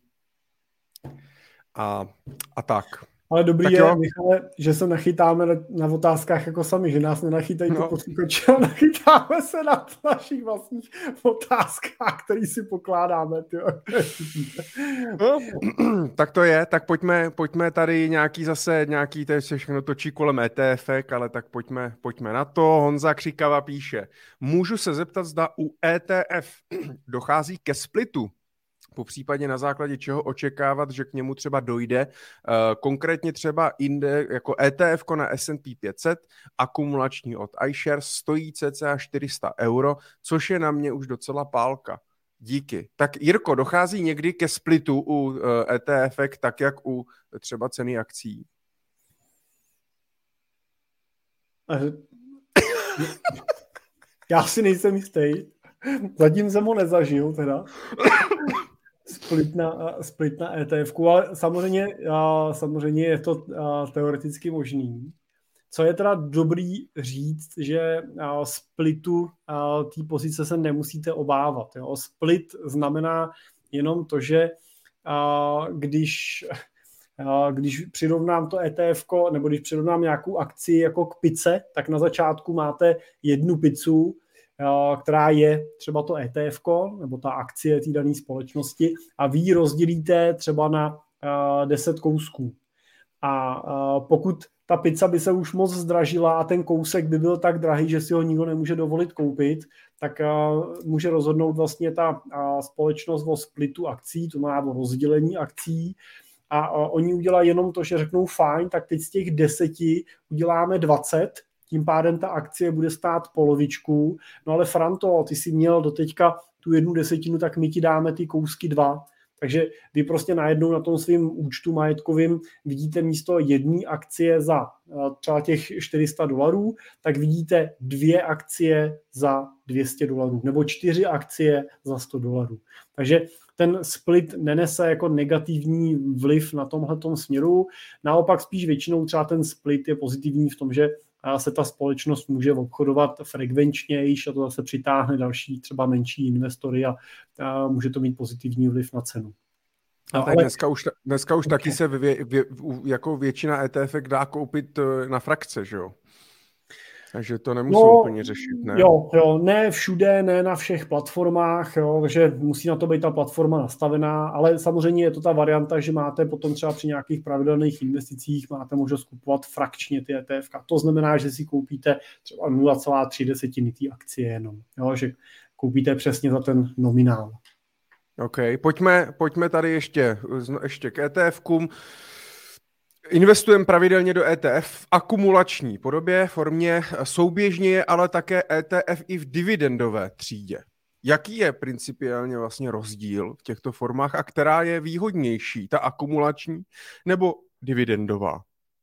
a tak. Ale dobrý je, Michale, že se nachytáme na otázkách jako sami, že nás nenachytají to posluchači, ale nachytáme se na našich vlastních otázkách, které si pokládáme. No, tak to je, tak pojďme tady nějaký, to se všechno točí kolem ETF, ale tak pojďme na to. Honza Křikava píše, můžu se zeptat, zda u ETF dochází ke splitu? Po případě na základě čeho očekávat, že k němu třeba dojde. Konkrétně třeba jako ETF na S&P 500, akumulační od iShares stojí cca 400 €, což je na mě už docela pálka. Díky. Tak Jirko, dochází někdy ke splitu u ETF, tak jak u třeba ceny akcí? Já si nejsem jistý. Zatím jsem ho nezažil teda. Split na ETF-ku, ale samozřejmě je to teoreticky možný. Co je teda dobrý říct, že splitu té pozice se nemusíte obávat. Jo. Split znamená jenom to, že když přirovnám to ETF-ko, nebo když přirovnám nějakou akci jako k pice, tak na začátku máte jednu pizzu, která je třeba to ETF, nebo ta akcie té dané společnosti a vy ji rozdělíte třeba na 10 kousků. A pokud ta pizza by se už moc zdražila a ten kousek by byl tak drahý, že si ho nikdo nemůže dovolit koupit, tak může rozhodnout vlastně ta společnost o splitu akcí, to má o rozdělení akcí, a oni udělají jenom to, že řeknou fajn, tak teď z těch 10 uděláme 20, tím pádem ta akcie bude stát polovičku, no ale Franto, ty jsi měl doteďka tu 1/10, tak my ti dáme ty kousky 2. Takže vy prostě najednou na tom svém účtu majetkovým vidíte místo 1 akcie za třeba těch $400, tak vidíte 2 akcie za $200 nebo 4 akcie za $100. Takže ten split nenese jako negativní vliv na tomhletom směru. Naopak spíš většinou třeba ten split je pozitivní v tom, že se ta společnost může obchodovat frekvenčnější a to zase přitáhne další třeba menší investory a může to mít pozitivní vliv na cenu. A tak dneska už taky se jako většina ETF dá koupit na frakce, že jo? Takže to nemusím úplně řešit, ne? Jo, ne všude, ne na všech platformách, jo, takže musí na to být ta platforma nastavená, ale samozřejmě je to ta varianta, že máte potom třeba při nějakých pravidelných investicích máte možnost kupovat frakčně ty ETF. To znamená, že si koupíte třeba 0,3 té akcie jenom, jo, že koupíte přesně za ten nominál. OK, pojďme tady ještě k ETF-kům. Investujeme pravidelně do ETF v akumulační formě, souběžně je ale také ETF i v dividendové třídě. Jaký je principiálně vlastně rozdíl v těchto formách a která je výhodnější, ta akumulační nebo dividendová?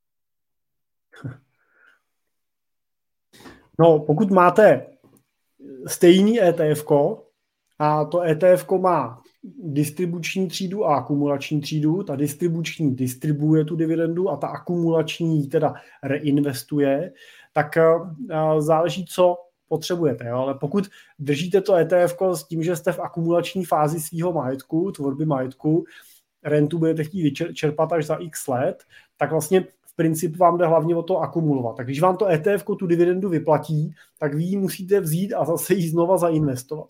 No, pokud máte stejný ETF-ko a to ETF-ko má distribuční třídu a akumulační třídu. Ta distribuční distribuuje tu dividendu a ta akumulační ji teda reinvestuje, tak záleží, co potřebujete. Jo? Ale pokud držíte to ETF-ko s tím, že jste v akumulační fázi svého majetku, tvorby majetku, rentu budete chtít čerpat až za x let, tak vlastně v principu vám jde hlavně o to akumulovat. Tak když vám to ETF-ko tu dividendu vyplatí, tak vy ji musíte vzít a zase ji znova zainvestovat.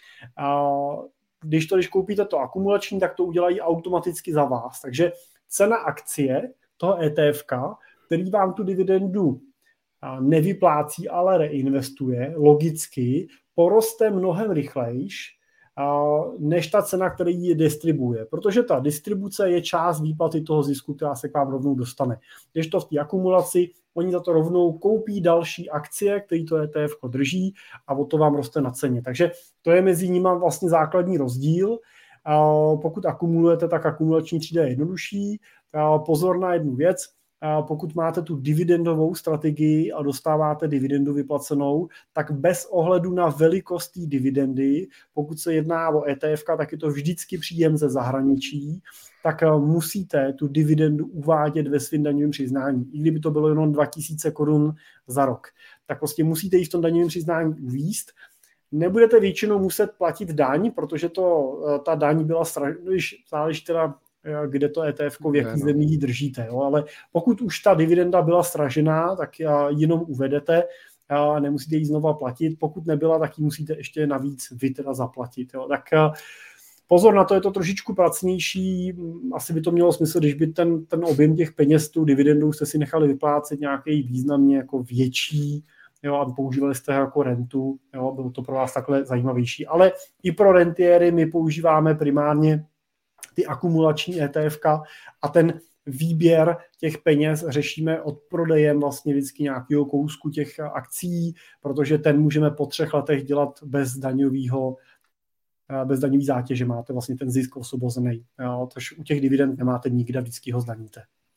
Když koupíte to akumulační, tak to udělají automaticky za vás. Takže cena akcie toho ETF-ka, který vám tu dividendu nevyplácí, ale reinvestuje, logicky poroste mnohem rychlejš, než ta cena, který ji distribuje. Protože ta distribuce je část výplaty toho zisku, která se k vám rovnou dostane. Když to v té akumulaci, oni za to rovnou koupí další akcie, který to ETF drží a o to vám roste na ceně. Takže to je mezi nimi vlastně základní rozdíl. Pokud akumulujete, tak akumulační třída je jednodušší. Pozor na jednu věc. Pokud máte tu dividendovou strategii a dostáváte dividendu vyplacenou, tak bez ohledu na velikost té dividendy, pokud se jedná o ETF, tak je to vždycky příjem ze zahraničí, tak musíte tu dividendu uvádět ve svém daňovém přiznání. I kdyby to bylo jenom 2000 korun za rok, tak prostě musíte ji v tom daňovém přiznání uvést. Nebudete většinou muset platit daň, protože ta daň byla když záleží teda, kde to ETF-ko, v jaký zemi ji držíte. Jo? Ale pokud už ta dividenda byla sražená, tak jenom uvedete a nemusíte ji znova platit. Pokud nebyla, tak ji musíte ještě navíc vy teda zaplatit. Jo? Tak pozor na to, je to trošičku pracnější. Asi by to mělo smysl, když by ten objem těch peněz, tu dividendu jste si nechali vyplácet nějaký významně jako větší, jo, a používali jste jako rentu, jo, bylo to pro vás takhle zajímavější. Ale i pro rentiéry my používáme primárně ty akumulační ETF-ka a ten výběr těch peněz řešíme odprodejem vlastně vždycky nějakého kousku těch akcí, protože ten můžeme po 3 letech dělat bez daňové zátěže. Máte vlastně ten zisk osvobozený. Tož u těch dividend nemáte nikde, vždycky ho zdaníte.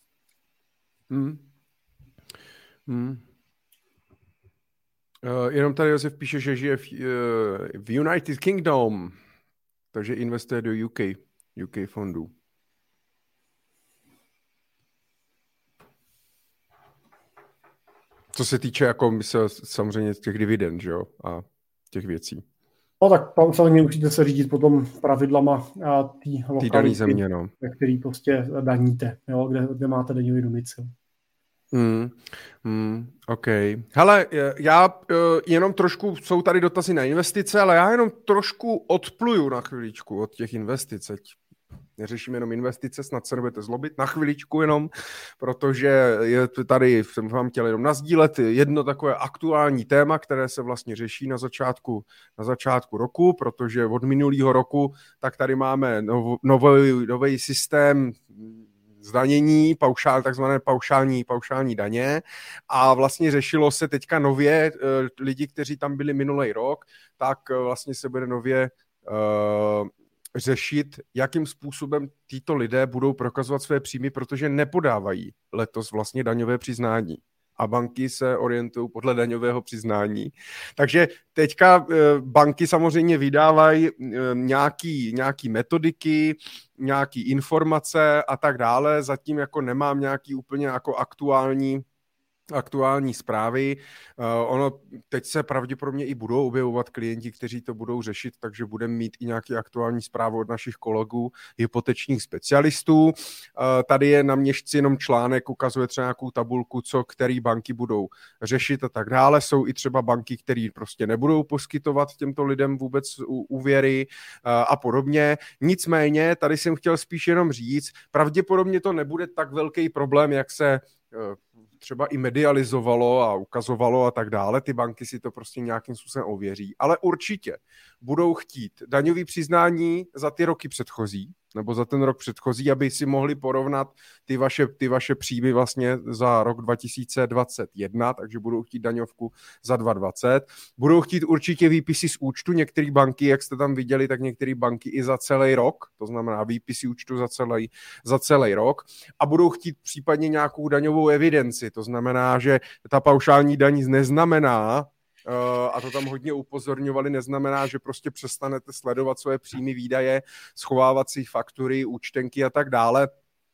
Jenom tady Josef píše, že žije v United Kingdom, takže investuje do UK fondů. Co se týče jako samozřejmě těch dividend, že jo, a těch věcí. No tak tam samozřejmě musíte se řídit potom pravidlama té lokality, země, no. ve který prostě daníte, jo, kde máte daňový domicil. OK. Hele, já jenom trošku, jsou tady dotazy na investice, ale já jenom trošku odpluju na chviličku od těch investic. Neřeším jenom investice, snad se nebudete zlobit, na chviličku jenom, protože je tady, jsem vám chtěl jenom nazdílet jedno takové aktuální téma, které se vlastně řeší na začátku roku, protože od minulého roku tak tady máme nový systém zdanění, takzvané paušální daně a vlastně řešilo se teďka nově lidi, kteří tam byli minulý rok, tak vlastně se bude nově řešit, jakým způsobem títo lidé budou prokazovat své příjmy, protože nepodávají letos vlastně daňové přiznání. A banky se orientují podle daňového přiznání. Takže teďka banky samozřejmě vydávají nějaký metodiky, nějaký informace a tak dále. Zatím jako nemám nějaký úplně jako aktuální zprávy. Ono teď se pravděpodobně i budou objevovat klienti, kteří to budou řešit, takže budeme mít i nějaký aktuální zprávu od našich kolegů, hypotečních specialistů. Tady je na Měšci jenom článek, ukazuje třeba nějakou tabulku, který banky budou řešit a tak dále. Jsou i třeba banky, které prostě nebudou poskytovat těmto lidem vůbec úvěry a podobně. Nicméně, tady jsem chtěl spíš jenom říct, pravděpodobně to nebude tak velký problém, jak se třeba i medializovalo a ukazovalo a tak dále. Ty banky si to prostě nějakým způsobem ověří. Ale určitě budou chtít daňové přiznání za ty roky předchozí, nebo za ten rok předchozí, aby si mohli porovnat ty vaše příjmy vlastně za rok 2021, takže budou chtít daňovku za 2020. Budou chtít určitě výpisy z účtu, některé banky, jak jste tam viděli, tak některé banky i za celý rok, to znamená výpisy účtu za celý rok a budou chtít případně nějakou daňovou evidenci, to znamená, že ta paušální daň neznamená, a to tam hodně upozorňovali, neznamená, že prostě přestanete sledovat svoje příjmy, výdaje, schovávat si faktury, účtenky a tak dále.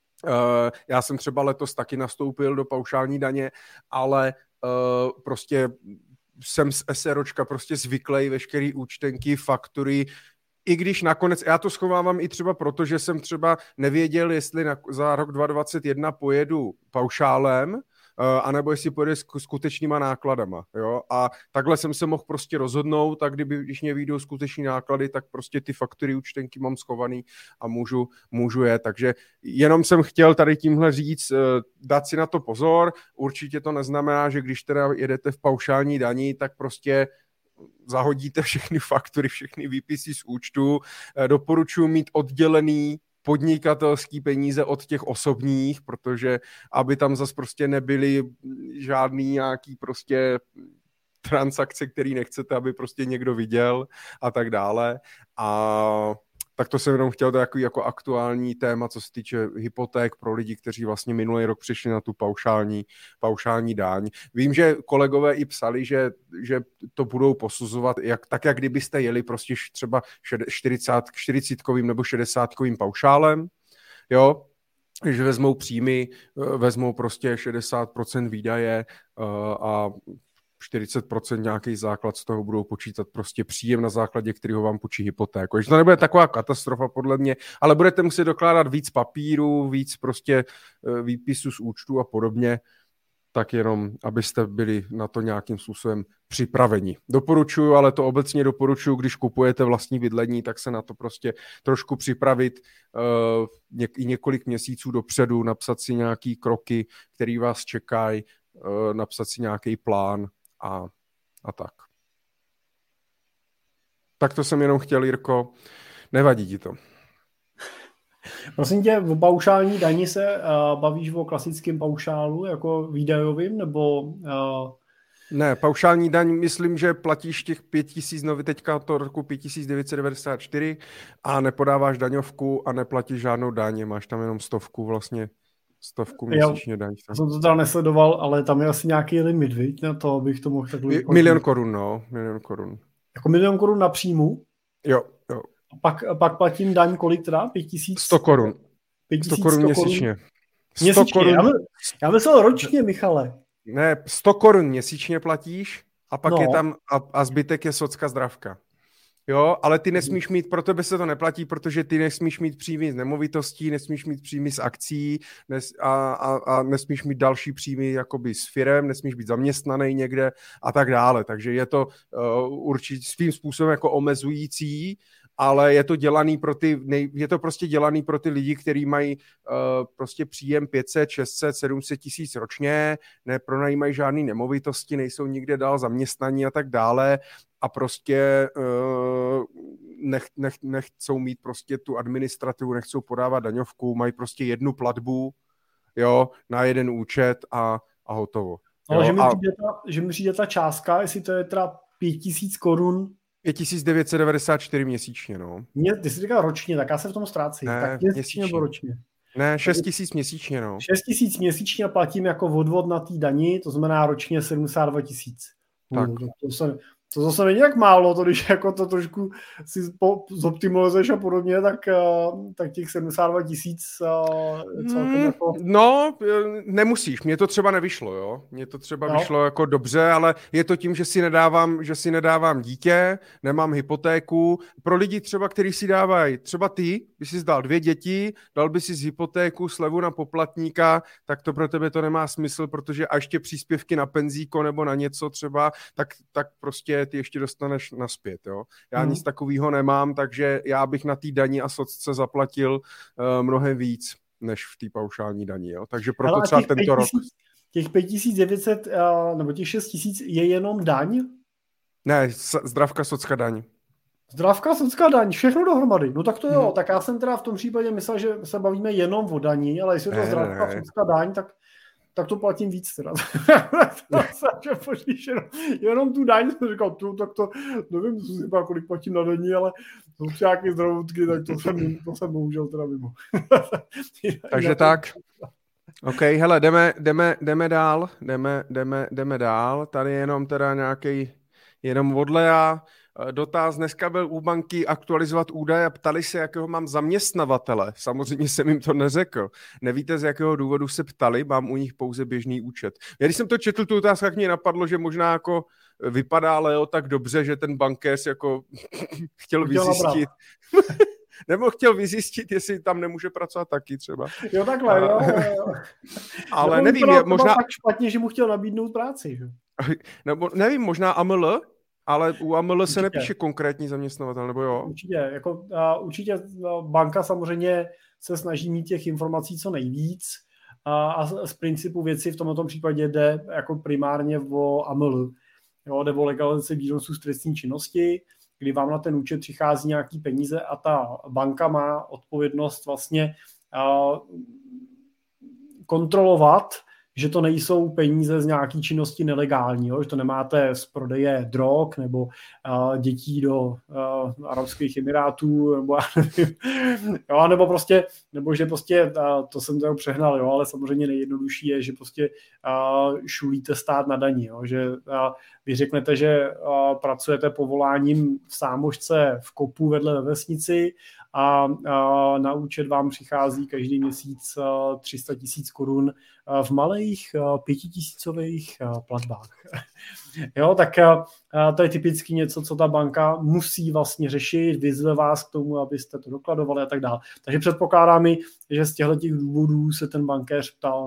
Já jsem třeba letos taky nastoupil do paušální daně, ale prostě jsem z SROčka prostě zvyklý veškerý účtenky, faktury, i když nakonec, já to schovávám i třeba proto, že jsem třeba nevěděl, jestli za rok 2021 pojedu paušálem, anebo jestli pojede s skutečnýma nákladama. Jo? A takhle jsem se mohl prostě rozhodnout, tak když mě vyjdou skuteční náklady, tak prostě ty faktury, účtenky mám schovaný a můžu je. Takže jenom jsem chtěl tady tímhle říct, dát si na to pozor. Určitě to neznamená, že když teda jedete v paušální daní, tak prostě zahodíte všechny faktury, všechny výpisy z účtu. Doporučuji mít oddělený podnikatelský peníze od těch osobních, protože aby tam zas prostě nebyly žádný nějaký prostě transakce, který nechcete, aby prostě někdo viděl a tak dále. A tak to jsem jenom chtěl jako aktuální téma, co se týče hypoték pro lidi, kteří vlastně minulý rok přišli na tu paušální daň. Vím, že kolegové i psali, že to budou posuzovat tak, jak kdybyste jeli prostě třeba 40kovým nebo 60kovým paušálem, jo, že vezmou příjmy, vezmou prostě 60% výdaje a 40% nějaký základ z toho budou počítat prostě příjem, na základě kterého vám půjčí hypotéku. Takže to nebude taková katastrofa podle mě, ale budete muset dokládat víc papíru, víc prostě výpisů z účtu a podobně, tak jenom, abyste byli na to nějakým způsobem připraveni. Doporučuju, ale to obecně doporučuju, když kupujete vlastní bydlení, tak se na to prostě trošku připravit i několik měsíců dopředu, napsat si nějaký kroky, které vás čekají, napsat si nějaký plán a tak. Tak to jsem jenom chtěl, Jirko. Nevadí ti to. Prosím tě, v paušální dani se bavíš o klasickém paušálu, jako výdajovým, nebo... Ne, paušální daň, myslím, že platíš těch 5 000, teďka to roku 5994 a nepodáváš daňovku a neplatíš žádnou daň, máš tam jenom 100 vlastně. 100 měsíčně daň. Jsem to teda nesledoval, ale tam je asi nějaký limit, viď? Na to, abych to mohl takhle... $1 000 000 korun, no. $1 000 000 korun. Jako $1 000 000 korun na příjmu? Jo. A pak platím daň kolik teda? 5000? 100 korun. 100 korun měsíčně. 100 korun. Já myslel ročně, Michale. Ne, 100 korun měsíčně platíš a pak je tam a zbytek je socka zdravka. Jo, ale ty nesmíš mít, pro tebe se to neplatí, protože ty nesmíš mít příjmy z nemovitostí, nesmíš mít příjmy z akcí a nesmíš mít další příjmy jakoby z firem, nesmíš být zaměstnaný někde a tak dále. Takže je to určitě svým způsobem jako omezující, ale je to dělaný je to prostě dělaný pro ty lidi, kteří mají prostě příjem 500, 600, 700 tisíc ročně, nepronajímají žádný nemovitosti, nejsou nikde dál zaměstnaní a tak dále a prostě nechcou mít prostě tu administrativu, nechcou podávat daňovku, mají prostě jednu platbu, jo, na jeden účet a hotovo. Ale že mi přijde ta částka, jestli to je teda 5 000 korun. 5994 měsíčně, no. Ty jsi říkal ročně, tak já se v tom ztrácím. Ne, tak měsíčně nebo ročně? Ne, 6 000 měsíčně, no. 6 000 měsíčně platím jako odvod na té dani, to znamená ročně 72 000. Tak. To zase není jak málo, to když jako to trošku si zoptimalizuješ a podobně, tak těch 72 000 celkem jako... No, nemusíš, mně to třeba nevyšlo, jo. Mně to třeba vyšlo jako dobře, ale je to tím, že si nedávám dítě, nemám hypotéku. Pro lidi třeba, kteří si dávají, třeba ty, by si dal 2 děti, dal by si z hypotéku slevu na poplatníka, tak to pro tebe to nemá smysl, protože a ještě příspěvky na penzíko nebo na něco třeba, tak prostě ty ještě dostaneš naspět, jo. Já nic takového nemám, takže já bych na té dani a socce zaplatil mnohem víc, než v té paušální dani, jo. Takže proto třeba tento rok... Těch 5900 nebo těch 6 000 je jenom daň? Ne, zdravka, socka, daň. Zdravka, socka, daň, všechno dohromady. No tak to jo, tak já jsem teda v tom případě myslel, že se bavíme jenom o daní, ale jestli je to zdravka, socka, daň, tak to platím víc teda. jenom tu daň jsem říkal, tak to nevím, kolik platím na daní, ale jsou nějaké zdravotky, tak to jsem bohužel teda mimo. Takže tak. OK, hele, jdeme dál. Tady jenom teda nějaký jenom od Lea. Dotaz, dneska byl u banky aktualizovat údaje a ptali se, jakého mám zaměstnavatele. Samozřejmě jsem jim to neřekl. Nevíte, z jakého důvodu se ptali, mám u nich pouze běžný účet. Já když jsem to četl, tu otázku, tak mě napadlo, že možná jako vypadá Leo tak dobře, že ten bankéř jako chtěl vyzjistit. Nebo chtěl vyzjistit, jestli tam nemůže pracovat taky třeba. Jo, takhle, jo. Ale nevím, možná... tak špatně, že mu chtěl nabídnout práci. Že? Nebo nevím, možná AML, ale u AML se nepíše konkrétní zaměstnavatel, nebo jo? Určitě banka samozřejmě se snaží mít těch informací co nejvíc a z principu věci v tomto případě jde jako primárně o AML. Jo, jde o legalizaci výnosů z trestní činnosti, kdy vám na ten účet přichází nějaký peníze a ta banka má odpovědnost vlastně kontrolovat, že to nejsou peníze z nějaký činnosti nelegální, jo? Že to nemáte z prodeje drog nebo dětí do Arabských Emirátů, nebo nevím, jo? Nebo že prostě, to jsem to přehnal, jo? Ale samozřejmě nejjednodušší je, že prostě šulíte stát na daní, jo? Že vy řeknete, že pracujete povoláním v sámošce v kopu vedle ve vesnici a na účet vám přichází každý měsíc 300 000 korun v malých 5 000 platbách. Jo, tak to je typicky něco, co ta banka musí vlastně řešit, vyzve vás k tomu, abyste to dokladovali a tak dále. Takže předpokládám, že z těchto těch důvodů se ten bankéř ptal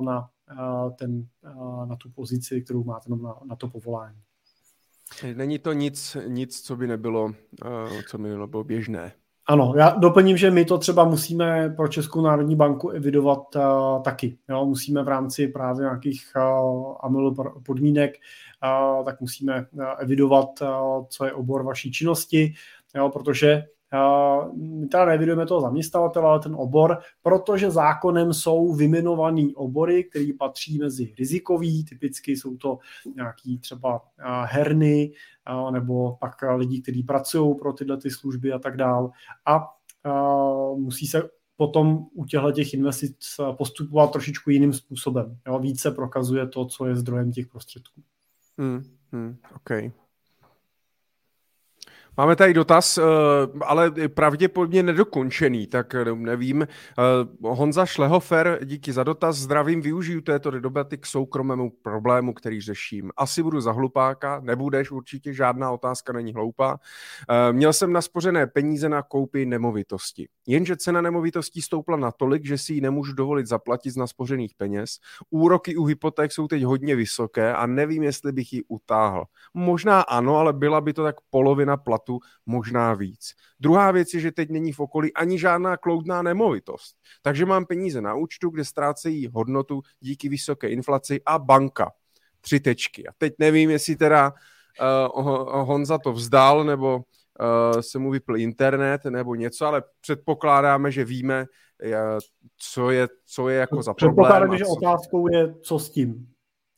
na tu pozici, kterou máte na to povolání. Není to nic, co by nebylo běžné. Ano, já doplním, že my to třeba musíme pro Českou národní banku evidovat taky. Jo? Musíme v rámci právě nějakých AML podmínek, tak musíme evidovat, co je obor vaší činnosti, jo? Protože my teda neevidujeme toho zaměstnavatele, ale ten obor, protože zákonem jsou vyjmenovaný obory, které patří mezi rizikový, typicky jsou to nějaký třeba herny, nebo pak lidi, kteří pracují pro tyhle ty služby a tak dále. A musí se potom u těch investic postupovat trošičku jiným způsobem. Jo? Více prokazuje to, co je zdrojem těch prostředků. OK. Máme tady dotaz, ale pravděpodobně nedokončený, tak nevím. Honza Šlehofer, díky za dotaz. Zdravím, využiju této debaty k soukromému problému, který řeším. Asi budu za hlupáka, nebudeš určitě, žádná otázka není hloupá. Měl jsem naspořené peníze na koupi nemovitosti. Jenže cena nemovitostí stoupla natolik, že si ji nemůžu dovolit zaplatit z naspořených peněz. Úroky u hypoték jsou teď hodně vysoké a nevím, jestli bych ji utáhl. Možná ano, ale byla by to tak polovina platu, možná víc. Druhá věc je, že teď není v okolí ani žádná kloudná nemovitost. Takže mám peníze na účtu, kde ztrácejí hodnotu díky vysoké inflaci a banka. 3 tečky. A teď nevím, jestli teda Honza to vzdal, nebo se mu vypl internet, nebo něco, ale předpokládáme, že víme, co je jako za problém. Předpokládáme, že otázkou je, co s tím.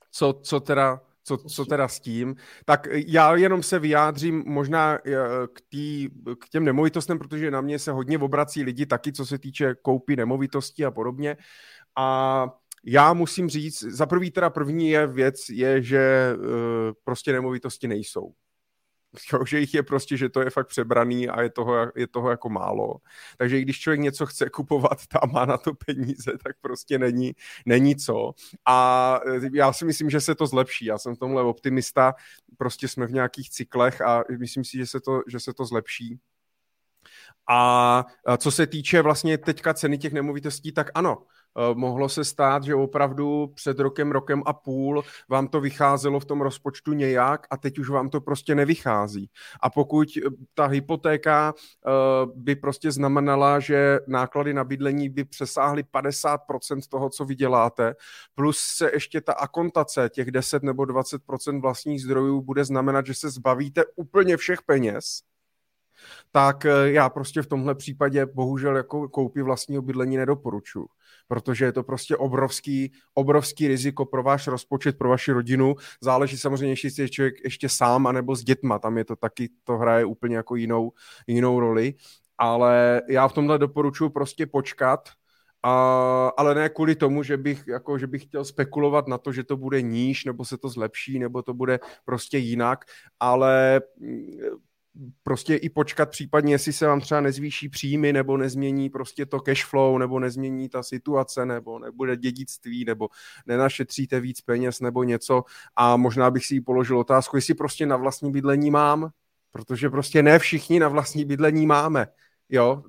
Co teda s tím, tak já jenom se vyjádřím možná k těm nemovitostem, protože na mě se hodně obrací lidi taky, co se týče koupy nemovitostí a podobně. A já musím říct, za první věc je, že prostě nemovitosti nejsou. Že jich je prostě, že to je fakt přebraný a je toho jako málo. Takže když člověk něco chce kupovat a má na to peníze, tak prostě není co. A já si myslím, že se to zlepší. Já jsem v tomhle optimista. Prostě jsme v nějakých cyklech a myslím si, že se to zlepší. A co se týče vlastně teďka ceny těch nemovitostí, tak ano, mohlo se stát, že opravdu před rokem a půl vám to vycházelo v tom rozpočtu nějak a teď už vám to prostě nevychází. A pokud ta hypotéka by prostě znamenala, že náklady na bydlení by přesáhly 50% toho, co vyděláte, plus se ještě ta akontace těch 10 nebo 20% vlastních zdrojů bude znamenat, že se zbavíte úplně všech peněz, tak já prostě v tomhle případě bohužel jako koupi vlastního bydlení nedoporučuji, protože je to prostě obrovský riziko pro váš rozpočet, pro vaši rodinu. Záleží samozřejmě, jestli je člověk ještě sám, anebo s dětma, tam je to taky, to hraje úplně jako jinou roli, ale já v tomhle doporučuji prostě počkat, ale ne kvůli tomu, že bych chtěl spekulovat na to, že to bude níž, nebo se to zlepší, nebo to bude prostě jinak, ale prostě i počkat případně, jestli se vám třeba nezvýší příjmy, nebo nezmění prostě to cash flow, nebo nezmění ta situace, nebo nebude dědictví, nebo nenašetříte víc peněz, nebo něco. A možná bych si jí položil otázku, jestli prostě na vlastní bydlení mám, protože prostě ne všichni na vlastní bydlení máme. Jo,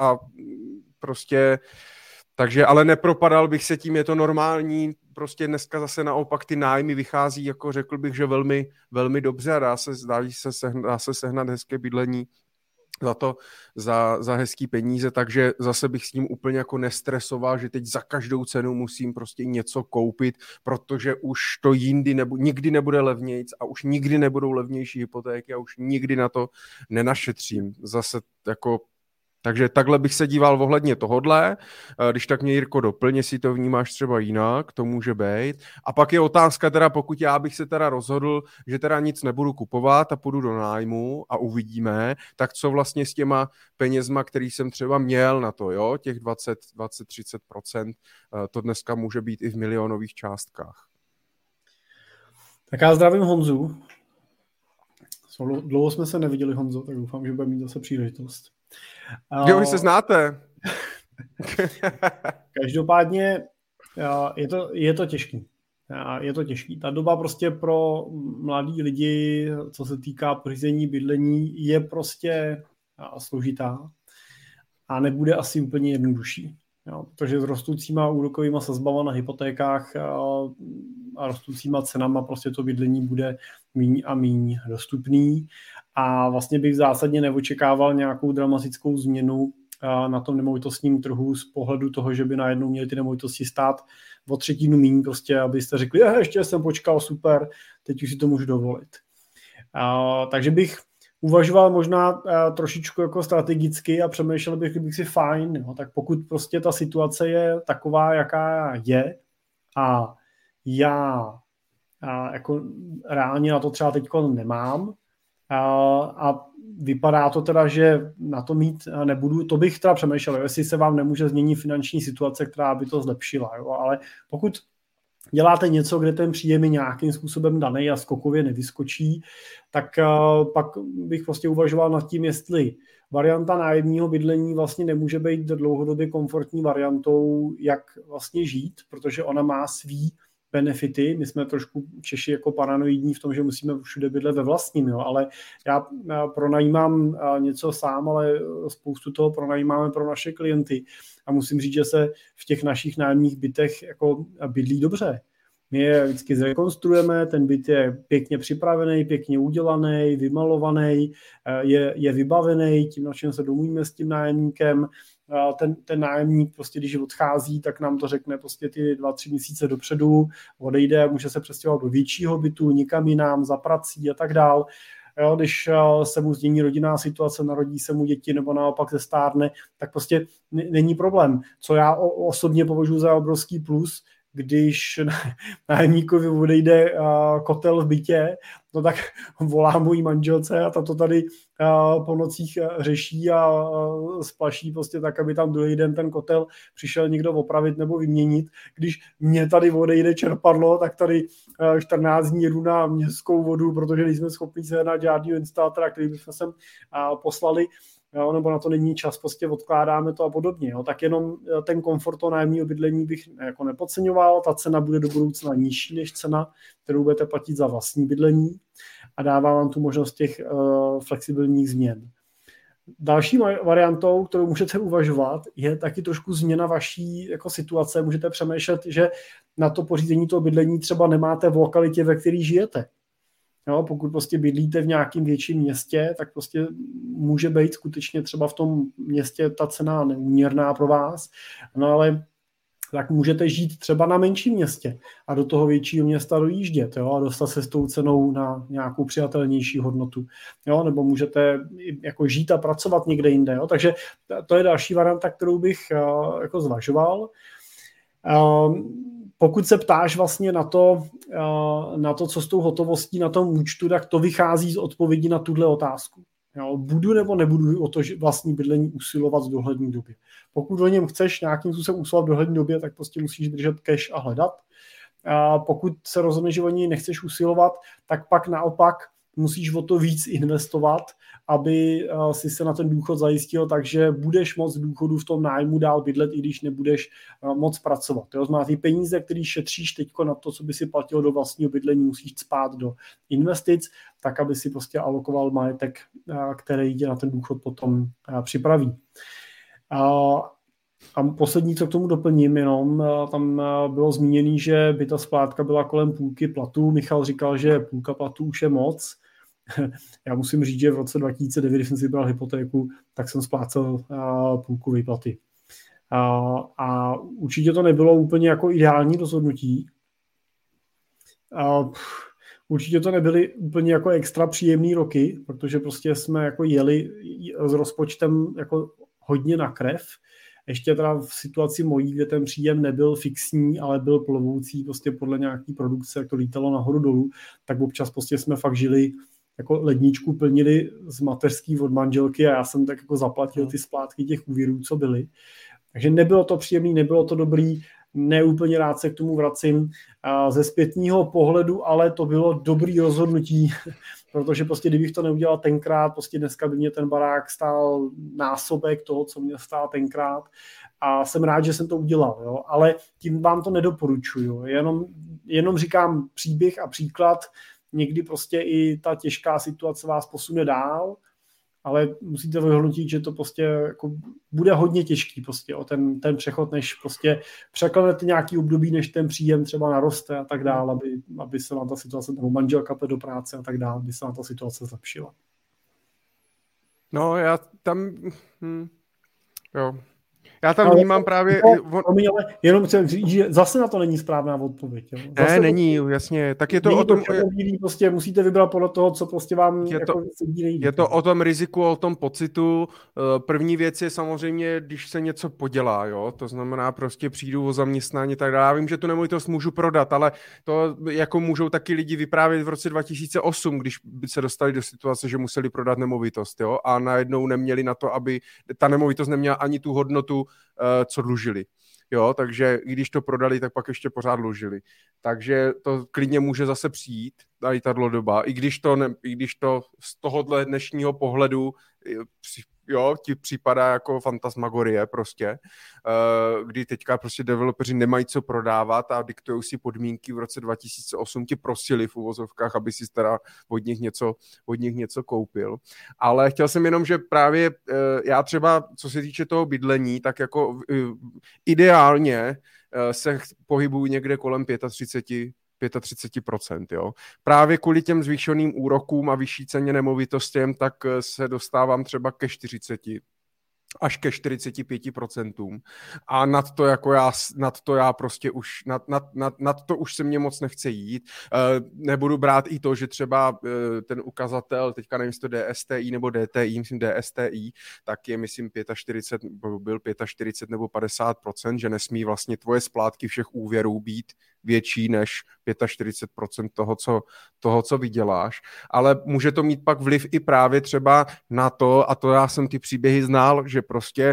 takže, ale nepropadal bych se tím, je to normální, prostě dneska zase naopak ty nájmy vychází, jako řekl bych, že velmi, velmi dobře a dá se sehnat hezké bydlení za hezký peníze, takže zase bych s tím úplně jako nestresoval, že teď za každou cenu musím prostě něco koupit, protože už to nikdy nebude levnějc a už nikdy nebudou levnější hypotéky a už nikdy na to nenašetřím. Zase jako takže takhle bych se díval ohledně tohodle, když tak mě Jirko doplň, jestli to vnímáš třeba jinak, to může být. A pak je otázka teda, pokud já bych se teda rozhodl, že teda nic nebudu kupovat a půjdu do nájmu a uvidíme, tak co vlastně s těma penězma, který jsem třeba měl na to, jo, těch 20-30%, to dneska může být i v milionových částkách. Tak já zdravím Honzu. Dlouho jsme se neviděli, Honzo, tak doufám, že bude mít zase příležitost. Jo, vy se znáte. Každopádně je to těžký. Je to těžký. Ta doba prostě pro mladý lidi, co se týká pořízení bydlení, je prostě složitá a nebude asi úplně jednodušší. Jo, protože s rostoucíma úrokovýma sazbama na hypotékách a rostoucíma cenama prostě to bydlení bude míň a míň dostupný a vlastně bych zásadně neočekával nějakou dramatickou změnu na tom nemovitostním trhu z pohledu toho, že by najednou měly ty nemovitosti stát o 1/3 míň, prostě abyste řekli, ještě jsem počkal, super, teď už si to můžu dovolit. Takže bych uvažoval možná trošičku jako strategicky a přemýšlel bych si fajn, no, tak pokud prostě ta situace je taková, jaká je a já jako reálně na to třeba teďko nemám a vypadá to teda, že na to mít nebudu, to bych teda přemýšlel, jestli se vám nemůže změnit finanční situace, která by to zlepšila, jo, ale pokud děláte něco, kde ten příjem je nějakým způsobem daný a skokově nevyskočí, tak pak bych prostě uvažoval nad tím, jestli varianta nájemního bydlení vlastně nemůže být dlouhodobě komfortní variantou, jak vlastně žít, protože ona má svý benefity. My jsme trošku Češi jako paranoidní v tom, že musíme všude bydlet ve vlastním, jo? Ale já pronajímám něco sám, ale spoustu toho pronajímáme pro naše klienty a musím říct, že se v těch našich nájemních bytech jako bydlí dobře. My je vždycky zrekonstruujeme, ten byt je pěkně připravený, pěkně udělaný, vymalovaný, je vybavený, tím, na čem se domluvíme s tím nájemníkem. Ten nájemník prostě, když odchází, tak nám to řekne prostě ty 2-3 měsíce dopředu, odejde, může se přestěhovat do většího bytu, nikam jinam, za prací a tak dál. Jo, když se mu změní rodinná situace, narodí se mu děti nebo naopak se stárne, tak prostě není problém. Co já osobně považuji za obrovský plus, když nájemníkovi odejde kotel v bytě, no tak volá mojí manželce a ta to tady po nocích řeší a splaší prostě tak, aby tam druhý den ten kotel přišel někdo opravit nebo vyměnit. Když mě tady odejde čerpadlo, tak tady 14 dní jedu na městskou vodu, protože nejsme schopni sehnat žádného instalátora, který bychom sem poslali, jo, nebo na to není čas, prostě odkládáme to a podobně. Jo. Tak jenom ten komfort toho nájemního bydlení bych jako nepodceňoval, ta cena bude do budoucna nižší než cena, kterou budete platit za vlastní bydlení a dává vám tu možnost těch flexibilních změn. Další variantou, kterou můžete uvažovat, je taky trošku změna vaší jako situace. Můžete přemýšlet, že na to pořízení toho bydlení třeba nemáte v lokalitě, ve které žijete. Jo, pokud prostě bydlíte v nějakém větším městě, tak prostě může být skutečně třeba v tom městě ta cena neúměrná pro vás, no ale tak můžete žít třeba na menším městě a do toho většího města dojíždět, jo, a dostat se s tou cenou na nějakou přijatelnější hodnotu. Jo, nebo můžete jako žít a pracovat někde jinde. Jo. Takže to je další varianta, kterou bych jako zvažoval. Pokud se ptáš vlastně na to, co s tou hotovostí na tom účtu, tak to vychází z odpovědi na tuhle otázku. Jo, budu nebo nebudu o to vlastní bydlení usilovat v dohledné době. Pokud o něm chceš nějakým způsobem usilovat v dohledné době, tak prostě musíš držet cash a hledat. A pokud se rozhodneš, že o něj nechceš usilovat, tak pak naopak musíš o to víc investovat, aby si se na ten důchod zajistil, takže budeš moct v důchodu v tom nájmu dál bydlet, i když nebudeš moc pracovat. To znamená, ty peníze, které šetříš teďko na to, co by si platil do vlastního bydlení, musíš spát do investic, tak, aby si prostě alokoval majetek, který tě na ten důchod potom připraví. A poslední, co k tomu doplním, jenom tam bylo zmíněné, že by ta splátka byla kolem půlky platu. Michal říkal, že půlka platu už je moc. Já musím říct, že v roce 2009, když jsem si vybral hypotéku, tak jsem splácel půlku výplaty. A určitě to nebylo úplně jako ideální rozhodnutí. Určitě to nebyly úplně jako extra příjemný roky, protože prostě jsme jako jeli s rozpočtem jako hodně na krev. Ještě teda v situaci mojí, kde ten příjem nebyl fixní, ale byl plovoucí prostě podle nějaký produkce, jak to lítalo nahoru dolů, tak občas prostě jsme fakt žili jako ledničku plnili z mateřský od manželky a já jsem tak jako zaplatil ty splátky těch úvěrů, co byly. Takže nebylo to příjemný, nebylo to dobrý, neúplně rád se k tomu vracím. Ze zpětného pohledu, ale to bylo dobrý rozhodnutí, protože prostě kdybych to neudělal tenkrát, prostě dneska by mě ten barák stál násobek toho, co mě stál tenkrát a jsem rád, že jsem to udělal, jo? Ale tím vám to nedoporučuju. Jenom říkám příběh a příklad, někdy prostě i ta těžká situace vás posune dál, ale musíte vyhodnotit, že to prostě jako bude hodně těžký prostě o ten přechod, než prostě překlenete nějaký období, než ten příjem třeba naroste a tak dále, aby se vám ta situace, nebo manželka půjde do práce a tak dále, aby se vám ta situace zlepšila. No, já tam... Jo. Já tam vnímám právě... Jenom chci říct, že zase na to není správná odpověď. Jo? Ne, není, jasně. Tak je to o tom... Prostě musíte vybrat podle toho, co prostě vám sedí nejvíc. Je to o tom riziku, o tom pocitu. První věc je samozřejmě, když se něco podělá, jo? To znamená prostě přijdu o zaměstnání, tak dále. Já vím, že tu nemovitost můžu prodat, ale to jako můžou taky lidi vyprávět v roce 2008, když by se dostali do situace, že museli prodat nemovitost, jo? A najednou neměli na to, aby ta nemovitost neměla ani tu hodnotu, co dlužili. jo, takže i když to prodali, tak pak ještě pořád dlužili. Takže to klidně může zase přijít, tady tato doba, i když to z tohohle dnešního pohledu jo, ti připadá jako fantasmagorie prostě, kdy teďka prostě developeři nemají co prodávat a diktujou si podmínky. V roce 2008 ti prosili v uvozovkách, aby si teda od nich něco koupil. Ale chtěl jsem jenom, že právě já třeba, co se týče toho bydlení, tak jako ideálně se pohybuju někde kolem 35%, jo. Právě kvůli těm zvýšeným úrokům a vyšší ceně nemovitostem, tak se dostávám třeba ke 40 až ke 45%. A nad to já prostě už, nad to už se mě moc nechce jít. Nebudu brát i to, že třeba ten ukazatel, teďka nevím, jestli to DSTI nebo DTI, myslím DSTI, tak je, myslím, 45 nebo 50%, že nesmí vlastně tvoje splátky všech úvěrů být větší než 45% toho, co vyděláš. Ale může to mít pak vliv i právě třeba na to, a to já jsem ty příběhy znal, že prostě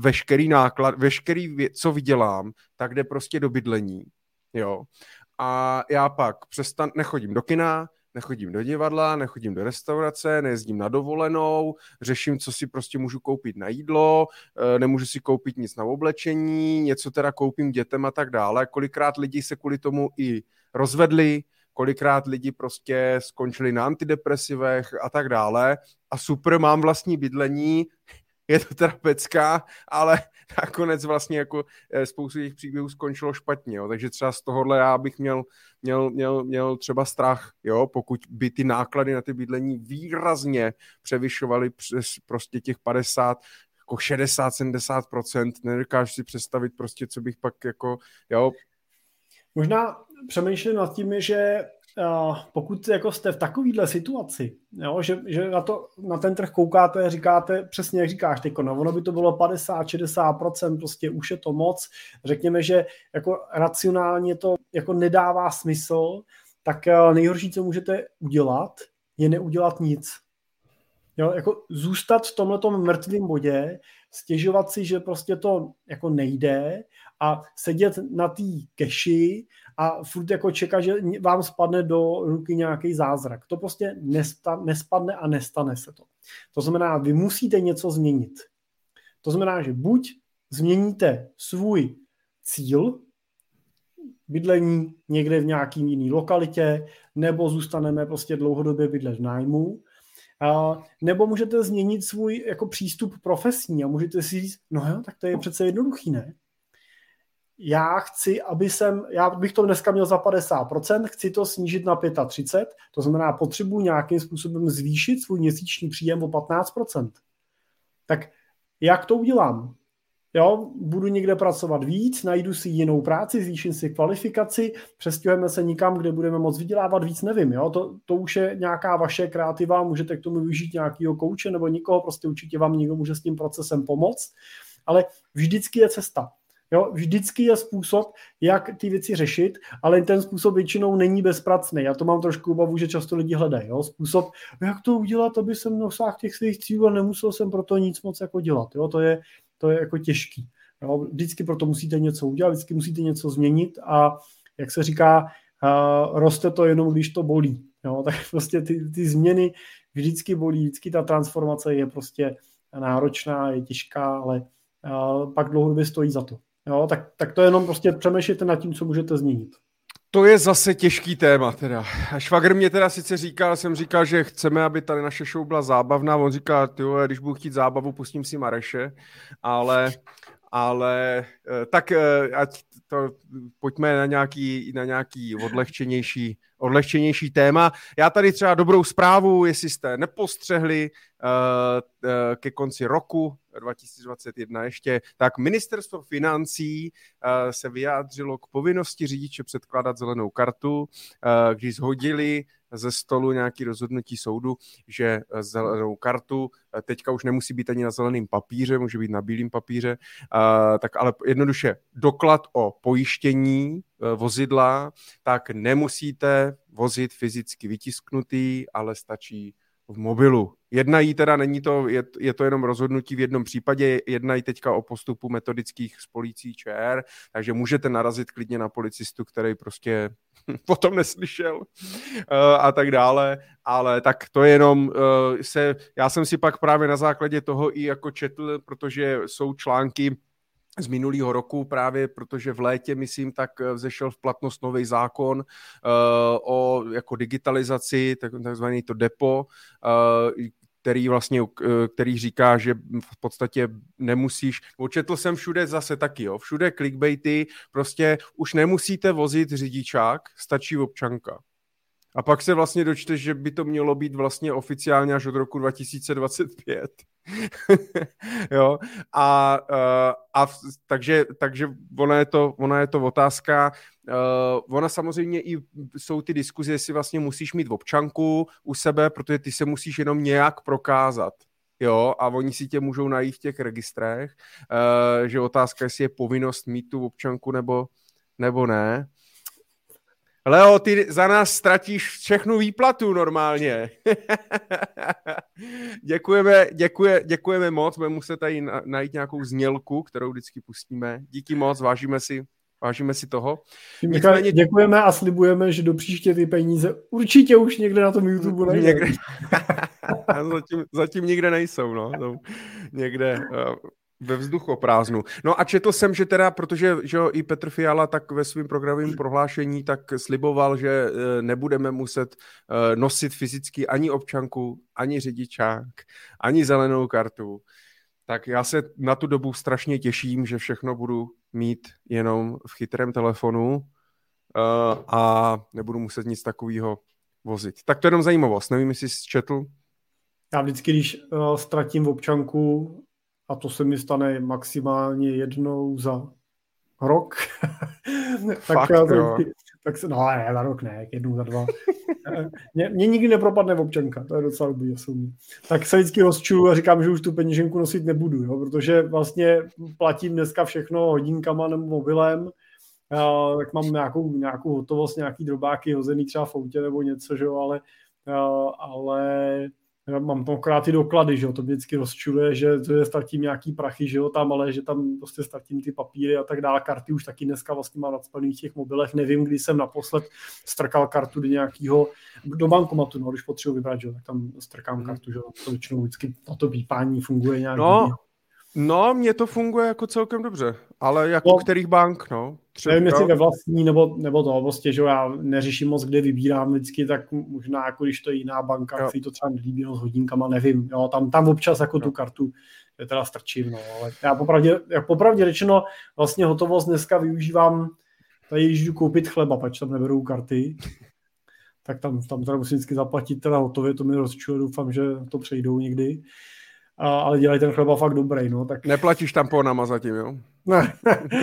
veškerý, co vydělám, tak jde prostě do bydlení. Jo. A já pak nechodím do kina, nechodím do divadla, nechodím do restaurace, nejezdím na dovolenou, řeším, co si prostě můžu koupit na jídlo, nemůžu si koupit nic na oblečení, něco teda koupím dětem a tak dále. Kolikrát lidi se kvůli tomu i rozvedli, kolikrát lidi prostě skončili na antidepresivech a tak dále. A super, mám vlastní bydlení, je to teda pecka, ale nakonec vlastně jako spoustu těch příběhů skončilo špatně, jo. Takže třeba z tohohle já bych měl třeba strach, jo, pokud by ty náklady na ty bydlení výrazně převyšovaly přes prostě těch 50, jako 60-70%, nedokážu si představit prostě, co bych pak jako, jo. Možná přemýšlím nad tím, že pokud jako jste v takovýhle situaci, jo, že na ten trh koukáte, říkáte, přesně jak říkáš teďko, no, ono by to bylo 50-60%, prostě už je to moc, řekněme, že jako racionálně to jako nedává smysl, tak nejhorší, co můžete udělat, je neudělat nic. Jo, jako zůstat v tomhletom mrtvém bodě, stěžovat si, že prostě to jako nejde a sedět na té keši a furt jako čekat, že vám spadne do ruky nějaký zázrak. To prostě nespadne a nestane se to. To znamená, vy musíte něco změnit. To znamená, že buď změníte svůj cíl, bydlení někde v nějakým jiný lokalitě, nebo zůstaneme prostě dlouhodobě bydlet v nájmu, nebo můžete změnit svůj jako přístup profesní a můžete si říct, no jo, tak to je přece jednoduchý, ne? Já bych to dneska měl za 50%, chci to snížit na 35%, to znamená, potřebuji nějakým způsobem zvýšit svůj měsíční příjem o 15%. Tak jak to udělám? Jo, budu někde pracovat víc, najdu si jinou práci, zvýším si kvalifikaci, přestěhujeme se nikam, kde budeme moc vydělávat víc, nevím. Jo? To už je nějaká vaše kreativa, můžete k tomu využít nějakého kouče nebo nikoho, prostě určitě vám někdo může s tím procesem pomoct, ale vždycky je cesta. Jo? Vždycky je způsob, jak ty věci řešit, ale ten způsob většinou není bezpracný. Já to mám trošku obavu, že často lidi hledají. Jo? Způsob, jak to udělat, aby jsem dosáhl těch svých cílů a nemusel jsem pro to nic moc jako dělat. Jo? To je jako těžký. Jo? Vždycky proto musíte něco udělat, vždycky musíte něco změnit a jak se říká, roste to jenom, když to bolí. Jo? Tak prostě ty změny vždycky bolí, vždycky ta transformace je prostě náročná, je těžká, ale pak dlouhodobě stojí za to. Jo? Tak to jenom prostě přemýšlejte nad tím, co můžete změnit. To je zase těžký téma teda. A švagr mě teda sice jsem říkal, že chceme, aby tady naše show byla zábavná. On říká, tyjo, když budu chtít zábavu, pustím si Mareše, ale tak ať to pojďme na nějaký odlehčenější téma. Já tady třeba dobrou zprávu, jestli jste nepostřehli ke konci roku 2021 ještě, tak ministerstvo financí se vyjádřilo k povinnosti řidiče předkládat zelenou kartu, když shodili ze stolu nějaké rozhodnutí soudu, že zelenou kartu teďka už nemusí být ani na zeleném papíře, může být na bílém papíře, tak ale jednoduše doklad o pojištění vozidla, tak nemusíte vozit fyzicky vytisknutý, ale stačí v mobilu. Jednají teda, není to, je to jenom rozhodnutí v jednom případě, jednají teďka o postupu metodických s policií ČR, takže můžete narazit klidně na policistu, který prostě potom neslyšel a tak dále, ale tak to jenom já jsem si pak právě na základě toho i jako četl, protože jsou články z minulého roku právě, protože v létě, myslím, tak vzešel v platnost nový zákon o jako digitalizaci, takzvaný to depo, který říká, že v podstatě nemusíš, četl jsem všude zase taky, jo, všude clickbaity, prostě už nemusíte vozit řidičák, stačí občanka. A pak se vlastně dočteš, že by to mělo být vlastně oficiálně až od roku 2025. Jo? Takže ona je to otázka. Ona samozřejmě i jsou ty diskuze, jestli vlastně musíš mít občanku u sebe, protože ty se musíš jenom nějak prokázat. Jo, a oni si tě můžou najít v těch registrech, že otázka, jestli je povinnost mít tu občanku nebo ne. Leo, ty za nás ztratíš všechnu výplatu normálně. Děkujeme moc, budeme muset tady najít nějakou znělku, kterou vždycky pustíme. Díky moc, vážíme si toho. Nicméně... Děkujeme a slibujeme, že do příště ty peníze určitě už někde na tom YouTube najde. Zatím někde nejsou, no. Někde... ve vzduchoprázdnu. No a četl jsem, že teda, protože že i Petr Fiala tak ve svém programovém prohlášení tak sliboval, že nebudeme muset nosit fyzicky ani občanku, ani řidičák, ani zelenou kartu. Tak já se na tu dobu strašně těším, že všechno budu mít jenom v chytrém telefonu a nebudu muset nic takového vozit. Tak to je jenom zajímavost. Nevím, jestli jsi četl. Já vždycky, když ztratím občanku, a to se mi stane maximálně jednou za rok. tak se, no ne, za rok ne, jednou za 2. Mně nikdy nepropadne občanka, to je docela dobrý. Tak se vždycky rozčuluji a říkám, že už tu peněženku nosit nebudu, jo, protože vlastně platím dneska všechno hodinkama nebo mobilem, tak mám nějakou hotovost, nějaký drobáky hozený třeba v autě nebo něco, že jo, ale mám tam akorát ty doklady, že jo, to vždycky rozčuluje, že ztratím nějaký prachy, že jo, tam, ale že tam prostě ztratím ty papíry a tak dále, karty už taky dneska vlastně mám nadspaný v těch mobilech, nevím, kdy jsem naposled strkal kartu do bankomatu, no, když potřebuji vybrat, že jo, tak tam strkám kartu, že jo, to většinou vždycky na to výpání funguje nějak. No, mně to funguje jako celkem dobře, ale jako kterých bank, no? Nevím, jestli ve vlastní, nebo to prostě, že já neřeším moc, kde vybírám vždycky, tak možná jako když to je jiná banka, si to třeba nelíbí, no, s hodinkama, nevím, jo, tam občas jako tu kartu teda strčím, no, ale já popravdě řečeno vlastně hotovost dneska využívám, tady když jdu koupit chleba, pač tam neberou karty, tak tam teda musím vždycky zaplatit teda hotově, to mi rozčuje, doufám, že to přejdou někdy. Ale dělají ten chleba fakt dobrý, no. Tak... Neplatíš tamponama zatím, jo? Ne.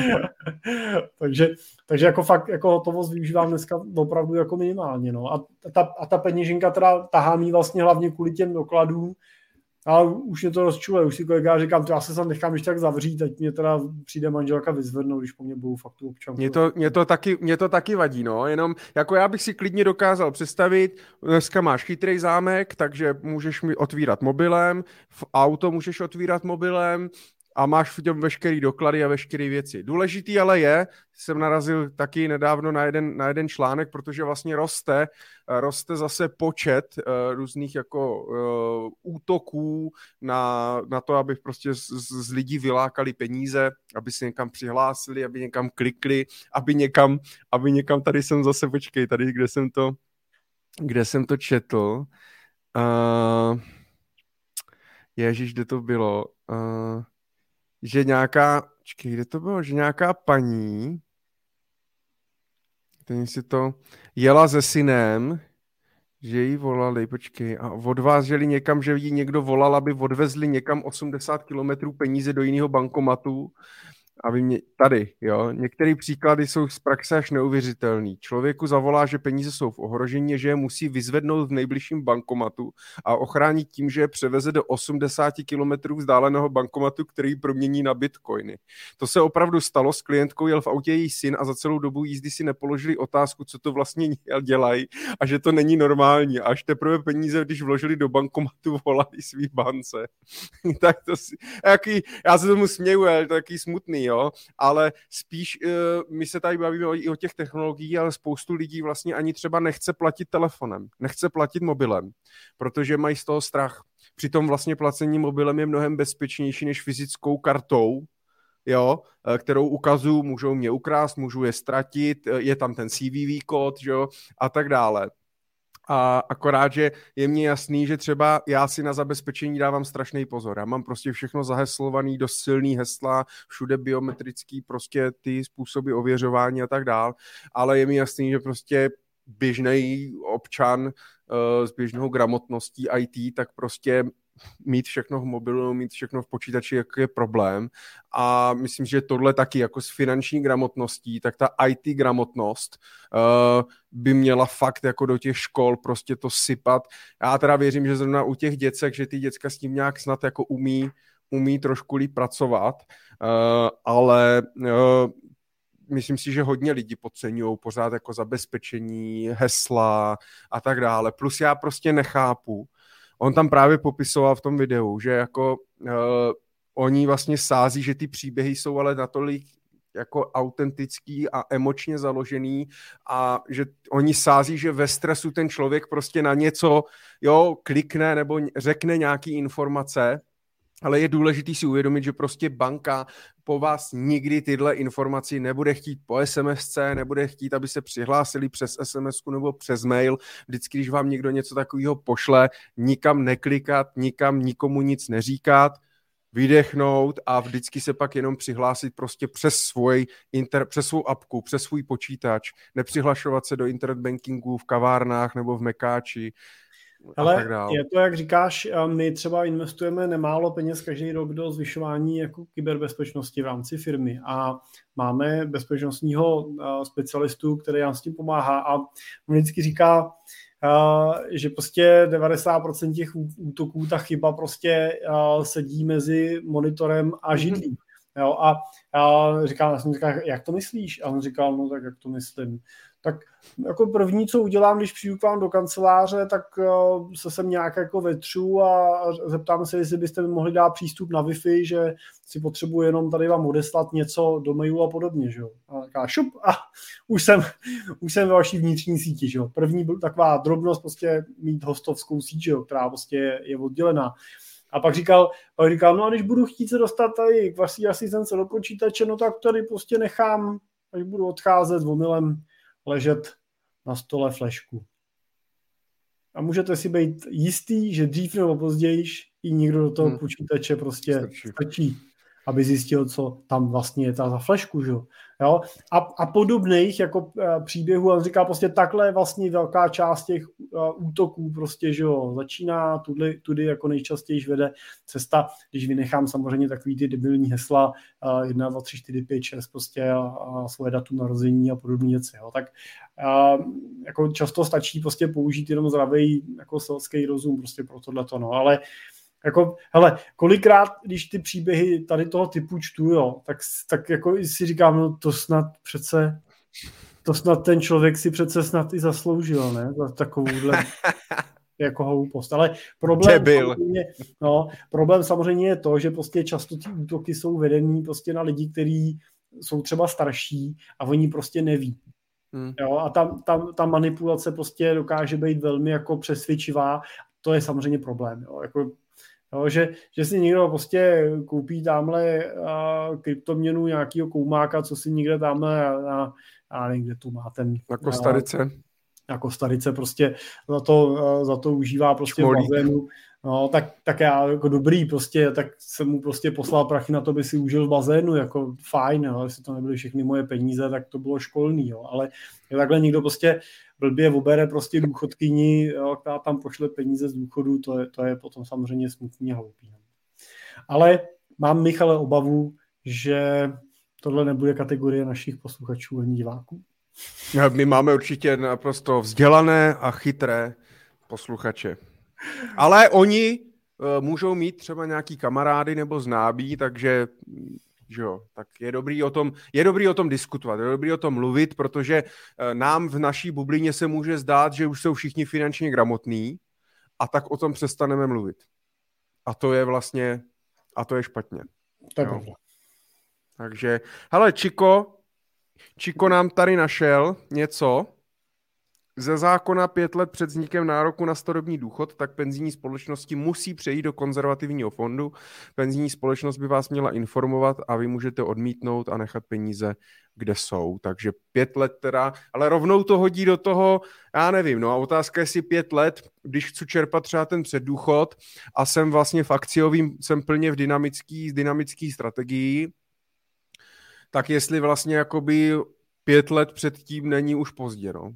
takže jako fakt jako hotovost využívám dneska opravdu jako minimálně, no. A ta peněženka teda tahá mi vlastně hlavně kvůli těm dokladům, ale už mě to rozčuje, už si kolega říkám, já se tam nechám ještě tak zavřít, ať mě teda přijde manželka vyzvednout, když po mně budou fakt tu občanku. Mě to taky vadí, no, jenom jako já bych si klidně dokázal představit, dneska máš chytrý zámek, takže můžeš mi otvírat mobilem, v auto můžeš otvírat mobilem a máš v tom veškerý doklady a veškeré věci. Důležitý ale jsem narazil taky nedávno na jeden článek, protože vlastně roste zase počet různých jako útoků na to, aby prostě z lidí vylákali peníze, aby se někam přihlásili, aby někam klikli, aby někam tady jsem zase, počkej, tady, kde jsem to četl. Ježiš, kde to bylo? Že kde to bylo? Že nějaká paní, si to jela se synem, že jí volali, a odvázeli někam, že jí někdo volal, aby odvezli někam 80 kilometrů peníze do jiného bankomatu A vy mě tady, jo, některé příklady jsou z praxe až neuvěřitelný. Člověku zavolá, že peníze jsou v ohrožení, že je musí vyzvednout v nejbližším bankomatu a ochránit tím, že je převeze do 80 kilometrů vzdáleného bankomatu, který promění na bitcoiny. To se opravdu stalo, s klientkou jel v autě její syn a za celou dobu jízdy si nepoložili otázku, co to vlastně dělají a že to není normální. Až teprve peníze, když vložili do bankomatu, volali svý bance. Tak to si, já se tomu směju, je to taky smutný, jo, ale spíš my se tady bavíme i o těch technologiích, ale spoustu lidí vlastně ani třeba nechce platit telefonem, nechce platit mobilem, protože mají z toho strach. Přitom vlastně placení mobilem je mnohem bezpečnější než fyzickou kartou, jo, kterou ukazuju, můžou mě ukrást, můžu je ztratit, je tam ten CVV kód, jo, a tak dále. A akorát, že je mně jasný, že třeba já si na zabezpečení dávám strašný pozor. Já mám prostě všechno zaheslovaný, dost silný hesla, všude biometrický, prostě ty způsoby ověřování a tak dál. Ale je mi jasný, že prostě běžný občan s běžnou gramotností IT, tak prostě mít všechno v mobilu, mít všechno v počítači, jak je problém. A myslím, že tohle taky jako s finanční gramotností, tak ta IT gramotnost by měla fakt jako do těch škol prostě to sypat. Já teda věřím, že zrovna u těch děcek, že ty děcka s tím nějak snad jako umí trošku líp pracovat, ale myslím si, že hodně lidí podceňují pořád jako zabezpečení, hesla a tak dále. Plus já prostě nechápu, on tam právě popisoval v tom videu, že jako oni vlastně sází, že ty příběhy jsou ale natolik jako autentický a emočně založený a že oni sází, že ve stresu ten člověk prostě na něco, jo, klikne nebo řekne nějaký informace, ale je důležitý si uvědomit, že prostě banka po vás nikdy tyhle informaci nebude chtít po SMSce, nebude chtít, aby se přihlásili přes SMSku nebo přes mail. Vždycky, když vám někdo něco takového pošle, nikam neklikat, nikam nikomu nic neříkat, vydechnout a vždycky se pak jenom přihlásit prostě přes svou apku, přes svůj počítač, nepřihlašovat se do internet bankingu v kavárnách nebo v Mekáči. Ale je to, jak říkáš, my třeba investujeme nemálo peněz každý rok do zvyšování jako kyberbezpečnosti v rámci firmy a máme bezpečnostního specialistu, který nám s tím pomáhá a on vždycky říká, že prostě 90% těch útoků, ta chyba prostě sedí mezi monitorem a židlí. Jo, a já jsem říkal, jak to myslíš? A on říkal, no tak jak to myslím. Tak jako první, co udělám, když přijdu k vám do kanceláře, tak se sem nějak jako vetřu a zeptám se, jestli byste mi mohli dát přístup na Wi-Fi, že si potřebuji jenom tady vám odeslat něco do mailu a podobně, že jo. A taká šup a už jsem ve vaší vnitřní síti, že jo. První byl taková drobnost prostě mít hostovskou síť, že jo, která prostě je oddělená. A pak říkal, no a když budu chtít se dostat tady k vaší asistence do počítače, no tak tady prostě nechám, až budu odcházet omylem ležet na stole flešku. A můžete si být jistý, že dřív nebo později i někdo do toho počítače prostě strčí, aby zjistil, co tam vlastně je ta za flešku, že jo. A podobných jako příběhů, on říká prostě takhle vlastně velká část těch útoků prostě, že jo, začíná, tudy jako nejčastěji vede cesta, když vynechám samozřejmě takový ty debilní hesla 1, 2, 3, 4, 5, 6 prostě a svoje datum narození a podobné věci, jo. Tak jako často stačí prostě použít jenom zdravý jako selský rozum prostě pro tohleto, no, ale jako, hele, kolikrát, když ty příběhy tady toho typu čtu, jo, tak jako si říkám, no to snad ten člověk si přece snad i zasloužil, ne, za takovouhle jako hloupost. Ale problém samozřejmě je to, že prostě často ty útoky jsou vedený prostě na lidi, kteří jsou třeba starší a oni prostě neví. Jo, a ta manipulace prostě dokáže být velmi jako přesvědčivá. To je samozřejmě problém, jo, jako jo, že si někdo prostě koupí tamhle kryptoměnu nějakýho koumáka, co si někde tamhle a nevím, kde tu má ten... Na Kostarice. Na Kostarice prostě za to užívá prostě v bazénu. No, tak já jako dobrý prostě, tak jsem mu prostě poslal prachy na to, by si užil v bazénu, jako fajn, jo, jestli to nebyly všechny moje peníze, tak to bylo školný, jo, ale takhle někdo prostě blbě obere prostě důchodkyni, jo, která tam pošle peníze z důchodu, to je potom samozřejmě smutný a hloupý. Ale mám, Michale, obavu, že Tohle nebude kategorie našich posluchačů ani diváků. My máme určitě naprosto vzdělané a chytré posluchače. Ale oni můžou mít třeba nějaký kamarády nebo známí, takže že jo, tak je dobrý o tom diskutovat, je dobrý o tom mluvit, protože nám v naší bublině se může zdát, že už jsou všichni finančně gramotní a tak o tom přestaneme mluvit. A to je špatně. Tak. Takže, hele, Čiko nám tady našel něco. Ze zákona 5 let před vznikem nároku na starobní důchod, tak penzijní společnosti musí přejít do konzervativního fondu. Penzijní společnost by vás měla informovat a vy můžete odmítnout a nechat peníze, kde jsou. Takže 5 let teda, ale rovnou to hodí do toho, já nevím, no a otázka je si 5 let, když chci čerpat třeba ten předdůchod a jsem vlastně v akciovým, jsem plně v dynamický strategii, tak jestli vlastně jakoby 5 let předtím není už pozdě, no.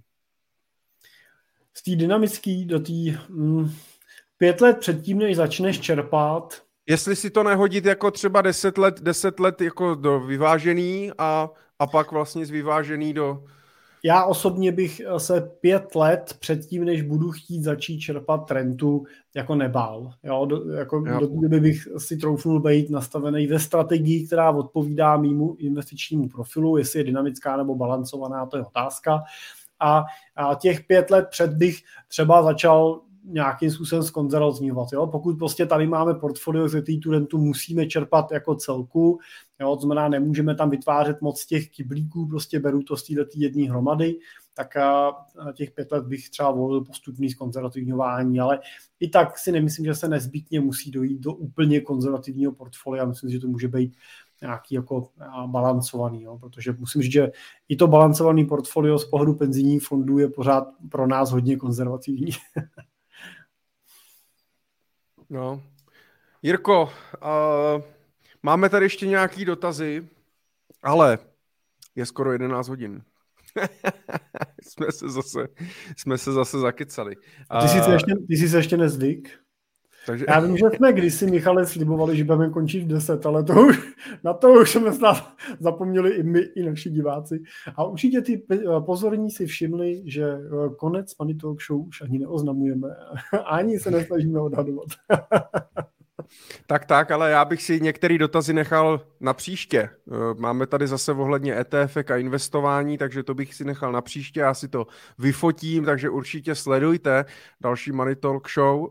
Z té dynamický do té 5 let předtím, než začneš čerpat. Jestli si to nehodit jako třeba 10 let jako do vyvážený a pak vlastně z vyvážený do... Já osobně bych se 5 let předtím, než budu chtít začít čerpat rentu, jako nebál. Do té doby bych si troufnul být nastavený ve strategii, která odpovídá mému investičnímu profilu, jestli je dynamická nebo balancovaná, to je otázka. A těch 5 let před bych třeba začal nějakým způsobem zkonzervovat. Pokud prostě tady máme portfolio, ze kterého tu rentu musíme čerpat jako celku, to znamená, nemůžeme tam vytvářet moc těch kyblíků, prostě beru to z této jedné hromady, tak těch 5 let bych třeba volil postupný zkonzervativňování, ale i tak si nemyslím, že se nezbytně musí dojít do úplně konzervativního portfolia. Myslím, že to může být nějaký jako balancovaný, protože musím říct, že i to balancovaný portfolio z pohledu penzijních fondů je pořád pro nás hodně konzervativní. No. Jirko, máme tady ještě nějaký dotazy, ale je skoro 11 hodin. jsme se zase zakecali. Ty jsi se ještě nezvyk? Takže... Já vím, že jsme kdysi, Michale, slibovali, že budeme končit v 10, ale na to už jsme snad zapomněli i my, i naši diváci. A určitě ty pozorní si všimli, že konec Money Talk Show už ani neoznamujeme, ani se nesnažíme odhadovat. Tak, ale já bych si některé dotazy nechal na příště. Máme tady zase ohledně ETF a investování, takže to bych si nechal na příště. Já si to vyfotím, takže určitě sledujte další Money Talk Show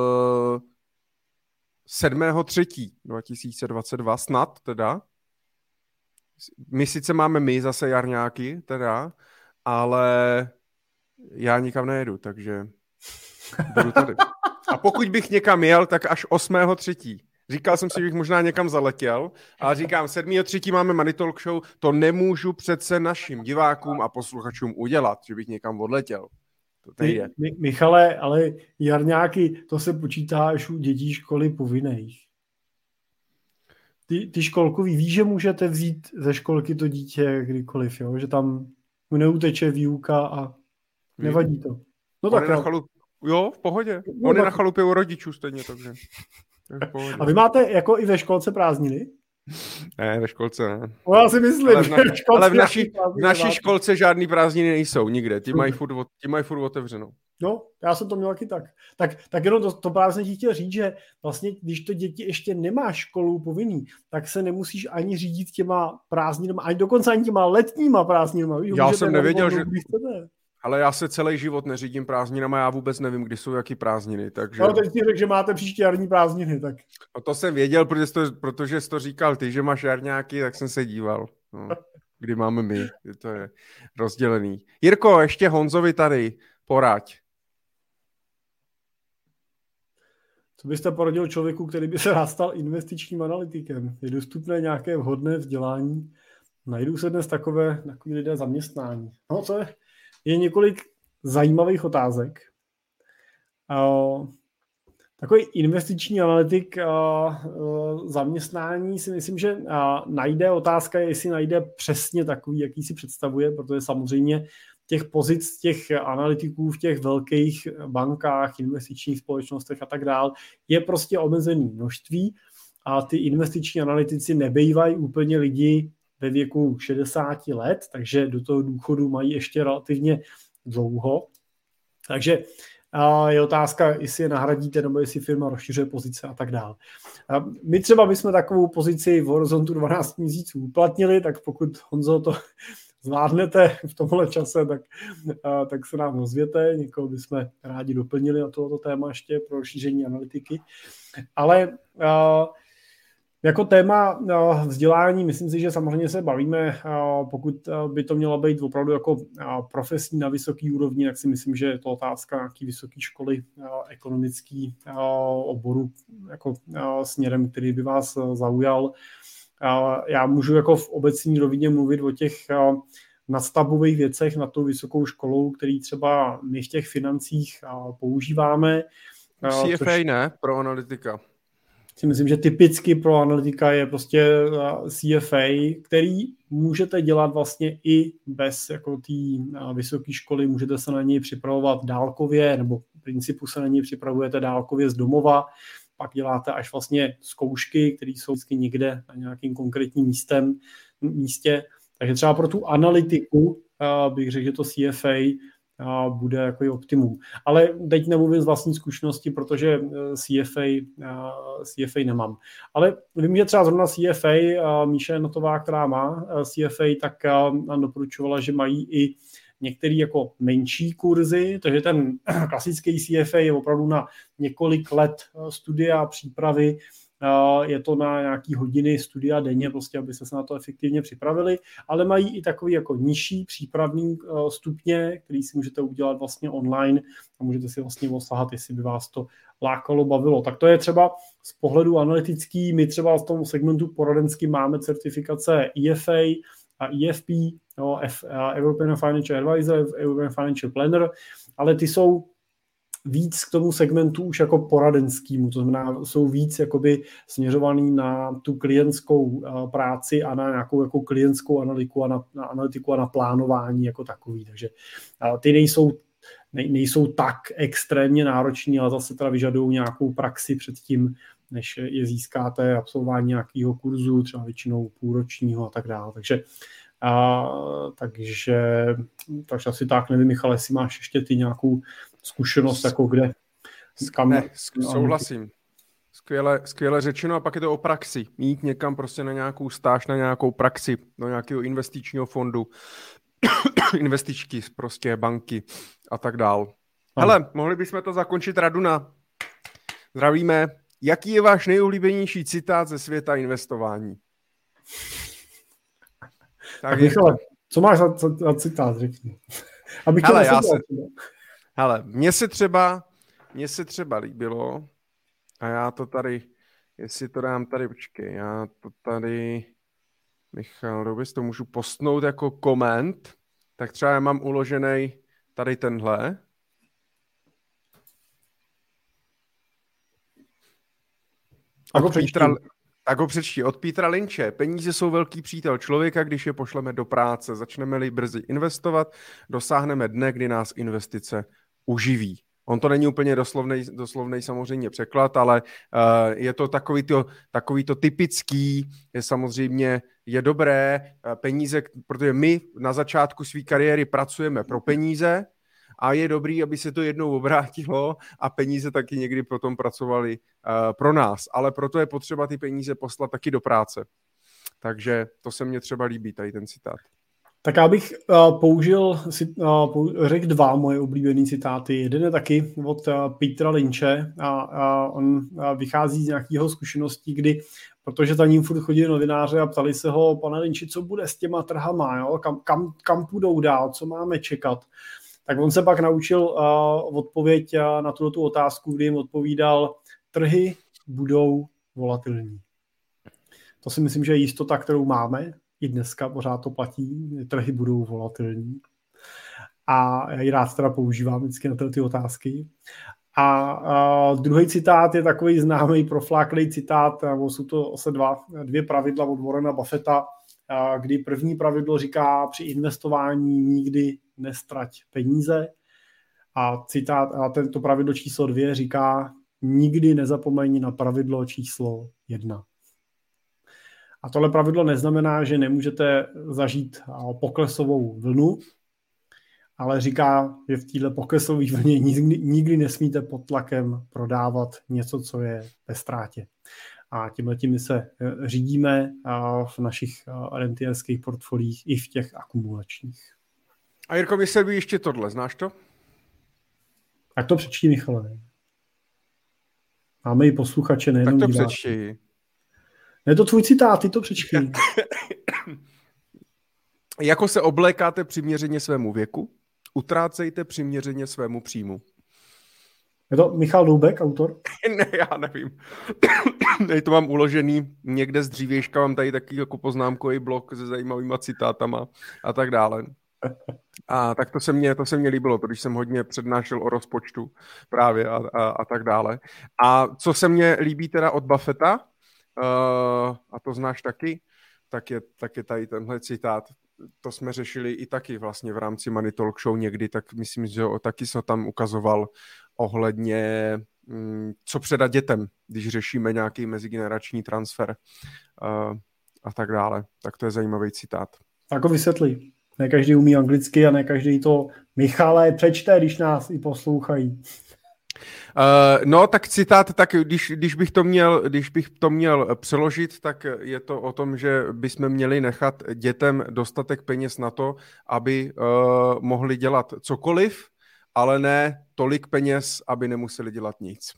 7.3.2022, snad teda. My sice máme zase jarňáky, teda, ale já nikam nejedu, takže budu tady. A pokud bych někam jel, tak až 8.3. Říkal jsem si, že bych možná někam zaletěl, ale říkám, 7.3. máme Money Talk Show, to nemůžu přece našim divákům a posluchačům udělat, že bych někam odletěl. To nejde. Michale, ale jarňáky, to se počítá až u dětí školy povinných. Ty školkový, víš, že můžete vzít ze školky to dítě kdykoliv, jo? Že tam neuteče výuka a nevadí to. No tak jo, v pohodě. On je na chalupě u rodičů stejně, takže A vy máte jako i ve školce prázdniny? Ne, ve školce ne. Já si myslím, ale v naší školce žádný prázdniny nejsou nikde. Ti mají furt otevřenou. No, já jsem to měl taky tak. Tak jenom to právě jsem ti chtěl říct, že vlastně, když to děti ještě nemá školu povinný, tak se nemusíš ani řídit těma prázdninama, ani dokonce ani těma letníma prázdninama. Já jsem nevěděl, že... Ale já se celý život neřídím prázdninama, já vůbec nevím, kdy jsou jaký prázdniny, takže... No, teď si řekl, že máte příště jarní prázdniny, tak... No to jsem věděl, protože jsi to říkal ty, že máš jarňáky, tak jsem se díval. No, kdy máme my, to je rozdělený. Jirko, ještě Honzovi tady, poraď. Co byste poradil člověku, který by se rád stal investičním analytikem? Je dostupné nějaké vhodné vzdělání? Najdou se dnes takové lidé zaměstnání? No, co je? Je několik zajímavých otázek. Takový investiční analytik zaměstnání si myslím, že najde, otázka je, jestli najde přesně takový, jaký si představuje, protože samozřejmě těch pozic těch analytiků v těch velkých bankách, investičních společnostech a tak dál je prostě omezený množství a ty investiční analytici nebejvají úplně lidi ve věku 60 let, takže do toho důchodu mají ještě relativně dlouho. Takže je otázka, jestli je nahradíte, nebo jestli firma rozšiřuje pozice a tak dále. My třeba bychom takovou pozici v horizontu 12 měsíců uplatnili, tak pokud, Honzo, to zvládnete v tomhle čase, tak se nám ozvěte, někoho bychom rádi doplnili na tohoto téma ještě pro rozšíření analytiky. Ale jako téma vzdělání, myslím si, že samozřejmě se bavíme, pokud by to mělo být opravdu jako profesní na vysoký úrovni, tak si myslím, že je to otázka nějaký vysoké školy, ekonomický oboru jako směrem, který by vás zaujal. Já můžu jako v obecní rovině mluvit o těch nadstavbových věcech nad tou vysokou školou, který třeba my v těch financích používáme. CFA ne, pro analytika. Si myslím, že typicky pro analytika je prostě CFA, který můžete dělat vlastně i bez jako té vysoké školy, můžete se na něj připravovat dálkově, nebo v principu se na něj připravujete dálkově z domova, pak děláte až vlastně zkoušky, které jsou vždycky někde na nějakým konkrétním místě. Takže třeba pro tu analytiku bych řekl, že to CFA bude jako i optimum. Ale teď nemluvím z vlastní zkušenosti, protože CFA nemám. Ale vím, že třeba zrovna CFA, Míša Janotová, která má CFA, tak doporučovala, že mají i některé jako menší kurzy, takže ten klasický CFA je opravdu na několik let studia a přípravy. Je to na nějaký hodiny studia denně, prostě, aby se na to efektivně připravili, ale mají i takový jako nižší přípravný stupně, který si můžete udělat vlastně online a můžete si vlastně osahat, jestli by vás to lákalo, bavilo. Tak to je třeba z pohledu analytický, my třeba v tom segmentu poradenský máme certifikace EFA a EFP, European Financial Advisor, European Financial Planner, ale ty jsou víc k tomu segmentu už jako poradenskému, to znamená, jsou víc jakoby směřovaný na tu klientskou práci a na nějakou jako klientskou analytiku a na plánování jako takový. Takže ty nejsou tak extrémně nároční, ale zase teda vyžadují nějakou praxi předtím, než je získáte, absolvování nějakého kurzu, třeba většinou půlročního a tak dále. Takže asi tak, nevím, Michal, jestli máš ještě ty nějakou zkušenost, jako kde? Souhlasím. Skvěle řečeno, a pak je to o praxi. Jít někam prostě na nějakou stáž, na nějakou praxi, do nějakého investičního fondu, investičky, prostě banky a tak dál. Hele, mohli bychom to zakončit, Raduna. Zdravíme. Jaký je váš nejoblíbenější citát ze světa investování? Tak Michale, co máš za citát, řekni. Hele, mně se třeba líbilo, a já to tady, jestli to dám tady, počkej, já to tady, Michal, dobře, to můžu postnout jako koment, tak třeba já mám uložený tady tenhle. Tak ho přečti. Od Petra Lynche. Peníze jsou velký přítel člověka, když je pošleme do práce. Začneme-li brzy investovat, dosáhneme dne, kdy nás investice uživí. On to není úplně doslovnej samozřejmě překlad, ale je to takový to typický, je samozřejmě je dobré peníze, protože my na začátku své kariéry pracujeme pro peníze, a je dobrý, aby se to jednou obrátilo a peníze taky někdy potom pracovaly pro nás. Ale proto je potřeba ty peníze poslat taky do Takže to se mně třeba líbí, tady ten citát. Tak já bych řekl dva moje oblíbené citáty. Jeden je taky od Petra Lynche a on vychází z nějakého zkušeností, kdy, protože za ním furt chodili novináři a ptali se ho, pane Lynchi, co bude s těma trhama, jo? Kam půjdou dál, co máme čekat. Tak on se pak naučil odpověď na tu otázku, kdy jim odpovídal, trhy budou volatilní. To si myslím, že je jistota, kterou máme. I dneska pořád to platí. Trhy budou volatilní. A já ji rád teda používám vždycky na ty otázky. A druhý citát je takový známý profláklý citát, jsou to dvě pravidla od Warrena Buffetta, kdy první pravidlo říká, při investování nikdy nestrať peníze. A tento pravidlo číslo 2 říká, nikdy nezapomeň na pravidlo číslo 1. A tohle pravidlo neznamená, že nemůžete zažít poklesovou vlnu, ale říká, že v této poklesové vlně nikdy nesmíte pod tlakem prodávat něco, co je ve ztrátě. A tímhletím my se řídíme v našich rentierských portfoliích i v těch akumulačních. A Jirko, mi se líbí ještě tohle, znáš to? Tak to přečti, Michale. Máme i posluchače, nejenom tak to diváky. přečti. Ne, to tvůj citát, ty to přečti. Jako se oblékáte přiměřeně svému věku, utrácejte přiměřeně svému příjmu. Je to Michal Doubek, autor? Ne, já nevím. Tady to mám uložený někde z dřívějška, mám tady taky jako poznámkový blok se zajímavýma citátama a tak dále. A tak to se mě líbilo, protože jsem hodně přednášel o rozpočtu právě a tak dále. A co se mně líbí teda od Buffetta, a to znáš taky, tak je tady tenhle citát. To jsme řešili i taky vlastně v rámci Money Talk Show někdy, tak myslím, že taky jsem tam ukazoval ohledně co předat dětem, když řešíme nějaký mezigenerační transfer a tak dále. Tak to je zajímavý citát. Jako vysvětlí. Ne každý umí anglicky a ne každý to Michale přečte, když nás i poslouchají. No, tak citát, tak když bych to měl přeložit, tak je to o tom, že bychom měli nechat dětem dostatek peněz na to, aby mohli dělat cokoliv, ale ne tolik peněz, aby nemuseli dělat nic.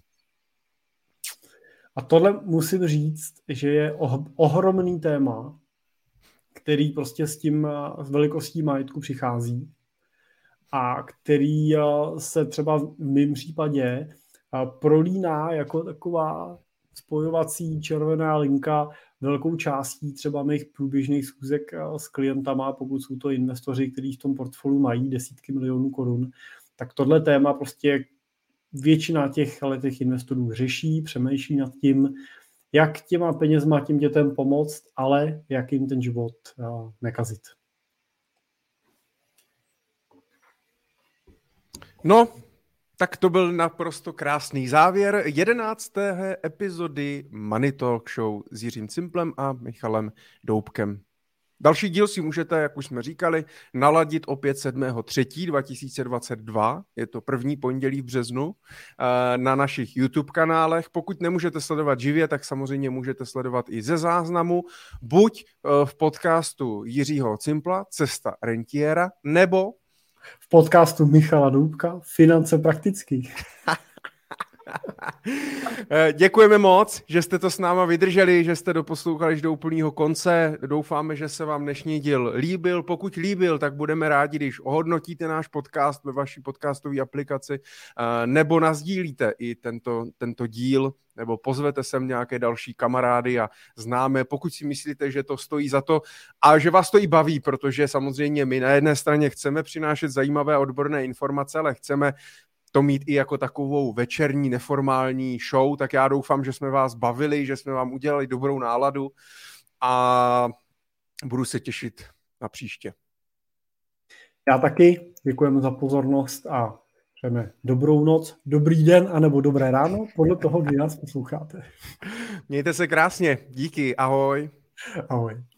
A tohle musím říct, že je ohromný téma, který prostě s velikostí majetku přichází a který se třeba v mém případě prolíná jako taková spojovací červená linka velkou částí třeba mých průběžných schůzek s klientama, pokud jsou to investoři, kteří v tom portfoliu mají desítky milionů korun, tak tohle téma prostě většina těch investorů řeší, přemýšlí nad tím, jak těma penězma tím dětem pomoct, ale jak jim ten život nekazit. No, tak to byl naprosto krásný závěr 11. epizody Money Talk Show s Jiřím Cimplem a Michalem Doubkem. Další díl si můžete, jak už jsme říkali, naladit opět 7.3.2022, je to první pondělí v březnu, na našich YouTube kanálech. Pokud nemůžete sledovat živě, tak samozřejmě můžete sledovat i ze záznamu, buď v podcastu Jiřího Cimpla, Cesta rentiera, nebo v podcastu Michala Doubka, Finance prakticky. Děkujeme moc, že jste to s náma vydrželi, že jste doposlouchali až do úplného konce. Doufáme, že se vám dnešní díl líbil. Pokud líbil, tak budeme rádi, když ohodnotíte náš podcast ve vaší podcastové aplikaci nebo nasdílíte i tento díl, nebo pozvete sem nějaké další kamarády a známe, pokud si myslíte, že to stojí za to a že vás to i baví, protože samozřejmě my na jedné straně chceme přinášet zajímavé odborné informace, ale chceme to mít i jako takovou večerní neformální show, tak já doufám, že jsme vás bavili, že jsme vám udělali dobrou náladu a budu se těšit na příště. Já taky děkujeme za pozornost a přejeme dobrou noc, dobrý den anebo dobré ráno, podle toho, kdy nás posloucháte. Mějte se krásně, díky, ahoj. Ahoj.